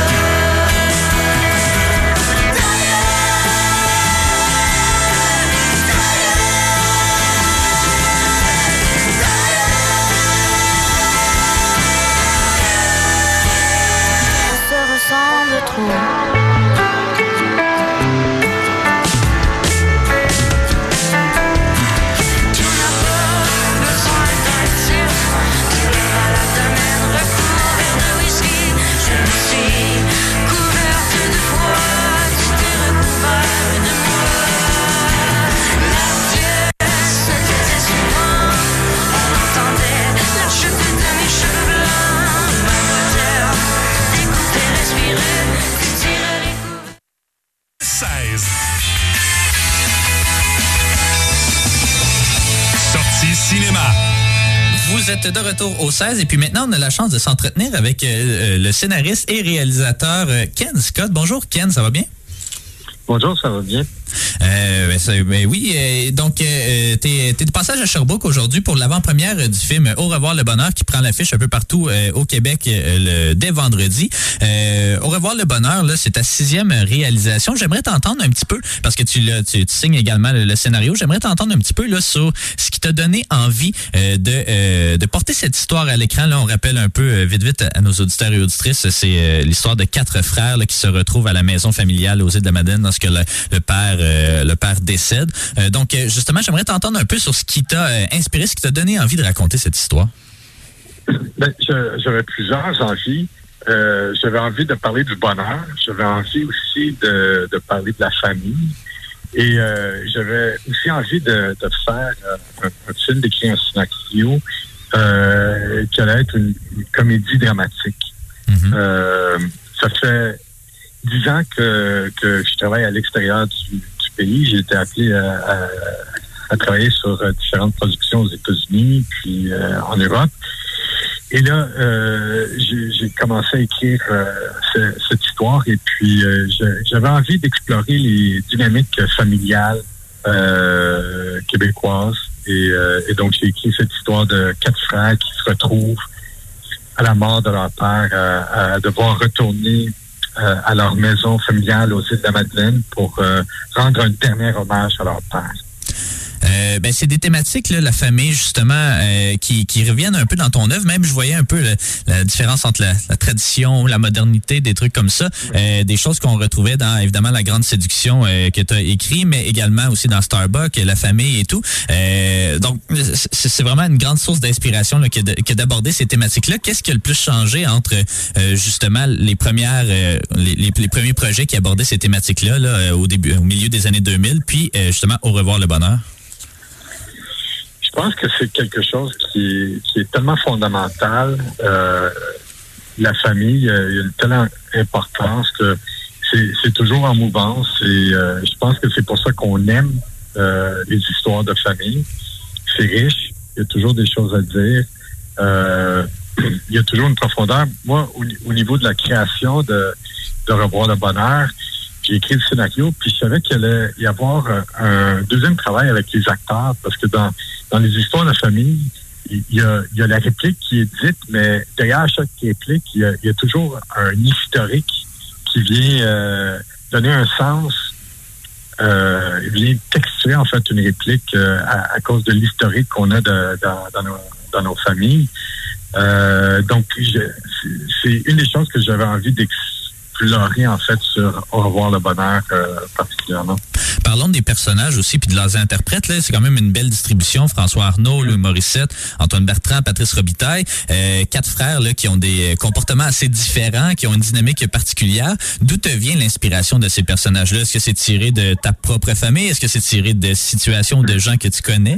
Speaker 3: On se ressemble trop. Tu n'as pas besoin d'un tir. Tu es malade d'un même recouvert de whisky. Je me suis couverte de froid. Tu t'es recouvert de moi. La pièce était souvent. On entendait la chute de mes cheveux blancs. Ma voiture, t'écoutais respirer. Tu tirais les coups.
Speaker 1: seize. Sortie cinéma.
Speaker 5: Vous êtes de retour au seize et puis maintenant, on a la chance de s'entretenir avec euh, le scénariste et réalisateur euh, Ken Scott. Bonjour Ken, ça va bien?
Speaker 8: Bonjour, ça va bien?
Speaker 5: Euh, ben, ça, ben oui, euh, donc euh, t'es, t'es de passage à Sherbrooke aujourd'hui pour l'avant-première du film Au revoir le bonheur qui prend l'affiche un peu partout euh, au Québec euh, le, dès vendredi. Euh, Au revoir le bonheur, là, c'est ta sixième réalisation. J'aimerais t'entendre un petit peu, parce que tu, là, tu, tu signes également le, le scénario, j'aimerais t'entendre un petit peu là, sur ce qui t'a donné envie euh, de, euh, de porter cette histoire à l'écran. Là, on rappelle un peu euh, vite vite à nos auditeurs et auditrices, c'est euh, l'histoire de quatre frères là, qui se retrouvent à la maison familiale aux îles de la Madeleine lorsque le, le père euh, le père décède. Euh, donc, euh, justement, j'aimerais t'entendre un peu sur ce qui t'a euh, inspiré, ce qui t'a donné envie de raconter cette histoire.
Speaker 8: Ben, je- j'avais plusieurs envies. Euh, j'avais envie de parler du bonheur. J'avais envie aussi de, de parler de la famille. Et euh, j'avais aussi envie de, de faire euh, un, un film d'écrire un scénario euh, qui allait être une, une comédie dramatique.
Speaker 5: Mm-hmm.
Speaker 8: Euh, ça fait dix ans que, que je travaille à l'extérieur du, du pays. J'ai été appelé à, à, à travailler sur euh, différentes productions aux États-Unis, puis euh, en Europe. Et là, euh, j'ai, j'ai commencé à écrire euh, ce- cette histoire et puis euh, je- j'avais envie d'explorer les dynamiques familiales euh, québécoises. Et, euh, et donc, j'ai écrit cette histoire de quatre frères qui se retrouvent à la mort de leur père à, à devoir retourner euh, à leur maison familiale aux îles de la Madeleine pour euh, rendre un dernier hommage à leur père.
Speaker 5: Euh, ben c'est des thématiques, là, la famille, justement, euh, qui, qui reviennent un peu dans ton œuvre. Même, je voyais un peu le, la différence entre la, la tradition, la modernité, des trucs comme ça. Euh, des choses qu'on retrouvait dans, évidemment, La Grande Séduction euh, que tu as écrit, mais également aussi dans Starbuck, la famille et tout. Euh, donc, c'est, c'est vraiment une grande source d'inspiration là, que, de, que d'aborder ces thématiques-là. Qu'est-ce qui a le plus changé entre, euh, justement, les premières, euh, les, les, les premiers projets qui abordaient ces thématiques-là, là, au début, au milieu des années deux mille, puis, euh, justement, Au revoir le bonheur?
Speaker 8: Je pense que c'est quelque chose qui est, qui est tellement fondamental. Euh, la famille, euh, il y a une telle importance que c'est, c'est toujours en mouvance. Et euh, je pense que c'est pour ça qu'on aime euh, les histoires de famille. C'est riche, il y a toujours des choses à dire. Euh, il y a toujours une profondeur. Moi, au, au niveau de la création de, de Revoir le bonheur, j'ai écrit le scénario, puis je savais qu'il allait y avoir un deuxième travail avec les acteurs, parce que dans, dans les histoires de famille, il y a, il y a la réplique qui est dite, mais derrière chaque réplique, il y a, il y a toujours un historique qui vient euh, donner un sens, euh, il vient textuer en fait une réplique euh, à, à cause de l'historique qu'on a de, dans, dans, nos, dans nos familles. Euh, donc, je, c'est une des choses que j'avais envie d'expliquer en fait sur Au revoir le bonheur euh, particulièrement.
Speaker 5: Parlons des personnages aussi puis de leurs interprètes. Là. C'est quand même une belle distribution. François Arnault, Louis Morissette, Antoine Bertrand, Patrice Robitaille. Euh, quatre frères là, qui ont des comportements assez différents, qui ont une dynamique particulière. D'où te vient l'inspiration de ces personnages-là? Est-ce que c'est tiré de ta propre famille? Est-ce que c'est tiré de situations de gens que tu connais?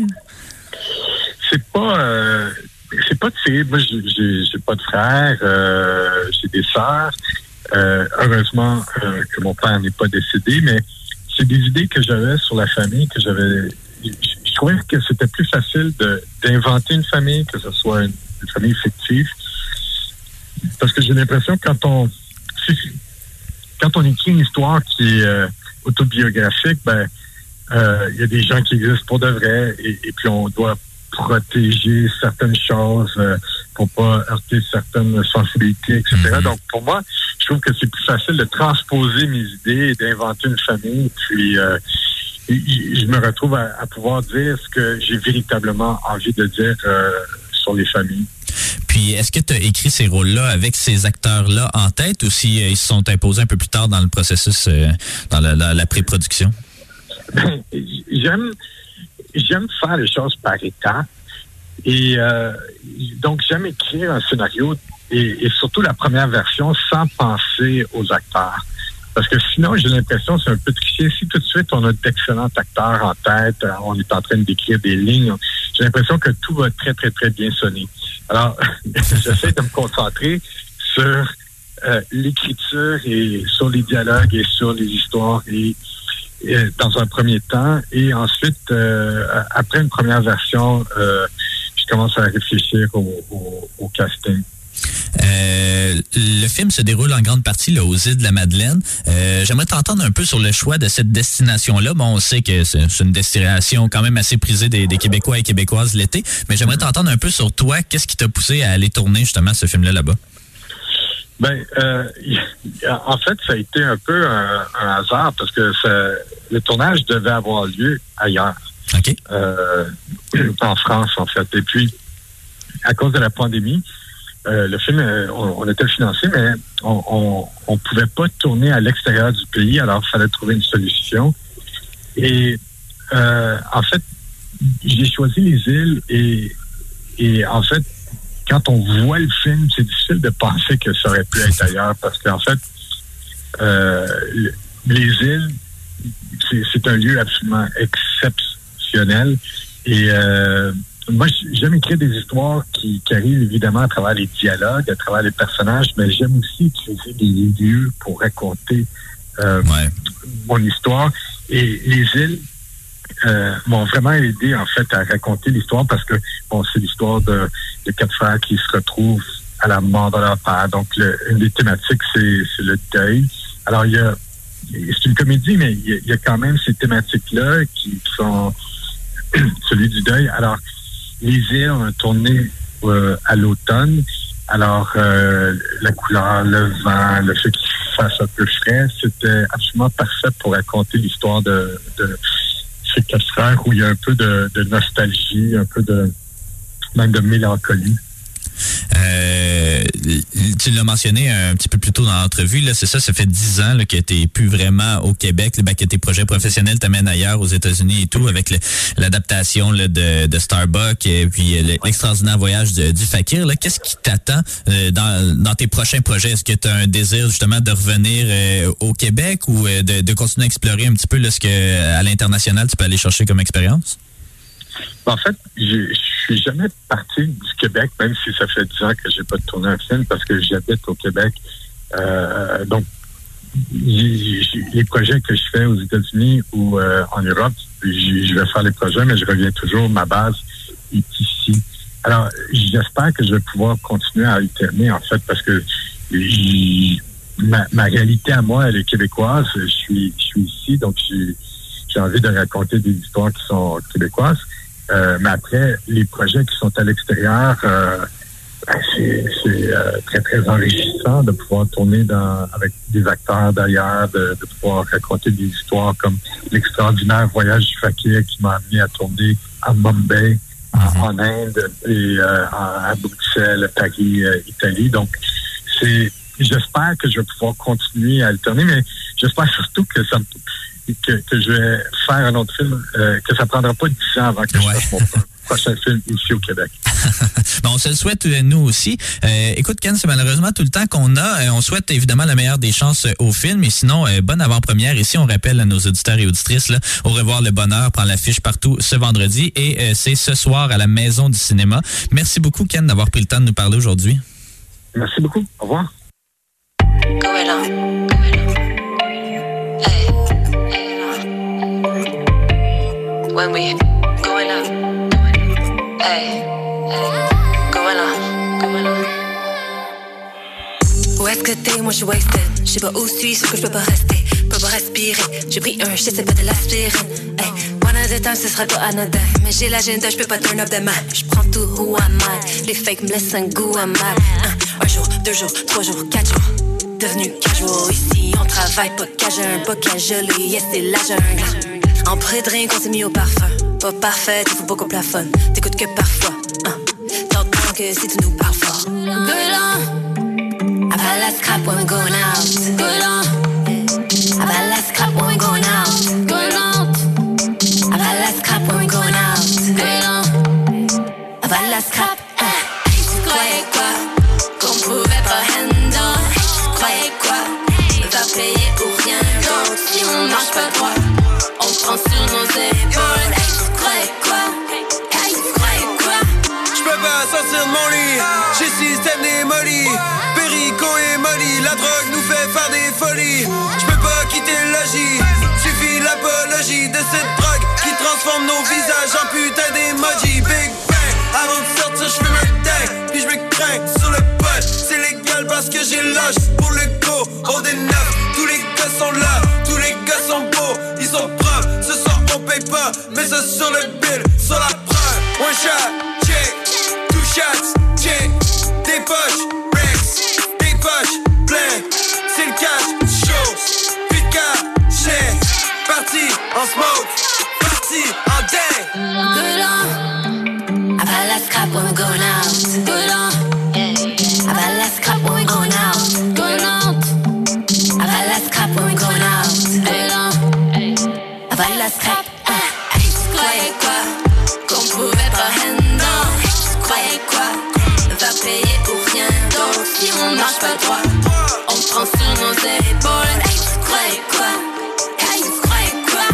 Speaker 8: C'est pas... Euh, c'est pas tiré... Moi, j'ai, j'ai, j'ai pas de frères. Euh, j'ai des sœurs. Euh, heureusement euh, que mon père n'est pas décédé, mais c'est des idées que j'avais sur la famille, que j'avais... Je, je trouvais que c'était plus facile de, d'inventer une famille, que ce soit une, une famille fictive. Parce que j'ai l'impression que quand on... Si, quand on écrit une histoire qui est euh, autobiographique, ben il euh, y a des gens qui existent pour de vrai, et, et puis on doit protéger certaines choses euh, pour pas heurter certaines sensibilités, et cetera. Mm-hmm. Donc, pour moi, je trouve que c'est plus facile de transposer mes idées et d'inventer une famille. Puis, euh, je me retrouve à, à pouvoir dire ce que j'ai véritablement envie de dire euh, sur les familles.
Speaker 5: Puis, est-ce que tu as écrit ces rôles-là avec ces acteurs-là en tête ou si euh, ils se sont imposés un peu plus tard dans le processus, euh, dans la, la, la pré-production?
Speaker 8: J'aime... J'aime faire les choses par étapes et euh, donc j'aime écrire un scénario et, et surtout la première version sans penser aux acteurs. Parce que sinon, j'ai l'impression que c'est un peu triché. Si tout de suite, on a d'excellents acteurs en tête, on est en train d'écrire des lignes, j'ai l'impression que tout va très, très, très bien sonner. Alors, j'essaie de me concentrer sur euh, l'écriture et sur les dialogues et sur les histoires et dans un premier temps, et ensuite, euh, après une première version, euh, je commence à réfléchir au, au, au casting.
Speaker 5: Euh, le film se déroule en grande partie là, aux îles de la Madeleine. Euh, j'aimerais t'entendre un peu sur le choix de cette destination-là. Bon, on sait que c'est, c'est une destination quand même assez prisée des, des Québécois et Québécoises l'été, mais j'aimerais t'entendre un peu sur toi. Qu'est-ce qui t'a poussé à aller tourner justement ce film-là là-bas?
Speaker 8: Ben, euh, en fait, ça a été un peu un, un hasard parce que ça, le tournage devait avoir lieu ailleurs.
Speaker 5: OK.
Speaker 8: Euh, en France, en fait. Et puis, à cause de la pandémie, euh, le film, on, on était financé, mais on, on, on pouvait pas tourner à l'extérieur du pays, alors il fallait trouver une solution. Et euh, en fait, j'ai choisi les îles et, et en fait, quand on voit le film, c'est difficile de penser que ça aurait pu être ailleurs parce qu'en fait, euh, les îles, c'est, c'est un lieu absolument exceptionnel. Et euh, moi, j'aime écrire des histoires qui, qui arrivent évidemment à travers les dialogues, à travers les personnages, mais j'aime aussi utiliser des lieux pour raconter euh, ouais. mon histoire. Et les îles Euh, m'ont vraiment aidé en fait à raconter l'histoire parce que bon, c'est l'histoire de, de quatre frères qui se retrouvent à la mort de leur père. Donc le, une des thématiques c'est, c'est le deuil. Alors il y a c'est une comédie, mais il y a, il y a quand même ces thématiques-là qui, qui sont celui du deuil. Alors les îles ont tourné euh, à l'automne. Alors euh, la couleur, le vent, le fait qu'il fasse un peu frais. C'était absolument parfait pour raconter l'histoire de, de ces quatre frères où il y a un peu de, de nostalgie, un peu de même de mélancolie.
Speaker 5: Euh, tu l'as mentionné un petit peu plus tôt dans l'entrevue, là, c'est ça, ça fait dix ans là, que tu n'es plus vraiment au Québec, là, ben, que tes projets professionnels t'amènent ailleurs, aux États-Unis et tout, avec le, l'adaptation là, de, de Starbuck et puis l'extraordinaire voyage de, du Fakir. Là. Qu'est-ce qui t'attend euh, dans, dans tes prochains projets? Est-ce que tu as un désir justement de revenir euh, au Québec ou euh, de, de continuer à explorer un petit peu là, ce que à l'international tu peux aller chercher comme expérience?
Speaker 8: En fait, je suis jamais parti du Québec, même si ça fait dix ans que j'ai pas tourné un film, parce que j'habite au Québec. Euh, donc, j, j, les projets que je fais aux États-Unis ou euh, en Europe, j, je vais faire les projets, mais je reviens toujours. Ma base est ici. Alors, j'espère que je vais pouvoir continuer à alterner, en fait, parce que j, ma, ma réalité à moi, elle est québécoise. Je suis, je suis ici, donc j'ai, j'ai envie de raconter des histoires qui sont québécoises. Euh, mais après, les projets qui sont à l'extérieur, euh, ben c'est, c'est euh, très, très enrichissant de pouvoir tourner dans, avec des acteurs d'ailleurs, de, de pouvoir raconter des histoires comme l'extraordinaire voyage du Fakir qui m'a amené à tourner à Mumbai, mm-hmm. en, en Inde, et euh, à Bruxelles, Paris, euh, Italie. Donc, c'est, j'espère que je vais pouvoir continuer à alterner, mais j'espère surtout que ça me... Que, que je vais faire un autre film, euh, que ça prendra pas dix ans avant que ouais. je fasse mon prochain film ici au Québec.
Speaker 5: Bon, on se le souhaite, nous aussi. Euh, écoute, Ken, c'est malheureusement tout le temps qu'on a. Euh, on souhaite évidemment la meilleure des chances euh, au film. Et sinon, euh, bonne avant-première. Ici, on rappelle à nos auditeurs et auditrices, là, Au revoir le bonheur prend l'affiche partout ce vendredi. Et euh, c'est ce soir à la Maison du cinéma. Merci beaucoup, Ken, d'avoir pris le temps de nous parler aujourd'hui.
Speaker 8: Merci beaucoup. Au revoir.
Speaker 3: Goéland. When we going up, hey, hey, going up, going up. Où est-ce que t'es? Moi je suis wasted. Je sais pas où suis, sauf que je peux pas rester. Peux pas respirer. J'ai pris un shit, c'est pas de l'aspirine. Hey, one at a time, ce sera pas anodin. Mais j'ai l'agenda, je peux pas turn up demain. Je prends tout who am I. Les fakes me laissent un goût amal. Un, un jour, deux jours, trois jours, quatre jours. Devenu casual ici, on travaille pas cajun, pas cajolé. Yes, c'est la jungle. En pré-drink, on s'est mis au parfum. Pas parfait, il faut pas qu'on plafonne. T'écoutes que parfois, hein. T'entends que si tu nous parles fort. Goéland. About la scrap when we're going out. Goéland. About la scrap when we're going out. Goéland. About la scrap when we're going out. Goéland. About la scrap. Tu croyais quoi? Qu'on pouvait pas handle? Tu croyais quoi? Va payer pour rien. Donc si on marche pas droit, on prend sur nos épaules. Hey, tu croyais quoi? Hey, tu croyais quoi?
Speaker 9: J'peux pas sortir de mon lit. J'ai système démoli. Perico et Molly. La drogue nous fait faire des folies. J'peux pas quitter le logis. Suffit l'apologie de cette drogue qui transforme nos visages en putain d'emoji. Big bang. Avant de sortir, j'fume un tank. Puis j'me crains sur le pot. C'est légal parce que j'ai l'âge pour le go. Hold enough. Tous les gars sont là. Tous les gars sont beaux. Ils sont propres. Ce soir on paye pas. Mais ça sur le bill. Sur la preuve. One shot, check. Two shots, check. Des poches, Rex. Des poches, plein. C'est le cash, chaud. Plus de cachet. Parti en smoke. Parti en day.
Speaker 3: Goéland. About la scrap when we're going out. Goéland. About la scrap when we're going out. Goéland. About la scrap when we're going out. Goéland. About la scrap. Hey, tu croyais quoi? Qu'on pouvait pas handle? Tu croyais quoi? Va payer pour rien. Donc si on marche pas droit, on prend sur nos épaules. Hey, tu croyais quoi? Hey, tu croyais quoi?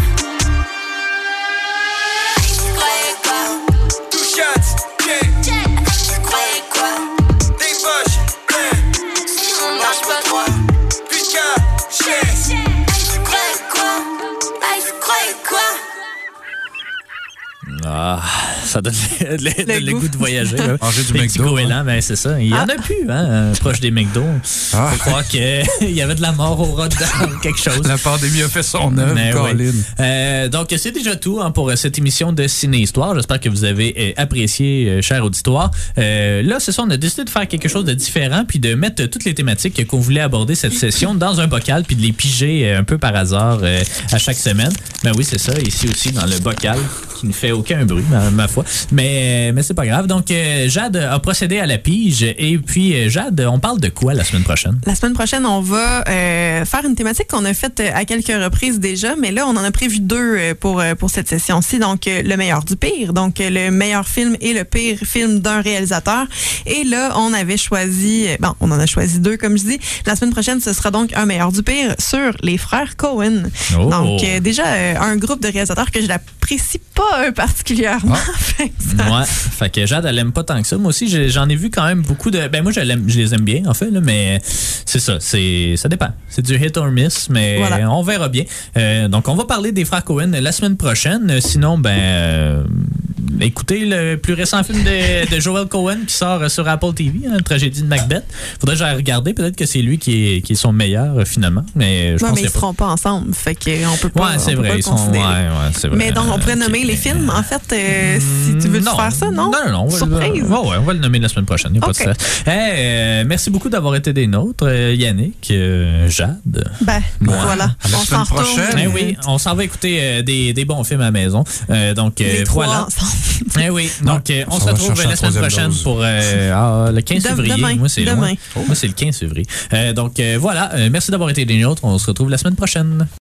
Speaker 3: Hey, tu croyais quoi?
Speaker 9: Two shots, check.
Speaker 3: Tu croyais quoi?
Speaker 9: Des poches, plein.
Speaker 3: Si on marche pas droit,
Speaker 9: plus de cachet.
Speaker 3: hey, tu croyais quoi? Hey, tu croyais quoi?
Speaker 5: Ah, ça ça donne le, le, le, le goût de voyager.
Speaker 7: Manger du
Speaker 5: les
Speaker 7: McDo.
Speaker 5: petits goélands, ben, c'est ça. Il y
Speaker 6: Ah.
Speaker 5: en a plus, hein, proche des McDo.
Speaker 7: Ah.
Speaker 5: Faut croire qu'il y avait de la mort au rat dedans ou quelque chose.
Speaker 7: La pandémie a fait son œuvre,
Speaker 5: Mais
Speaker 7: Colin.
Speaker 5: oui. Euh, donc, c'est déjà tout hein, pour cette émission de Ciné-Histoire. J'espère que vous avez euh, apprécié, euh, cher auditoire. Euh, là, c'est ça, on a décidé de faire quelque chose de différent puis de mettre toutes les thématiques qu'on voulait aborder cette session dans un bocal puis de les piger euh, un peu par hasard euh, à chaque semaine. Ben oui, c'est ça, ici aussi dans le bocal qui ne fait aucun bruit, ma, ma foi. Mais, mais c'est pas grave. Donc, euh, Jade a procédé à la pige. Et puis, euh, Jade, on parle de quoi la semaine prochaine?
Speaker 6: La semaine prochaine, on va euh, faire une thématique qu'on a faite à quelques reprises déjà, mais là, on en a prévu deux euh, pour, euh, pour cette session-ci. Donc, euh, le meilleur du pire. Donc, euh, le meilleur film et le pire film d'un réalisateur. Et là, on avait choisi... euh, Bon, on en a choisi deux, comme je dis. La semaine prochaine, ce sera donc un meilleur du pire sur les frères Coen.
Speaker 5: Oh.
Speaker 6: Donc, euh, déjà, euh, un groupe de réalisateurs que je n'apprécie pas euh, particulièrement. Fait que ça-
Speaker 5: Ouais, fait que Jade, elle aime pas tant que ça. Moi aussi, j'ai- j'en ai vu quand même beaucoup de. Ben, moi, je, l'aime- je les aime bien, en fait, là, mais c'est ça. c'est Ça dépend. C'est du hit or miss, mais
Speaker 6: Voilà.
Speaker 5: on verra bien. Euh, donc, on va parler des frères Coen la semaine prochaine. Euh, Sinon, ben. euh, écoutez le plus récent film de, de Joel Coen qui sort sur Apple T V, hein, la tragédie de Macbeth. Faudrait que j'aille regarder. Peut-être que c'est lui qui est, qui est son meilleur, euh, finalement. Mais je
Speaker 6: non,
Speaker 5: pense
Speaker 6: mais ils
Speaker 5: que.
Speaker 6: seront pas ensemble. Fait qu'on peut pas.
Speaker 5: Ouais, c'est
Speaker 6: on peut pas
Speaker 5: vrai.
Speaker 6: le
Speaker 5: Ils sont. Ouais,
Speaker 6: considérer.
Speaker 5: ouais, c'est vrai.
Speaker 6: Mais donc, on pourrait
Speaker 5: Ok.
Speaker 6: nommer les films, en fait, euh, si tu veux
Speaker 5: Non.
Speaker 6: faire ça, non?
Speaker 5: Non, non, non. On va,
Speaker 6: Surprise.
Speaker 5: Ouais, ouais, on va le nommer la semaine prochaine. Il n'y a
Speaker 6: Ok.
Speaker 5: pas de stress. Hey, euh, merci beaucoup d'avoir été des nôtres, euh, Yannick, euh, Jade.
Speaker 6: Ben,
Speaker 5: Ouais.
Speaker 6: voilà.
Speaker 7: À la
Speaker 6: On
Speaker 7: semaine
Speaker 6: s'en retourne.
Speaker 7: prochaine.
Speaker 5: Eh oui, on s'en va écouter euh, des, des bons films à la maison. Euh, donc, euh,
Speaker 6: Les trois
Speaker 5: voilà.
Speaker 6: ensemble.
Speaker 5: Eh oui, donc euh, on
Speaker 7: Ça
Speaker 5: se
Speaker 7: va
Speaker 5: retrouve
Speaker 7: chercher
Speaker 5: la
Speaker 7: la
Speaker 5: semaine
Speaker 7: troisième
Speaker 5: prochaine
Speaker 7: dose.
Speaker 5: pour euh, ah, le quinze
Speaker 6: De-
Speaker 5: février.
Speaker 6: demain.
Speaker 5: Moi, c'est
Speaker 6: Demain.
Speaker 5: loin. Moi, c'est le quinze février. Euh, donc, euh, voilà. Euh, merci d'avoir été des nôtres. On se retrouve la semaine prochaine.